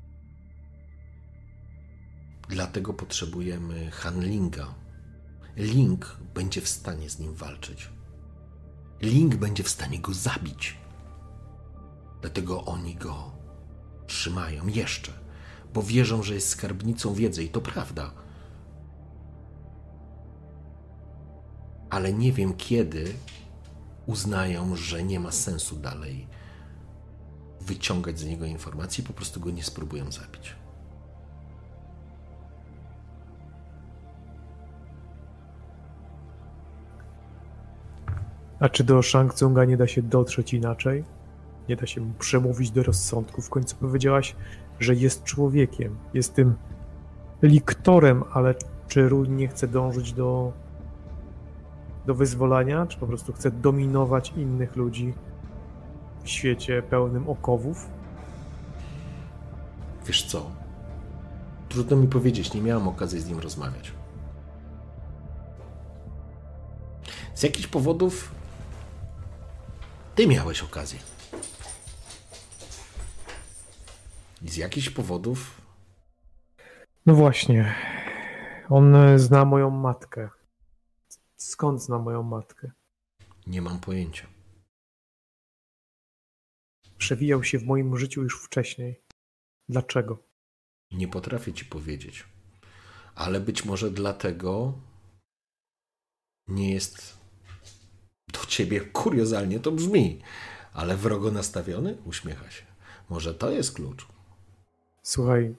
Dlatego potrzebujemy Hanlinga. Ling będzie w stanie z nim walczyć. Ling będzie w stanie go zabić. Dlatego oni go trzymają jeszcze, bo wierzą, że jest skarbnicą wiedzy i to prawda. Ale nie wiem, kiedy uznają, że nie ma sensu dalej wyciągać z niego informacji, po prostu go nie spróbują zabić. A czy do Shang Tsunga nie da się dotrzeć inaczej? Nie da się mu przemówić do rozsądku? W końcu powiedziałaś, że jest człowiekiem, jest tym liktorem, ale czy Rui nie chce dążyć do, do wyzwolenia, czy po prostu chce dominować innych ludzi w świecie pełnym okowów? Wiesz co? Trudno mi powiedzieć, nie miałem okazji z nim rozmawiać. Z jakichś powodów ty miałeś okazję. I z jakichś powodów No właśnie. On zna moją matkę. Skąd zna moją matkę? nie mam pojęcia. Przewijał się w moim życiu już wcześniej. Dlaczego? Nie potrafię ci powiedzieć. Ale być może dlatego nie jest do ciebie, kuriozalnie to brzmi, ale wrogo nastawiony? Uśmiecha się. Może to jest klucz. Słuchaj,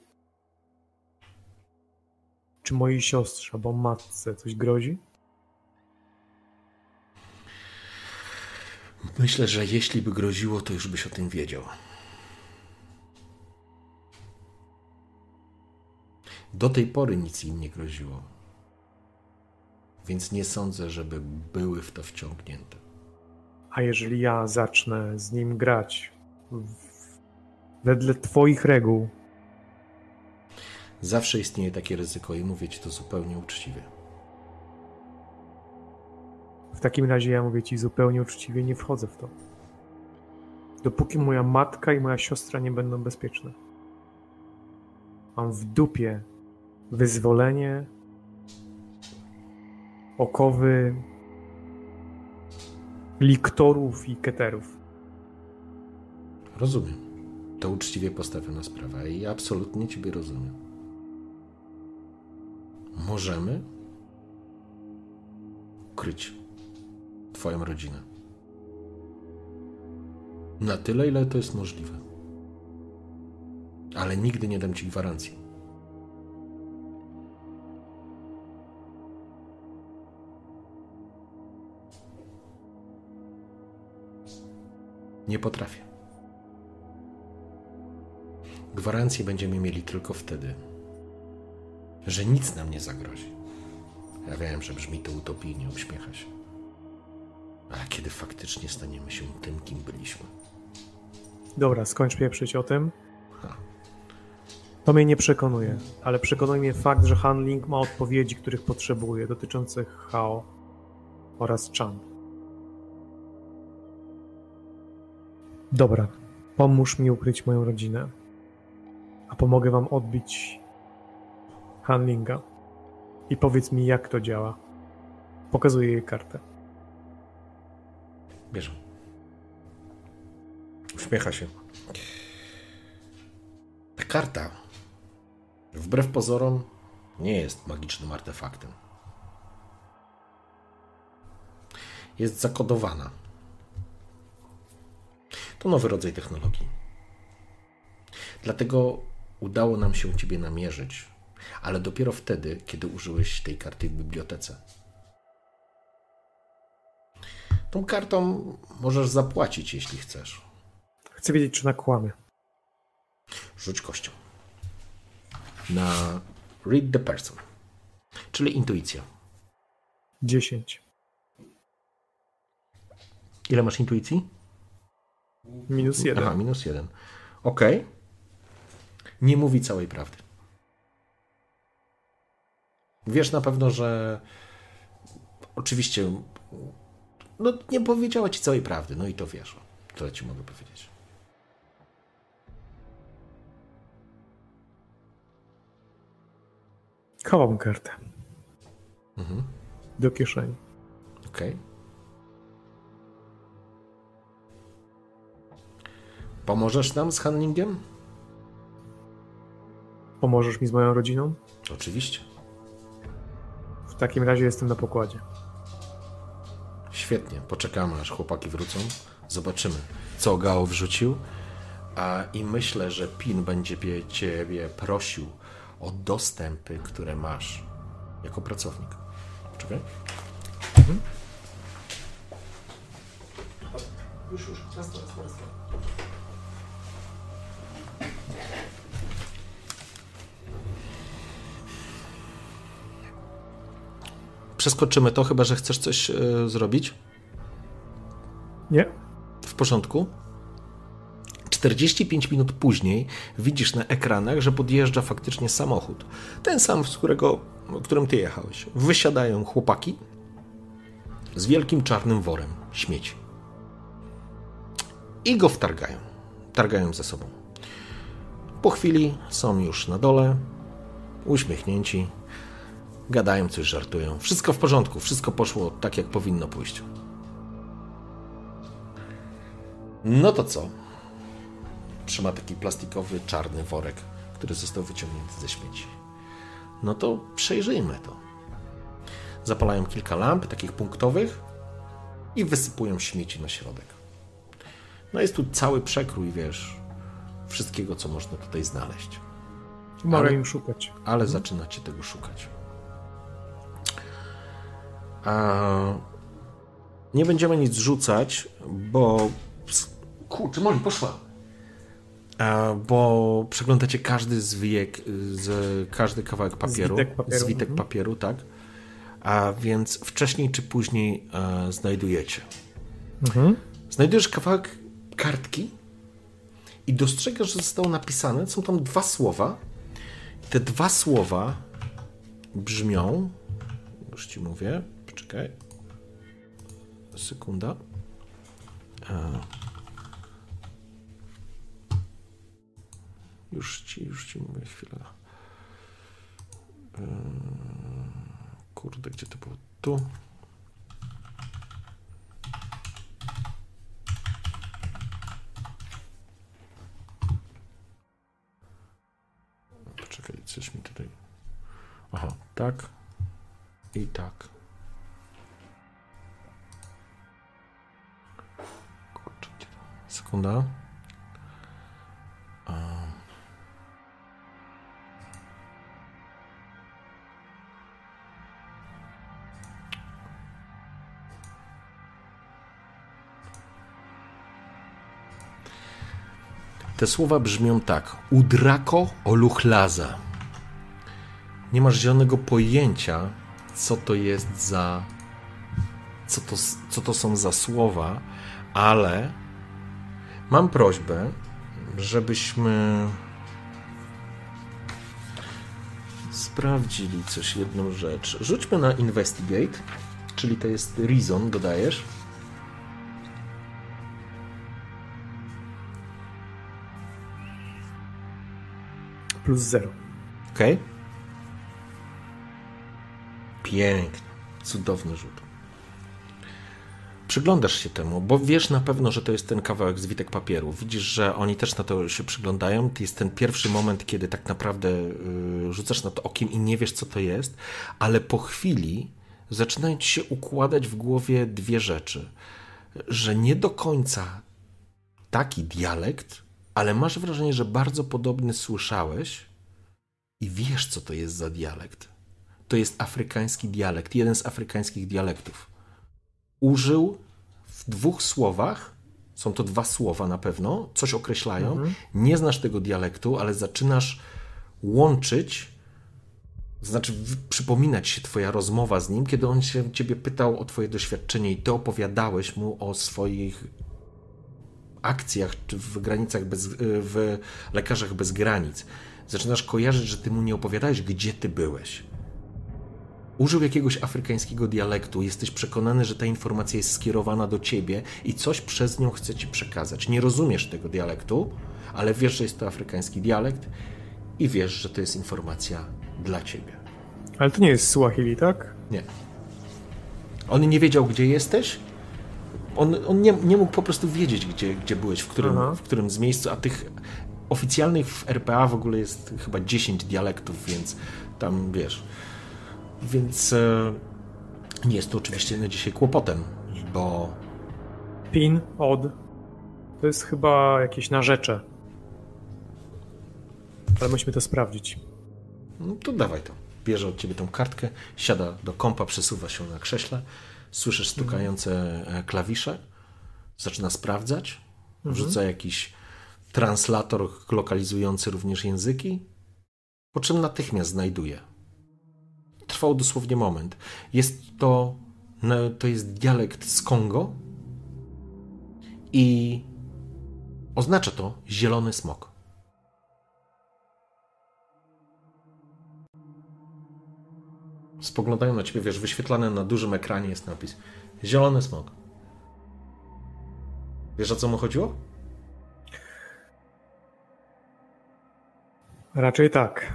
czy mojej siostrze albo matce coś grozi? Myślę, że jeśli by groziło, to już byś o tym wiedział. Do tej pory nic im nie groziło. Więc nie sądzę, żeby były w to wciągnięte. A jeżeli ja zacznę z nim grać w... wedle twoich reguł, Zawsze istnieje takie ryzyko i mówię ci to zupełnie uczciwie. w takim razie ja mówię ci zupełnie uczciwie, nie wchodzę w to. Dopóki moja matka i moja siostra nie będą bezpieczne. Mam w dupie wyzwolenie, okowy, liktorów i keterów. Rozumiem. To uczciwie postawiona sprawa i absolutnie ciebie rozumiem. Możemy ukryć twoją rodzinę. Na tyle, ile to jest możliwe. Ale nigdy nie dam ci gwarancji. Nie potrafię. Gwarancję będziemy mieli tylko wtedy, że nic nam nie zagrozi. Ja wiem, że brzmi to utopijnie, uśmiecha się. Ale kiedy faktycznie staniemy się tym, kim byliśmy? Dobra, skończ pieprzyć o tym. Ha. To mnie nie przekonuje, ale przekonuje mnie fakt, że Han Ling ma odpowiedzi, których potrzebuje, dotyczących Hao oraz Chan. Dobra, pomóż mi ukryć moją rodzinę, a pomogę wam odbić Han Linga. I powiedz mi, jak to działa. Pokazuję jej kartę. Bierze. Uśmiecha się. Ta karta, wbrew pozorom, nie jest magicznym artefaktem. Jest zakodowana. To nowy rodzaj technologii. Dlatego udało nam się ciebie namierzyć, ale dopiero wtedy, kiedy użyłeś tej karty w bibliotece. Tą kartą możesz zapłacić, jeśli chcesz. Chcę wiedzieć, czy nakłamie. Rzuć kością. Na read the person, czyli intuicja. dziesięć. Ile masz intuicji? Minus jeden. Aha, minus jeden. Okej. Nie mówi całej prawdy. Wiesz na pewno, że oczywiście no, nie powiedziała ci całej prawdy, no i to wiesz. Tyle ci mogę powiedzieć. Chowam kartę. Mhm. Do kieszeni. Okej. Pomożesz nam z handlingiem? Pomożesz mi z moją rodziną? Oczywiście. W takim razie jestem na pokładzie. Świetnie. Poczekamy, aż chłopaki wrócą. Zobaczymy, co Gao wrzucił. A i myślę, że Pin będzie pie- ciebie prosił o dostępy, które masz jako pracownik. Czekaj. Mhm. Już, już, raz, raz, raz. Przeskoczymy to, chyba że chcesz coś y, zrobić. Nie. W porządku. czterdzieści pięć minut później widzisz na ekranach, że podjeżdża faktycznie samochód. Ten sam, z którego, którym ty jechałeś. Wysiadają chłopaki z wielkim czarnym worem śmieci. I go wtargają. Targają ze sobą. Po chwili są już na dole, uśmiechnięci, gadają coś, żartują. Wszystko w porządku, wszystko poszło tak, jak powinno pójść. No to co? Trzyma taki plastikowy, czarny worek, który został wyciągnięty ze śmieci. No to przejrzyjmy to. Zapalają kilka lamp, takich punktowych i wysypują śmieci na środek. No jest tu cały przekrój, wiesz, wszystkiego, co można tutaj znaleźć. Mogę Ale- im szukać. Ale zaczynacie tego szukać. A nie będziemy nic rzucać, bo... Kurczę, Moli, poszła. A, bo przeglądacie każdy zwijek, z, każdy kawałek papieru. Zwitek papieru, Zwitek mhm. papieru, tak. A więc wcześniej czy później e, znajdujecie. Mhm. Znajdujesz kawałek kartki i dostrzegasz, że zostało napisane, są tam dwa słowa. Te dwa słowa brzmią, już ci mówię, poczekaj, sekunda. E, już ci, już ci mówię, chwilę. E, kurde, gdzie to było? Tu. Poczekaj, coś mi tutaj... Aha, tak i tak. Kurczę, gdzie to? Sekunda. A... Te słowa brzmią tak. Udrako oluchlaza. Nie masz zielonego pojęcia, co to jest za... Co to, co to są za słowa, ale mam prośbę, żebyśmy sprawdzili coś, jedną rzecz. Rzućmy na investigate, czyli to jest reason, dodajesz. Plus zero. Okej. Okay. Pięknie. Cudowny rzut. Przyglądasz się temu, bo wiesz na pewno, że to jest ten kawałek zwitek papieru. Widzisz, że oni też na to się przyglądają. To jest ten pierwszy moment, kiedy tak naprawdę yy, rzucasz na to okiem i nie wiesz, co to jest, ale po chwili zaczynają ci się układać w głowie dwie rzeczy. Że nie do końca taki dialekt, ale masz wrażenie, że bardzo podobny słyszałeś i wiesz, co to jest za dialekt. To jest afrykański dialekt, jeden z afrykańskich dialektów. Użył w dwóch słowach, są to dwa słowa na pewno, coś określają, mhm. Nie znasz tego dialektu, ale zaczynasz łączyć, znaczy w, przypominać się twoja rozmowa z nim, kiedy on się ciebie pytał o twoje doświadczenie i ty opowiadałeś mu o swoich akcjach czy w granicach bez, w Lekarzach Bez Granic. Zaczynasz kojarzyć, że ty mu nie opowiadałeś, gdzie ty byłeś. Użył jakiegoś afrykańskiego dialektu, jesteś przekonany, że ta informacja jest skierowana do ciebie i coś przez nią chce ci przekazać. Nie rozumiesz tego dialektu, ale wiesz, że jest to afrykański dialekt i wiesz, że to jest informacja dla ciebie. Ale to nie jest Swahili, tak? Nie. On nie wiedział, gdzie jesteś. On, on nie, nie mógł po prostu wiedzieć, gdzie, gdzie byłeś, w którym, w którym z miejscu, a tych oficjalnych w R P A w ogóle jest chyba dziesięć dialektów, więc tam wiesz... Więc e, nie jest to oczywiście na dzisiaj kłopotem, bo... Pin, od. To jest chyba jakieś narzecze. Ale musimy to sprawdzić. No to dawaj to. Bierze od ciebie tą kartkę, siada do kompa, przesuwa się na krześle, słyszysz stukające klawisze. Zaczyna sprawdzać, Mhm. wrzuca jakiś translator lokalizujący również języki, po czym natychmiast znajduje. Trwał dosłownie moment. Jest to, no, to jest dialekt z Kongo i oznacza to zielony smok. Spoglądają na ciebie, wiesz, wyświetlane na dużym ekranie jest napis zielony smok. Wiesz, o co mu chodziło? Raczej tak.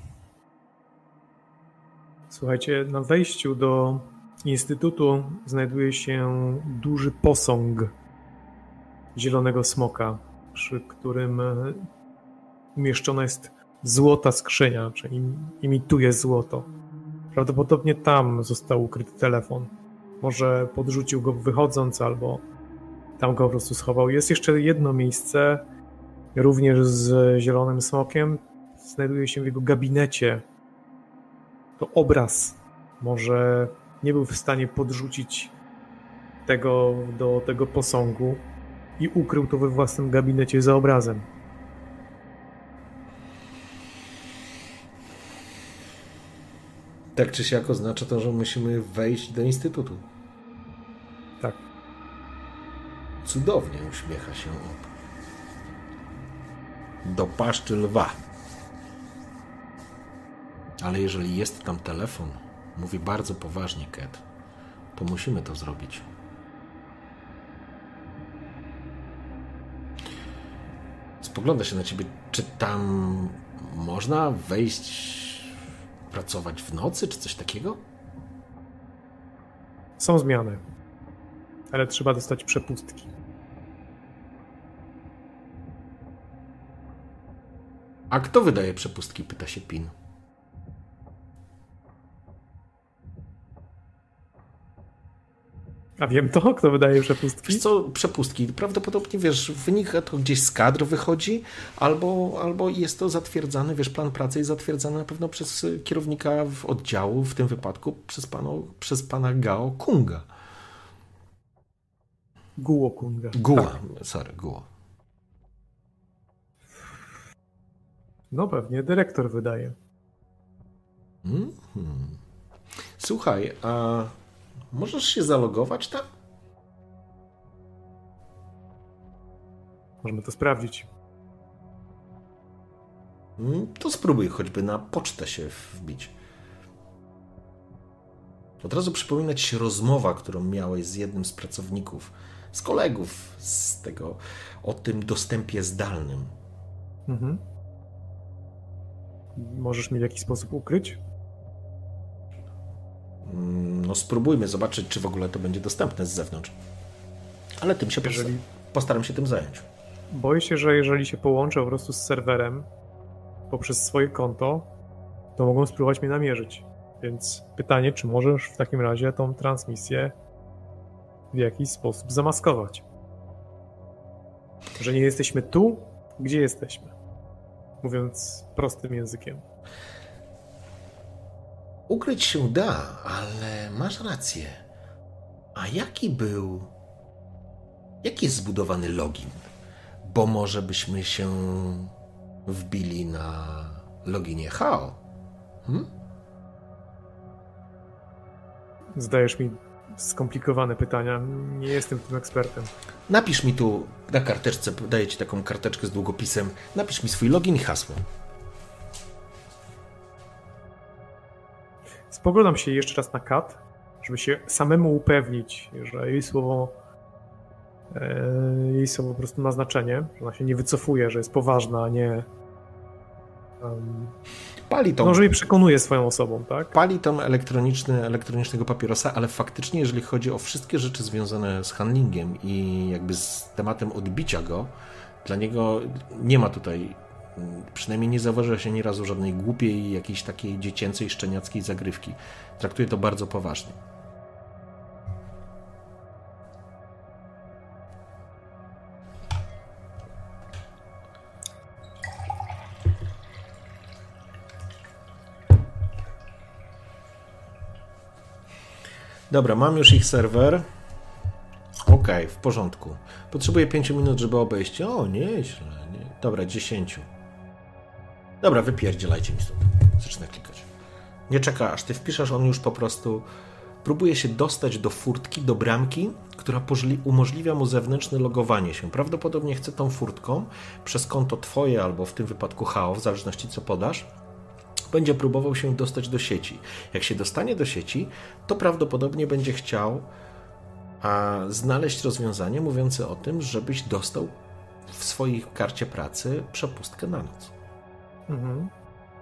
Słuchajcie, na wejściu do instytutu znajduje się duży posąg zielonego smoka, przy którym umieszczona jest złota skrzynia, czyli imituje złoto. Prawdopodobnie tam został ukryty telefon. Może podrzucił go wychodząc, albo tam go po prostu schował. Jest jeszcze jedno miejsce, również z zielonym smokiem. Znajduje się w jego gabinecie. To obraz. Może nie był w stanie podrzucić tego do tego posągu i ukrył to we własnym gabinecie za obrazem. Tak czy siak oznacza to, że musimy wejść do instytutu. Tak. Cudownie uśmiecha się Ob. Do paszczy lwa. Ale jeżeli jest tam telefon, mówi bardzo poważnie Ket, to musimy to zrobić. Spogląda się na ciebie, czy tam można wejść, pracować w nocy, czy coś takiego? Są zmiany, ale trzeba dostać przepustki. A kto wydaje przepustki? Pyta się Pin. A wiem to, kto wydaje przepustki? Wiesz co, przepustki, prawdopodobnie, wiesz, wynika to gdzieś z kadr wychodzi, albo, albo jest to zatwierdzane, wiesz, plan pracy jest zatwierdzany na pewno przez kierownika w oddziału, w tym wypadku przez, panu, przez pana Gao Kunga. Guo Kunga. Guo, Tak. sorry, Guo. No pewnie, dyrektor wydaje. Mm-hmm. Słuchaj, a możesz się zalogować tam? Możemy to sprawdzić. To spróbuj choćby na pocztę się wbić. Od razu przypomina ci się rozmowa, którą miałeś z jednym z pracowników, z kolegów z tego, o tym dostępie zdalnym. Mhm. Możesz mi w jakiś sposób ukryć? No spróbujmy zobaczyć, czy w ogóle to będzie dostępne z zewnątrz. Ale tym się Jeżeli... postaram się tym zająć. Boję się, że jeżeli się połączę po prostu z serwerem poprzez swoje konto, to mogą spróbować mnie namierzyć. Więc pytanie, czy możesz w takim razie tą transmisję w jakiś sposób zamaskować? Że nie jesteśmy tu, gdzie jesteśmy. Mówiąc prostym językiem. Ukryć się da, ale masz rację. A jaki był... Jaki jest zbudowany login? Bo może byśmy się wbili na loginie Hao. Hmm? Zadajesz mi skomplikowane pytania. Nie jestem tym ekspertem. Napisz mi tu na karteczce, daję ci taką karteczkę z długopisem, napisz mi swój login i hasło. Spoglądam się jeszcze raz na Kat, żeby się samemu upewnić, że jej słowo e, jej słowo po prostu ma znaczenie, że ona się nie wycofuje, że jest poważna, a nie um, Pali tą, no, że jej przekonuje swoją osobą, tak? Pali tą elektroniczny, elektronicznego papierosa, ale faktycznie, jeżeli chodzi o wszystkie rzeczy związane z handlingiem i jakby z tematem odbicia go, dla niego nie ma tutaj, przynajmniej nie zauważyła się ani razu żadnej głupiej, jakiejś takiej dziecięcej, szczeniackiej zagrywki. Traktuje to bardzo poważnie. Dobra, mam już ich serwer. Ok. Okej, okay, w porządku. Potrzebuję pięciu minut, żeby obejść. O, nieźle. Nie. Dobra, dziesięciu. Dobra, wypierdzielajcie mi stąd. Zacznę klikać. Nie czeka, aż ty wpiszesz, on już po prostu próbuje się dostać do furtki, do bramki, która umożliwia mu zewnętrzne logowanie się. Prawdopodobnie chce tą furtką przez konto twoje albo w tym wypadku H A O, w zależności co podasz, będzie próbował się dostać do sieci. Jak się dostanie do sieci, to prawdopodobnie będzie chciał a, znaleźć rozwiązanie mówiące o tym, żebyś dostał w swojej karcie pracy przepustkę na noc. Mhm.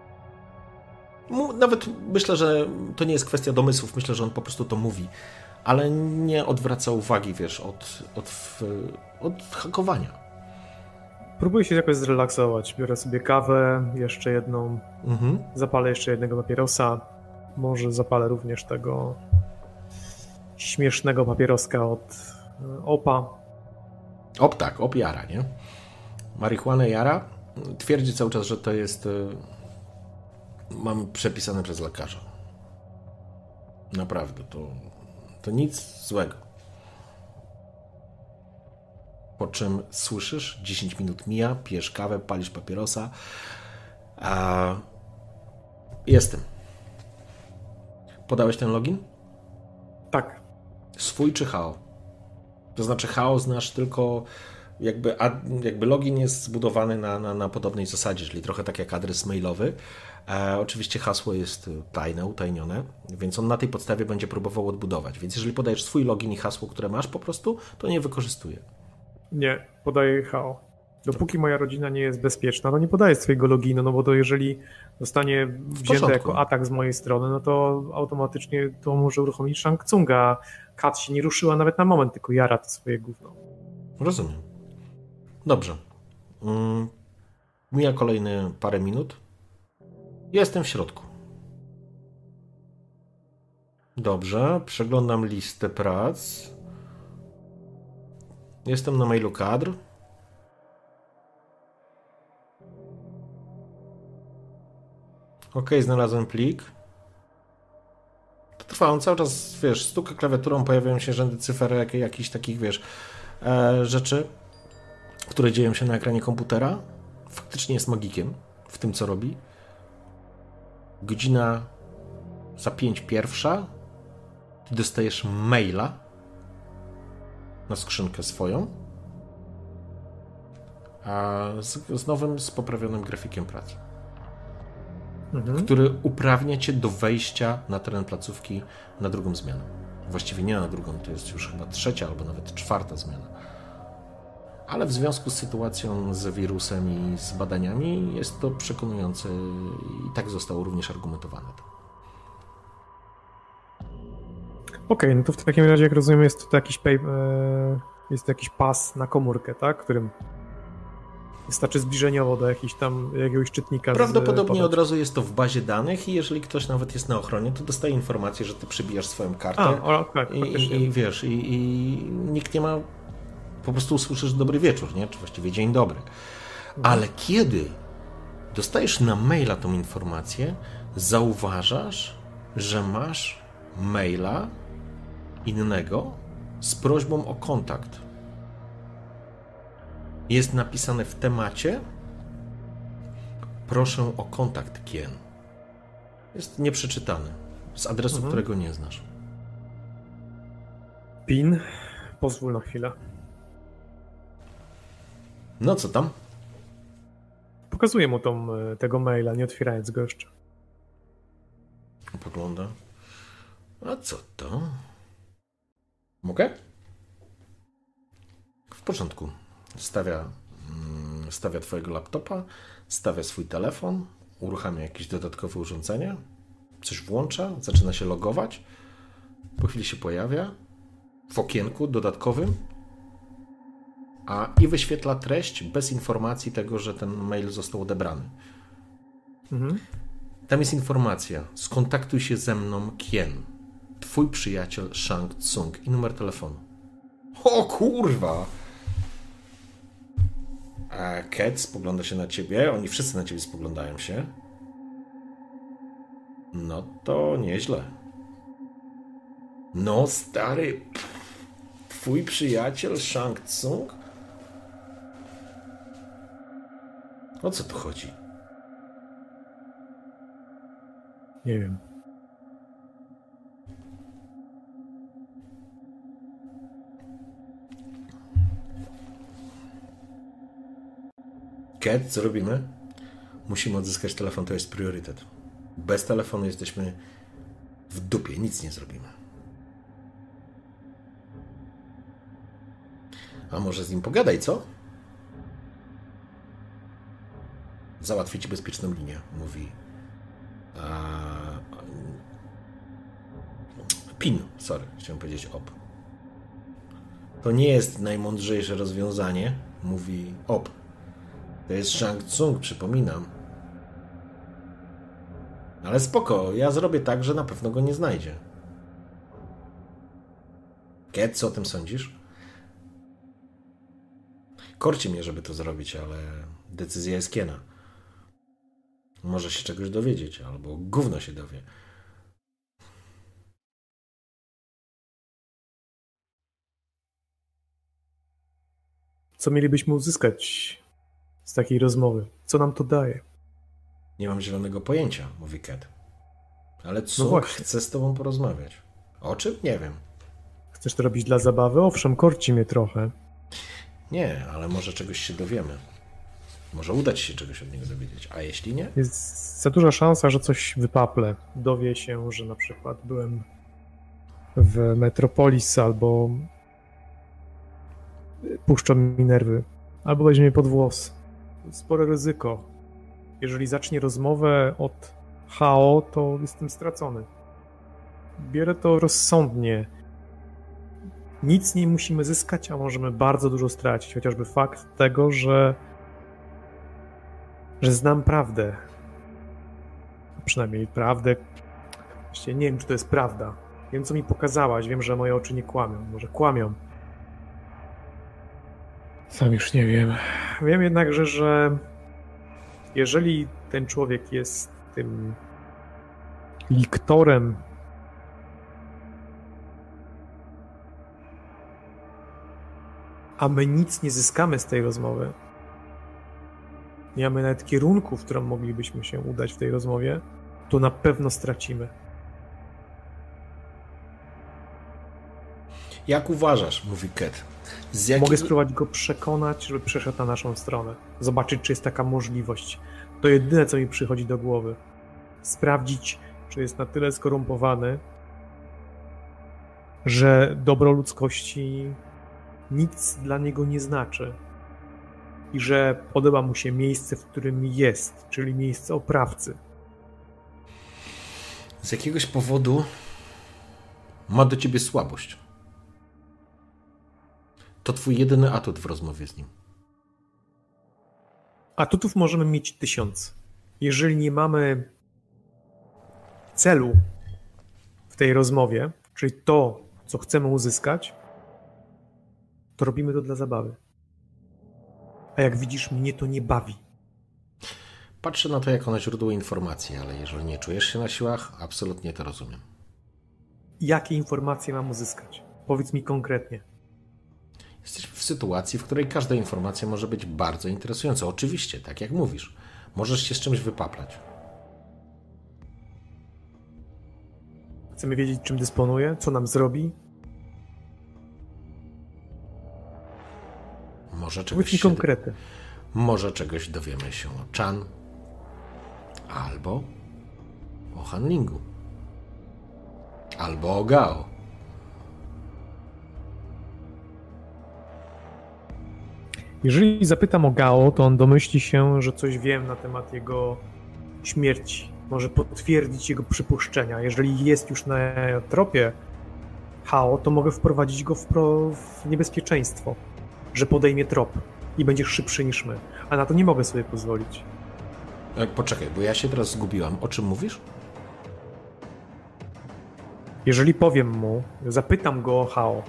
Nawet myślę, że to nie jest kwestia domysłów, myślę, że on po prostu to mówi, ale nie odwraca uwagi, wiesz, od, od, od hakowania. Próbuję się jakoś zrelaksować. Biorę sobie kawę, jeszcze jedną, mhm. zapalę jeszcze jednego papierosa, może zapalę również tego śmiesznego papieroska od Opa. Op, tak, Op jara, nie? Marihuanę jara. Twierdzi cały czas, że to jest... Mam przepisane przez lekarza. Naprawdę, to, to nic złego. Po czym słyszysz, dziesięć minut mija, pijesz kawę, palisz papierosa. A... Jestem. Podałeś ten login? Tak. Swój czy H A O? To znaczy H A O znasz tylko... Jakby, ad, jakby login jest zbudowany na, na, na podobnej zasadzie, czyli trochę tak jak adres mailowy. E, oczywiście hasło jest tajne, utajnione, więc on na tej podstawie będzie próbował odbudować. Więc jeżeli podajesz swój login i hasło, które masz po prostu, to nie wykorzystuje. Nie, podaję H A O. Dopóki moja rodzina nie jest bezpieczna, to nie podaję swojego loginu, no bo to jeżeli zostanie wzięte jako atak z mojej strony, no to automatycznie to może uruchomić Shang Tsunga. Kat się nie ruszyła nawet na moment, tylko jara to swoje gówno. Rozumiem. Dobrze. Mm, mija kolejne parę minut. Jestem w środku. Dobrze, przeglądam listę prac. Jestem na mailu kadr. Ok, znalazłem plik. To trwa, on cały czas, wiesz, stuka klawiaturą, pojawiają się rzędy cyfer, jak, jakichś takich, wiesz, e, rzeczy, które dzieją się na ekranie komputera. Faktycznie jest magikiem w tym, co robi. Godzina za pięć pierwsza. Ty dostajesz maila na skrzynkę swoją, a z, z nowym, z poprawionym grafikiem pracy, mhm. który uprawnia cię do wejścia na teren placówki na drugą zmianę. Właściwie nie na drugą, to jest już chyba trzecia albo nawet czwarta zmiana. Ale w związku z sytuacją z wirusem i z badaniami jest to przekonujące i tak zostało również argumentowane. Okej, okay, no to w takim razie, jak rozumiem, jest to jakiś, pay, jest to jakiś pas na komórkę, tak? Którym wystarczy zbliżeniowo do jakichś tam, jakiegoś czytnika. Prawdopodobnie od razu jest to w bazie danych i jeżeli ktoś nawet jest na ochronie, to dostaje informację, że ty przybijasz swoją kartę. A, okay, i, i, i wiesz, i, i nikt nie ma... Po prostu usłyszysz dobry wieczór, nie? Czy właściwie dzień dobry. Ale kiedy dostajesz na maila tą informację, zauważasz, że masz maila innego z prośbą o kontakt. Jest napisane w temacie: proszę o kontakt Kien. Jest nieprzeczytany. Z adresu, mhm. którego nie znasz. Pin, pozwól na chwilę. No co tam? Pokazuję mu tą, tego maila, nie otwierając go jeszcze. Pogląda. A co to? Mogę? W porządku. Stawia, stawia twojego laptopa, stawia swój telefon, uruchamia jakieś dodatkowe urządzenie, coś włącza, zaczyna się logować. Po chwili się pojawia w okienku dodatkowym, a i wyświetla treść bez informacji tego, że ten mail został odebrany. Mhm. Tam jest informacja: skontaktuj się ze mną, Kien, twój przyjaciel Shang Tsung, i numer telefonu. O kurwa! A Cat spogląda się na ciebie, oni wszyscy na ciebie spoglądają się. No to nieźle. No stary, Twój przyjaciel Shang Tsung? O co tu chodzi? Nie wiem. Cat, co robimy? Musimy odzyskać telefon, to jest priorytet. Bez telefonu jesteśmy w dupie, nic nie zrobimy. A może z nim pogadaj, co? Załatwię ci bezpieczną linię, mówi. A... Pin, sorry, chciałem powiedzieć op. To nie jest najmądrzejsze rozwiązanie, mówi op. To jest Shang Tsung, przypominam. Ale spoko, ja zrobię tak, że na pewno go nie znajdzie. Cat, co o tym sądzisz? Korci mnie, żeby to zrobić, ale decyzja jest Kiena. Może się czegoś dowiedzieć, albo gówno się dowie. Co mielibyśmy uzyskać z takiej rozmowy? Co nam to daje? Nie mam zielonego pojęcia, mówi Cat. Ale No Tsung właśnie. chce z tobą porozmawiać. O czym? Nie wiem. Chcesz to robić dla zabawy? Owszem, korci mnie trochę. Nie, ale może czegoś się dowiemy. Może uda ci się czegoś od niego dowiedzieć. A jeśli nie? Jest za duża szansa, że coś wypaplę. Dowie się, że na przykład byłem w Metropolis albo puszczą mi nerwy, albo weźmie mnie pod włos. Spore ryzyko. Jeżeli zacznie rozmowę od H O, to jestem stracony. Bierę to rozsądnie. Nic nie musimy zyskać, a możemy bardzo dużo stracić. Chociażby fakt tego, że że znam prawdę. A przynajmniej prawdę. Właściwie nie wiem, czy to jest prawda. Wiem, co mi pokazałaś. Wiem, że moje oczy nie kłamią. Może kłamią. Sam już nie wiem. Wiem jednakże, że jeżeli ten człowiek jest tym liktorem, a my nic nie zyskamy z tej rozmowy, nie mamy nawet kierunku, w którym moglibyśmy się udać w tej rozmowie, to na pewno stracimy. Jak uważasz, mówi Cat. Z jakiego... Mogę spróbować go przekonać, żeby przeszedł na naszą stronę. Zobaczyć, czy jest taka możliwość. To jedyne, co mi przychodzi do głowy. Sprawdzić, czy jest na tyle skorumpowany, że dobro ludzkości nic dla niego nie znaczy. I że podoba mu się miejsce, w którym jest, czyli miejsce oprawcy. Z jakiegoś powodu ma do ciebie słabość. To twój jedyny atut w rozmowie z nim. Atutów możemy mieć tysiąc. Jeżeli nie mamy celu w tej rozmowie, czyli to, co chcemy uzyskać, to robimy to dla zabawy. A jak widzisz, mnie to nie bawi. Patrzę na to jako na źródło informacji, ale jeżeli nie czujesz się na siłach, absolutnie to rozumiem. Jakie informacje mam uzyskać? Powiedz mi konkretnie. Jesteśmy w sytuacji, w której każda informacja może być bardzo interesująca. Oczywiście, tak jak mówisz. Możesz się z czymś wypaplać. Chcemy wiedzieć, czym dysponuje, co nam zrobi. Może czegoś Powiedz mi się... konkrety. Może czegoś dowiemy się o Chan. Albo o Hanlingu. Albo o Gao. Jeżeli zapytam o Gao, to on domyśli się, że coś wiem na temat jego śmierci. Może potwierdzić jego przypuszczenia. Jeżeli jest już na tropie Hao, to mogę wprowadzić go w, pro... w niebezpieczeństwo, że podejmie trop i będzie szybszy niż my. A na to nie mogę sobie pozwolić. E, poczekaj, bo ja się teraz zgubiłam. O czym mówisz? Jeżeli powiem mu, zapytam go o Hao.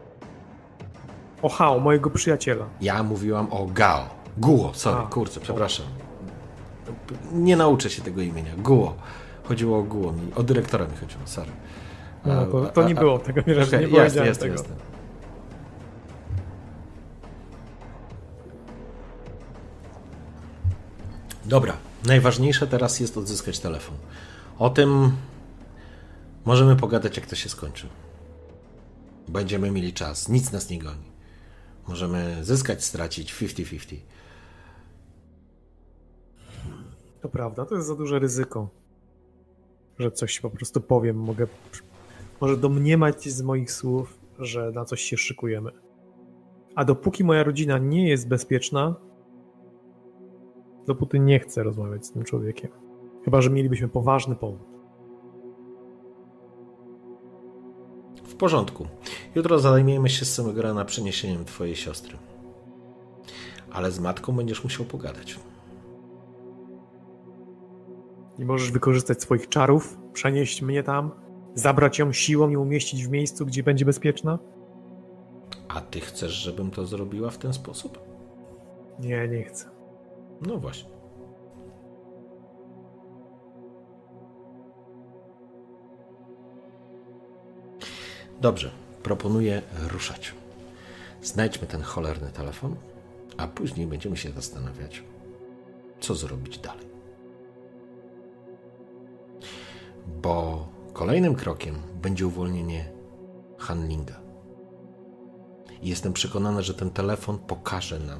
O Hao, mojego przyjaciela. Ja mówiłam o Gao. Guo, sorry, A. kurczę, przepraszam. Nie nauczę się tego imienia. Guo. Chodziło o Guo. Mi, o dyrektora mi chodziło, sorry. No, to, to nie a, było tego, że okay, nie jasne, powiedziałem jasne, tego. jasne. Dobra, najważniejsze teraz jest odzyskać telefon. O tym możemy pogadać, jak to się skończy. Będziemy mieli czas, nic nas nie goni. Możemy zyskać, stracić pięćdziesiąt pięćdziesiąt. To prawda, to jest za duże ryzyko, że coś po prostu powiem. Mogę może domniemać z moich słów, że na coś się szykujemy. A dopóki moja rodzina nie jest bezpieczna, dopóty nie chcę rozmawiać z tym człowiekiem. Chyba że mielibyśmy poważny powód. W porządku. Jutro zajmiemy się z samego rana przeniesieniem twojej siostry. Ale z matką będziesz musiał pogadać. Nie możesz wykorzystać swoich czarów, przenieść mnie tam, zabrać ją siłą i umieścić w miejscu, gdzie będzie bezpieczna? A ty chcesz, żebym to zrobiła w ten sposób? Nie, nie chcę. No właśnie. Dobrze, proponuję ruszać. Znajdźmy ten cholerny telefon, a później będziemy się zastanawiać, co zrobić dalej. Bo kolejnym krokiem będzie uwolnienie Hanlinga. I jestem przekonany, że ten telefon pokaże nam,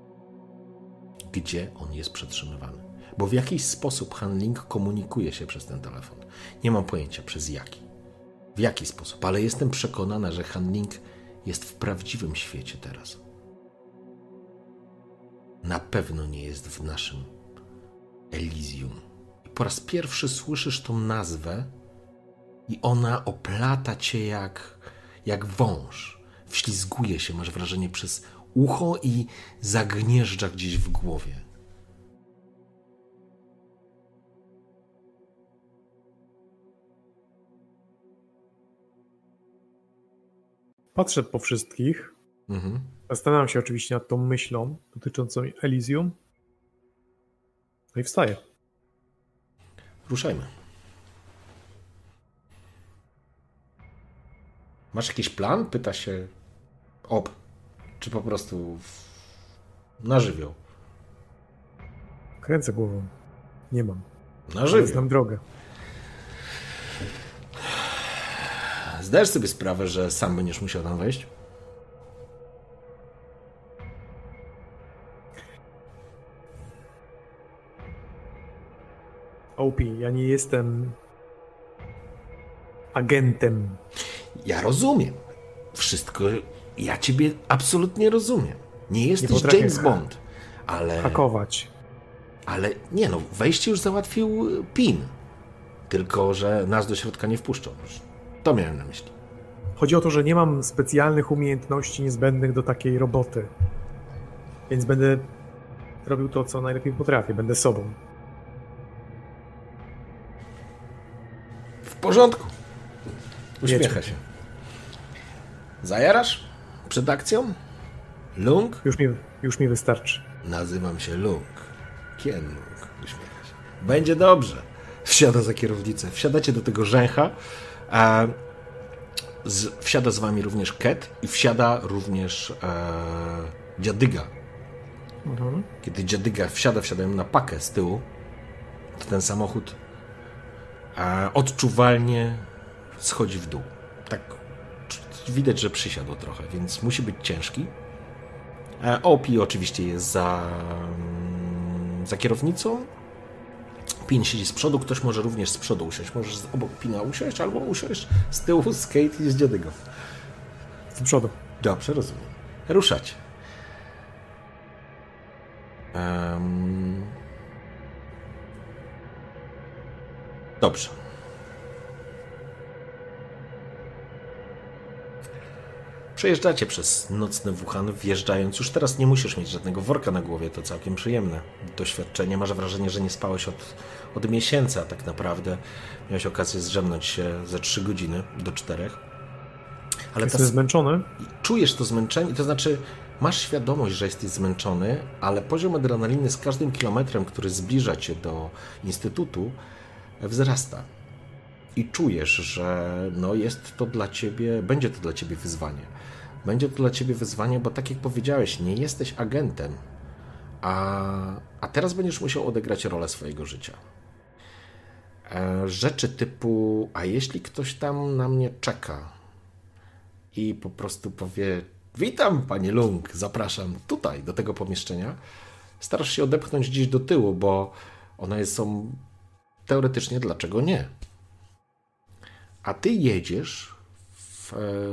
gdzie on jest przetrzymywany. Bo w jakiś sposób Hanling komunikuje się przez ten telefon. Nie mam pojęcia, przez jaki. W jaki sposób, ale jestem przekonana, że Hanling jest w prawdziwym świecie teraz. Na pewno nie jest w naszym Elysium. I po raz pierwszy słyszysz tą nazwę i ona oplata cię jak, jak wąż. Wślizguje się, masz wrażenie, przez ucho i zagnieżdża gdzieś w głowie. Patrzę po wszystkich. Mhm. Zastanawiam się oczywiście nad tą myślą dotyczącą Elysium. No i wstaję. Ruszajmy. Masz jakiś plan? Pyta się Ob. Czy po prostu na żywioł? Kręcę głową. Nie mam. Na Ale żywioł. znam drogę. Zdajesz sobie sprawę, że sam będziesz musiał tam wejść? O P, ja nie jestem agentem. Ja rozumiem. Wszystko, ja ciebie absolutnie rozumiem. Nie jesteś potrafię James ha- Bond, ale... Hakować. Ale nie no, wejście już załatwił Pin. Tylko, że nas do środka nie wpuszczą. To miałem na myśli. Chodzi o to, że nie mam specjalnych umiejętności niezbędnych do takiej roboty. Więc będę robił to, co najlepiej potrafię. Będę sobą. W porządku. Uśmiecha Jedźmy. się. Zajarasz? Przed akcją? Lung? Już mi, już mi wystarczy. Nazywam się Lung. Kien Lung. Uśmiecha się. Będzie dobrze. Wsiada za kierownicę. Wsiadacie do tego rzęcha. A z, wsiada z wami również Ket i wsiada również e, dziadyga. Mhm. Kiedy dziadyga wsiada, wsiadają na pakę z tyłu, to ten samochód e, odczuwalnie schodzi w dół. Tak widać, że przysiadł trochę, więc musi być ciężki. E, O P oczywiście jest za, za kierownicą. Pin siedzi z przodu, ktoś może również z przodu usiąść. Możesz obok Pina usiąść, albo usiąść z tyłu z Kate i z dziadygą. Z przodu. Dobrze, rozumiem. Ruszać. Um... Dobrze. Przejeżdżacie przez nocny Wuhan, wjeżdżając. Już teraz nie musisz mieć żadnego worka na głowie, to całkiem przyjemne doświadczenie. Masz wrażenie, że nie spałeś od, od miesięcy, a tak naprawdę miałeś okazję zdrzemnąć się ze trzy godziny do czterech. Ale Jestem ta... zmęczony. czujesz to zmęczenie, to znaczy masz świadomość, że jesteś zmęczony, ale poziom adrenaliny z każdym kilometrem, który zbliża cię do instytutu, wzrasta. I czujesz, że no jest to dla ciebie, będzie to dla ciebie wyzwanie. Będzie to dla ciebie wyzwanie, bo tak jak powiedziałeś, nie jesteś agentem, a A teraz będziesz musiał odegrać rolę swojego życia. Rzeczy typu, a jeśli ktoś tam na mnie czeka i po prostu powie: witam, panie Lung, zapraszam tutaj, do tego pomieszczenia, starasz się odepchnąć gdzieś do tyłu, bo one są teoretycznie, dlaczego nie? A ty jedziesz w,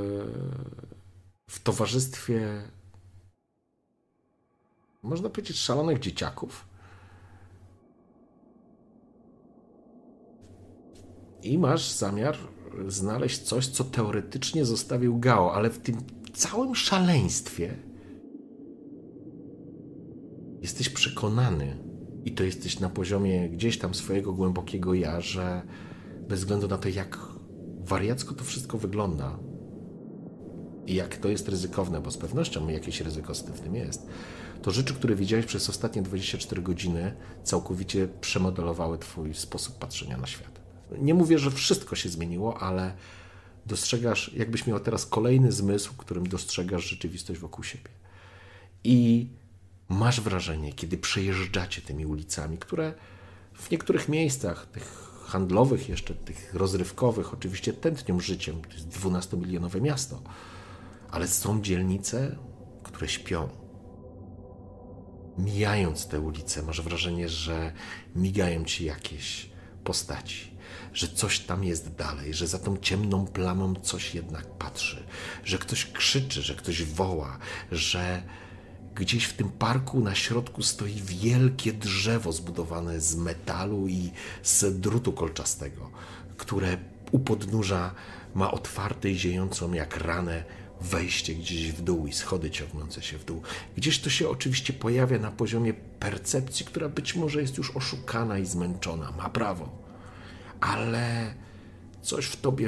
w towarzystwie, można powiedzieć, szalonych dzieciaków i masz zamiar znaleźć coś, co teoretycznie zostawił Gao, ale w tym całym szaleństwie jesteś przekonany, i to jesteś na poziomie gdzieś tam swojego głębokiego ja, że bez względu na to, jak wariacko to wszystko wygląda i jak to jest ryzykowne, bo z pewnością jakieś ryzyko z tym jest, to rzeczy, które widziałeś przez ostatnie dwadzieścia cztery godziny, całkowicie przemodelowały twój sposób patrzenia na świat. Nie mówię, że wszystko się zmieniło, ale dostrzegasz, jakbyś miał teraz kolejny zmysł, którym dostrzegasz rzeczywistość wokół siebie. I masz wrażenie, kiedy przejeżdżacie tymi ulicami, które w niektórych miejscach, tych handlowych jeszcze, tych rozrywkowych, oczywiście tętnią życiem. To jest dwunastomilionowe miasto. Ale są dzielnice, które śpią. Mijając te ulice, masz wrażenie, że migają ci jakieś postaci, że coś tam jest dalej, że za tą ciemną plamą coś jednak patrzy, że ktoś krzyczy, że ktoś woła, że gdzieś w tym parku na środku stoi wielkie drzewo zbudowane z metalu i z drutu kolczastego, które u podnóża ma otwarte i ziejącą jak ranę wejście gdzieś w dół i schody ciągnące się w dół. Gdzieś to się oczywiście pojawia na poziomie percepcji, która być może jest już oszukana i zmęczona, ma prawo. Ale coś w tobie,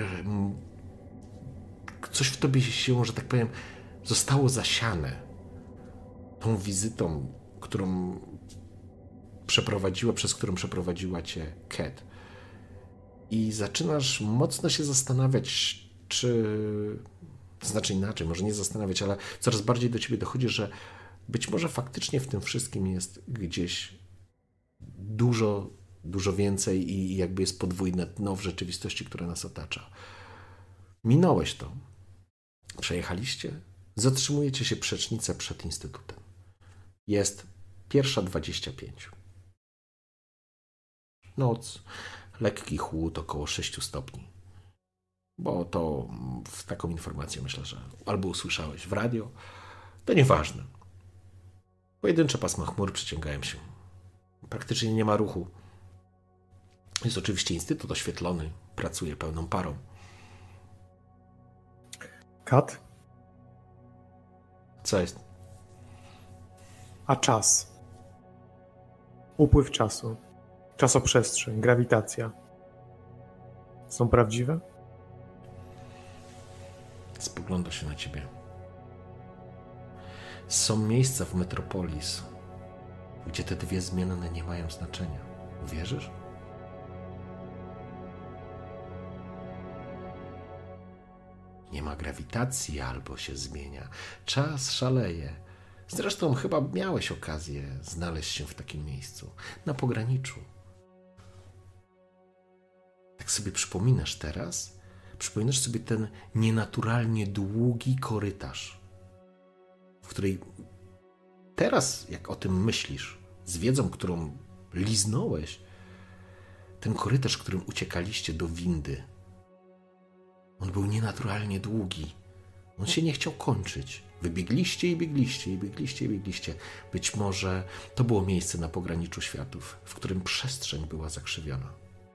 coś w tobie się, że tak powiem, zostało zasiane tą wizytą, którą przeprowadziła, przez którą przeprowadziła cię Cat. I zaczynasz mocno się zastanawiać, czy... To znaczy inaczej, może nie zastanawiać, ale coraz bardziej do ciebie dochodzi, że być może faktycznie w tym wszystkim jest gdzieś dużo, dużo więcej i jakby jest podwójne dno w rzeczywistości, która nas otacza. Minąłeś to. Przejechaliście. Zatrzymujecie się przecznicę przed instytutem. Jest pierwsza dwadzieścia pięć. Noc, lekki chłód, około sześć stopni. Bo to w taką informację myślę, że albo usłyszałeś w radio, to nieważne. Pojedyncze pasma chmur przyciągają się. Praktycznie nie ma ruchu. Jest oczywiście instytut oświetlony, pracuje pełną parą. Kat? Co jest? A czas? Upływ czasu, czasoprzestrzeń, grawitacja są prawdziwe? Spogląda się na ciebie. Są miejsca w Metropolis, gdzie te dwie zmienne nie mają znaczenia. Wierzysz? Nie ma grawitacji albo się zmienia. Czas szaleje. Zresztą chyba miałeś okazję znaleźć się w takim miejscu, na pograniczu. Tak sobie przypominasz teraz, przypominasz sobie ten nienaturalnie długi korytarz, w której teraz, jak o tym myślisz, z wiedzą, którą liznąłeś, ten korytarz, którym uciekaliście do windy, on był nienaturalnie długi. On się nie chciał kończyć. Wybiegliście i biegliście, i biegliście, i biegliście. Być może to było miejsce na pograniczu światów, w którym przestrzeń była zakrzywiona.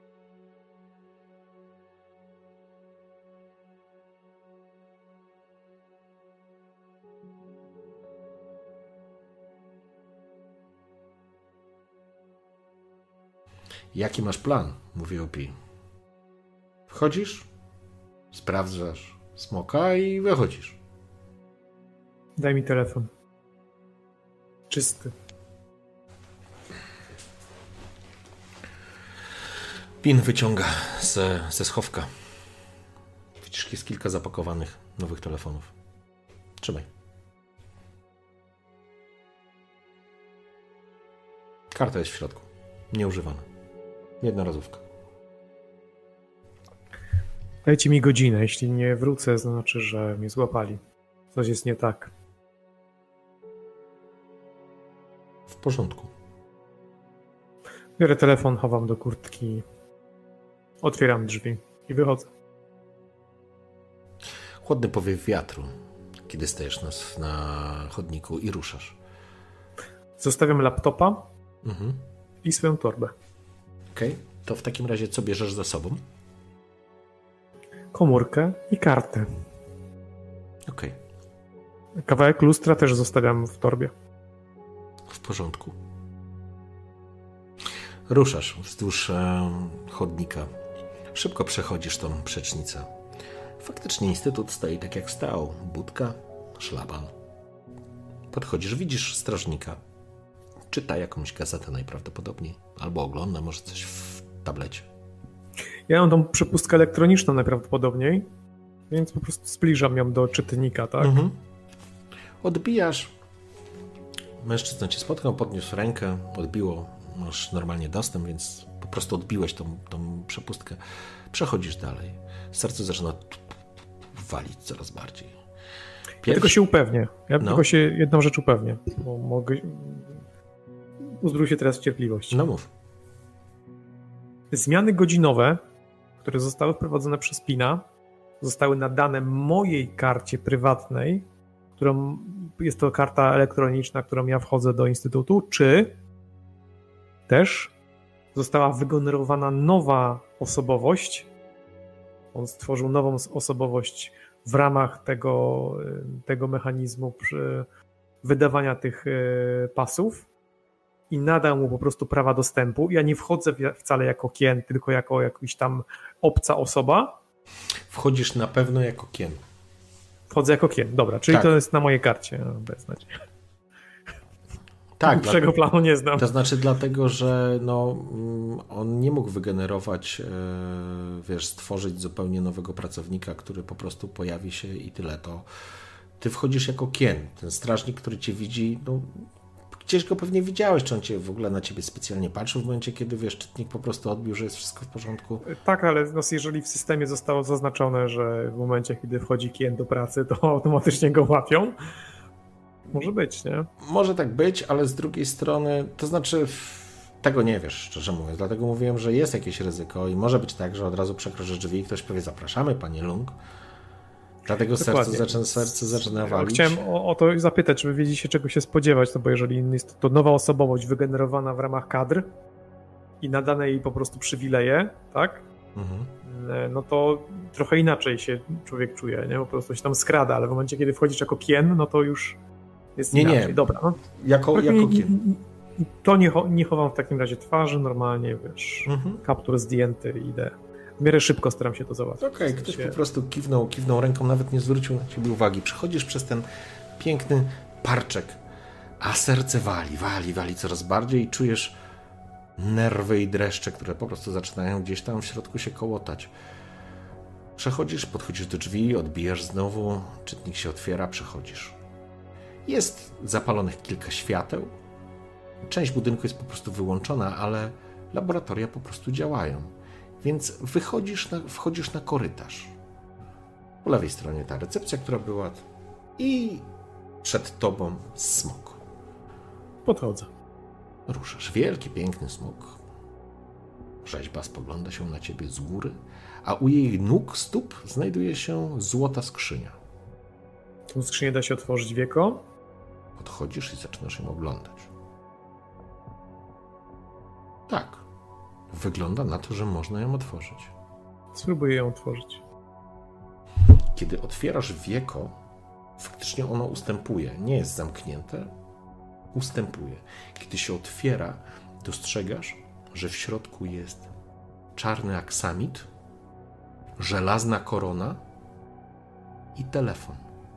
Jaki masz plan? Mówi Opi. Wchodzisz, sprawdzasz smoka i wychodzisz. Daj mi telefon. Czysty. Pin wyciąga ze, ze schowka. Widzisz, jest kilka zapakowanych nowych telefonów. Trzymaj. Karta jest w środku. Nieużywana. Jednorazówka. Dajcie mi godzinę. Jeśli nie wrócę, znaczy, że mnie złapali. Coś jest nie tak. W porządku. Biorę telefon, chowam do kurtki. Otwieram drzwi i wychodzę. Chłodny powiew wiatru, kiedy stajesz na, na chodniku i ruszasz. Zostawiam laptopa Mhm. i swoją torbę. Okej, okay. To w takim razie co bierzesz ze sobą? Komórkę i kartę. Okej. Okay. Kawałek lustra też zostawiam w torbie. W porządku. Ruszasz wzdłuż e, chodnika. Szybko przechodzisz tą przecznicę. Faktycznie instytut stoi tak jak stał. Budka, szlaban. Podchodzisz, widzisz strażnika. Czyta jakąś gazetę najprawdopodobniej. Albo ogląda może coś w tablecie. Ja mam tą przepustkę elektroniczną najprawdopodobniej, więc po prostu zbliżam ją do czytnika, tak? Mhm. Odbijasz. Mężczyzna cię spotkał, podniósł rękę, odbiło. Masz normalnie dostęp, więc po prostu odbiłeś tą, tą przepustkę. Przechodzisz dalej. Serce zaczyna walić coraz bardziej. Pierwszy... Ja tylko się upewnię. Ja no. tylko się jedną rzecz upewnię, bo mogę... Uzbrój się teraz w cierpliwość. No mów. Zmiany godzinowe, które zostały wprowadzone przez Pina, zostały nadane mojej karcie prywatnej, którą jest to karta elektroniczna, którą ja wchodzę do instytutu, czy też została wygenerowana nowa osobowość. On stworzył nową osobowość w ramach tego, tego mechanizmu wydawania tych pasów i nadał mu po prostu prawa dostępu. Ja nie wchodzę wcale jako Kien, tylko jako jakaś tam obca osoba. Wchodzisz na pewno jako Kien. Wchodzę jako Kien, dobra, czyli tak. To jest na mojej karcie. No, bez nadziei. Tak. Głupszego planu nie znam. To znaczy dlatego, że no, on nie mógł wygenerować, wiesz, stworzyć zupełnie nowego pracownika, który po prostu pojawi się i tyle. To ty wchodzisz jako Kien. Ten strażnik, który cię widzi, no, gdzieś go pewnie widziałeś, czy on cię w ogóle na ciebie specjalnie patrzył w momencie, kiedy, wiesz, czytnik po prostu odbił, że jest wszystko w porządku. Tak, ale no, jeżeli w systemie zostało zaznaczone, że w momencie, kiedy wchodzi Kien do pracy, to automatycznie go łapią. Może być, nie? Może tak być, ale z drugiej strony, to znaczy tego nie wiesz, szczerze mówiąc. Dlatego mówiłem, że jest jakieś ryzyko i może być tak, że od razu przekroczysz drzwi i ktoś powie, zapraszamy, panie Lung. Dlatego serce zaczyna, serce zaczyna walić. Chciałem o, o to zapytać, czy wy wiedzieliście, czego się spodziewać, no bo jeżeli jest to nowa osobowość wygenerowana w ramach kadr i nadane jej po prostu przywileje, tak? Mhm. No to trochę inaczej się człowiek czuje, nie? Po prostu się tam skrada, ale w momencie, kiedy wchodzisz jako Kien, no to już jest nie, inaczej. Nie, dobra. No. Jako, tak, jako nie, Kien. To nie, nie chowam w takim razie twarzy, normalnie, wiesz, mhm. kaptur zdjęty i idę. W miarę szybko staram się to załatwić. Okej, okay, ktoś po prostu kiwnął, kiwnął ręką, nawet nie zwrócił na ciebie uwagi. Przechodzisz przez ten piękny parczek, a serce wali, wali, wali coraz bardziej i czujesz nerwy i dreszcze, które po prostu zaczynają gdzieś tam w środku się kołotać. Przechodzisz, podchodzisz do drzwi, odbijasz znowu, czytnik się otwiera, przechodzisz. Jest zapalonych kilka świateł. Część budynku jest po prostu wyłączona, ale laboratoria po prostu działają. Więc wychodzisz na, wchodzisz na korytarz. Po lewej stronie ta recepcja, która była i przed tobą smok. Podchodzę. Ruszasz. Wielki, piękny smok. Rzeźba spogląda się na ciebie z góry, a u jej nóg, stóp znajduje się złota skrzynia. Tą skrzynię da się otworzyć wieko? Podchodzisz i zaczynasz ją oglądać. Tak. Wygląda na to, że można ją otworzyć. Spróbuję ją otworzyć. Kiedy otwierasz wieko, faktycznie ono ustępuje. Nie jest zamknięte, ustępuje. Kiedy się otwiera, dostrzegasz, że w środku jest czarny aksamit, żelazna korona i telefon.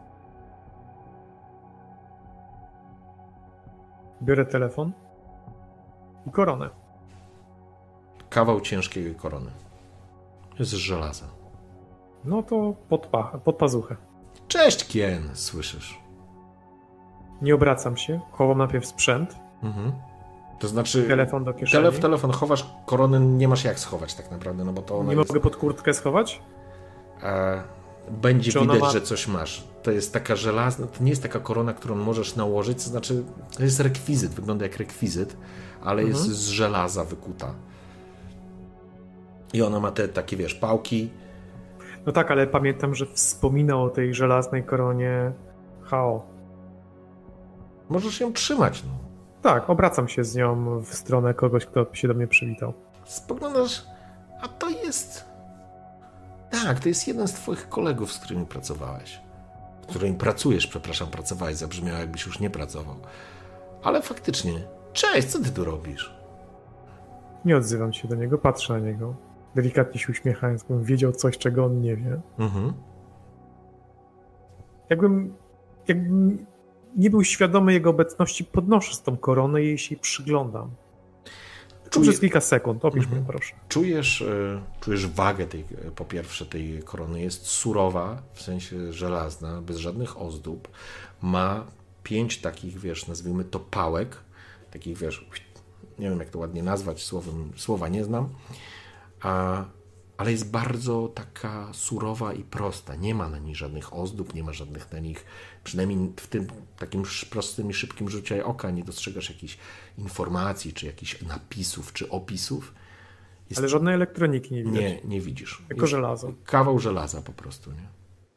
Biorę telefon i koronę. Kawał ciężkiej korony. Jest z żelaza. No to pod, pach, pod pazuchę. Cześć, Kien, słyszysz. Nie obracam się, chowam najpierw sprzęt. Mhm. To znaczy, Telefon do kieszeni. Tele, w telefon chowasz, koronę nie masz jak schować tak naprawdę, no bo to ona Nie jest... mogę pod kurtkę schować? E, będzie Czy ona widać, ma- że coś masz. To jest taka żelazna, to nie jest taka korona, którą możesz nałożyć, to znaczy, to jest rekwizyt, wygląda jak rekwizyt, ale Mhm. jest z żelaza wykuta. I ona ma te takie, wiesz, pałki. No tak, ale pamiętam, że wspominał o tej żelaznej koronie Hao. Możesz ją trzymać, no. Tak, obracam się z nią w stronę kogoś, kto się do mnie przywitał. Spoglądasz, a to jest... Tak, to jest jeden z twoich kolegów, z którymi pracowałeś. Z którymi pracujesz, przepraszam, pracowałeś, zabrzmiało, jakbyś już nie pracował. Ale faktycznie, cześć, co ty tu robisz? Nie odzywam się do niego, patrzę na niego. Delikatnie się uśmiechając, bym wiedział coś, czego on nie wie. Mhm. Jakbym, jakbym nie był świadomy jego obecności, podnoszę z tą koronę i jej się przyglądam. Tu Czuję- przez kilka sekund, opisz Mhm. mnie proszę. Czujesz, e, czujesz wagę tej, e, po pierwsze tej korony. Jest surowa, w sensie żelazna, bez żadnych ozdób. Ma pięć takich, wiesz, nazwijmy to pałek. Takich, wiesz, nie wiem jak to ładnie nazwać, słowem, słowa nie znam. A, ale jest bardzo taka surowa i prosta. Nie ma na niej żadnych ozdób, nie ma żadnych na nich, przynajmniej w tym takim sz- prostym i szybkim rzucie oka nie dostrzegasz jakichś informacji, czy jakichś napisów, czy opisów. Jest, Ale żadnej elektroniki nie widać. nie, nie widzisz. Tylko Jest żelazo. Kawał żelaza po prostu, nie?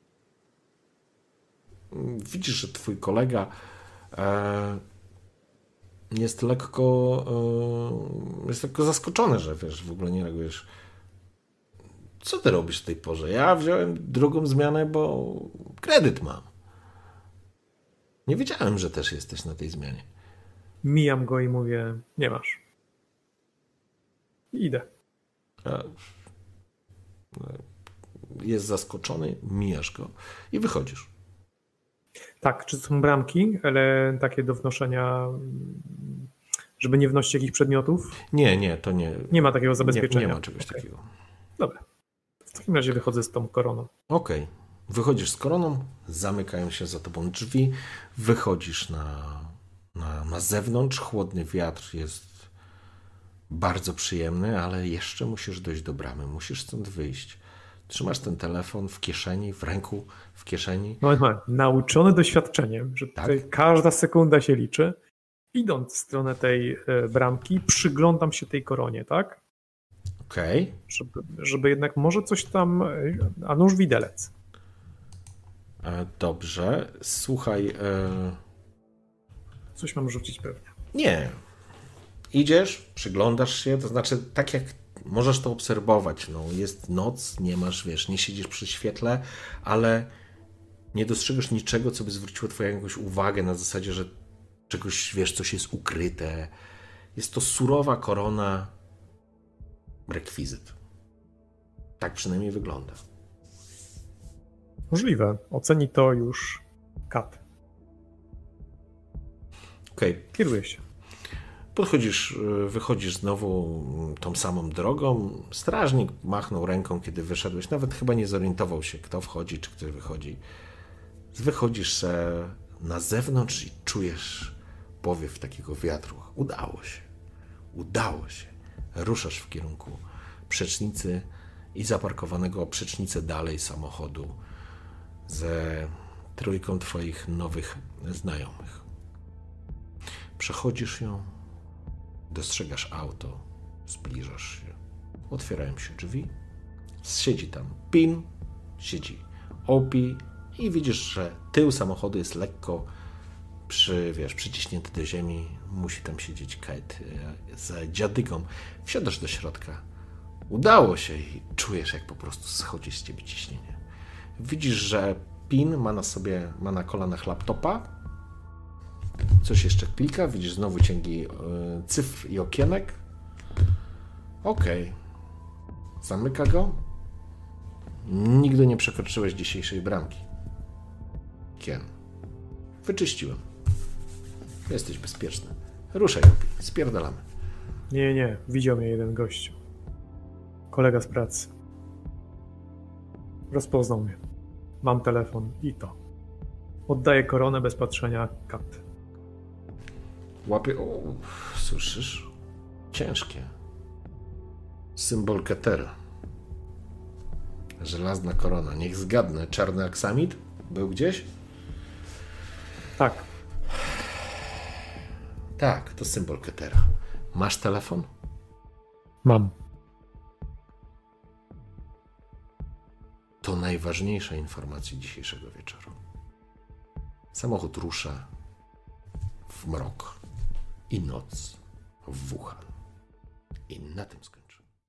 Widzisz, że twój kolega e, jest lekko e, jest lekko zaskoczony, że wiesz, w ogóle nie reagujesz. Co ty robisz w tej porze? Ja wziąłem drugą zmianę, bo kredyt mam. Nie wiedziałem, że też jesteś na tej zmianie. Mijam go i mówię, nie masz. I idę. A, jest zaskoczony, mijasz go i wychodzisz. Tak, czy są bramki, ale takie do wnoszenia, żeby nie wnosić jakichś przedmiotów? Nie, nie, to nie. Nie ma takiego Nie, zabezpieczenia. nie ma czegoś Okej. takiego. Dobra. W takim razie wychodzę z tą koroną. Okej. Wychodzisz z koroną, zamykają się za tobą drzwi, wychodzisz na, na, na zewnątrz, chłodny wiatr jest bardzo przyjemny, ale jeszcze musisz dojść do bramy, musisz stąd wyjść. Trzymasz ten telefon w kieszeni, w ręku, w kieszeni. Moment, moment. Nauczony doświadczeniem, że Tak. tutaj każda sekunda się liczy. Idąc w stronę tej e, bramki, przyglądam się tej koronie, tak? Okej. Żeby, żeby jednak może coś tam, e, a nuż widelec. E, Dobrze. Słuchaj, e, Coś mam rzucić pewnie. nie. Idziesz, przyglądasz się, to znaczy tak jak możesz to obserwować, no jest noc, nie masz, wiesz, nie siedzisz przy świetle, ale nie dostrzegasz niczego, co by zwróciło twoją jakąś uwagę na zasadzie, że czegoś, wiesz, coś jest ukryte. Jest to surowa korona, rekwizyt. Tak przynajmniej wygląda. Możliwe. Oceni to już Kat. Okej, Kieruję się. podchodzisz, y, wychodzisz znowu tą samą drogą. Strażnik machnął ręką, kiedy wyszedłeś. Nawet chyba nie zorientował się, kto wchodzi, czy kto wychodzi. Wychodzisz se na zewnątrz i czujesz powiew takiego wiatru. Udało się. Udało się. Ruszasz w kierunku przecznicy i zaparkowanego przecznicę dalej samochodu ze trójką twoich nowych znajomych. Przechodzisz ją, dostrzegasz auto, zbliżasz się, otwierają się drzwi, siedzi tam Pin, siedzi Opi i widzisz, że tył samochodu jest lekko przy, wiesz, przyciśnięty do ziemi, musi tam siedzieć Kate z dziadygą. Wsiadasz do środka, udało się i czujesz, jak po prostu schodzi z ciebie ciśnienie. Widzisz, że Pin ma na sobie, ma na kolanach laptopa, coś jeszcze klika, widzisz znowu cięgi y, cyfr i okienek. Okej. Zamyka go. Nigdy nie przekroczyłeś dzisiejszej bramki. Kien. Wyczyściłem. Jesteś bezpieczny. Ruszaj, Opi. Spierdalamy. Nie, nie. Widział mnie jeden gościu. Kolega z pracy. Rozpoznał mnie. Mam telefon i to. Oddaję koronę bez patrzenia Kat. Łapie... O, Słyszysz? Ciężkie. Symbol Ketera. Żelazna korona. Niech zgadnę. Czarny aksamit? Był gdzieś? Tak. Tak, to symbol Ketera. Masz telefon? Mam. To najważniejsza informacja dzisiejszego wieczoru. Samochód rusza w mrok i noc w Wuhan. I na tym skończymy.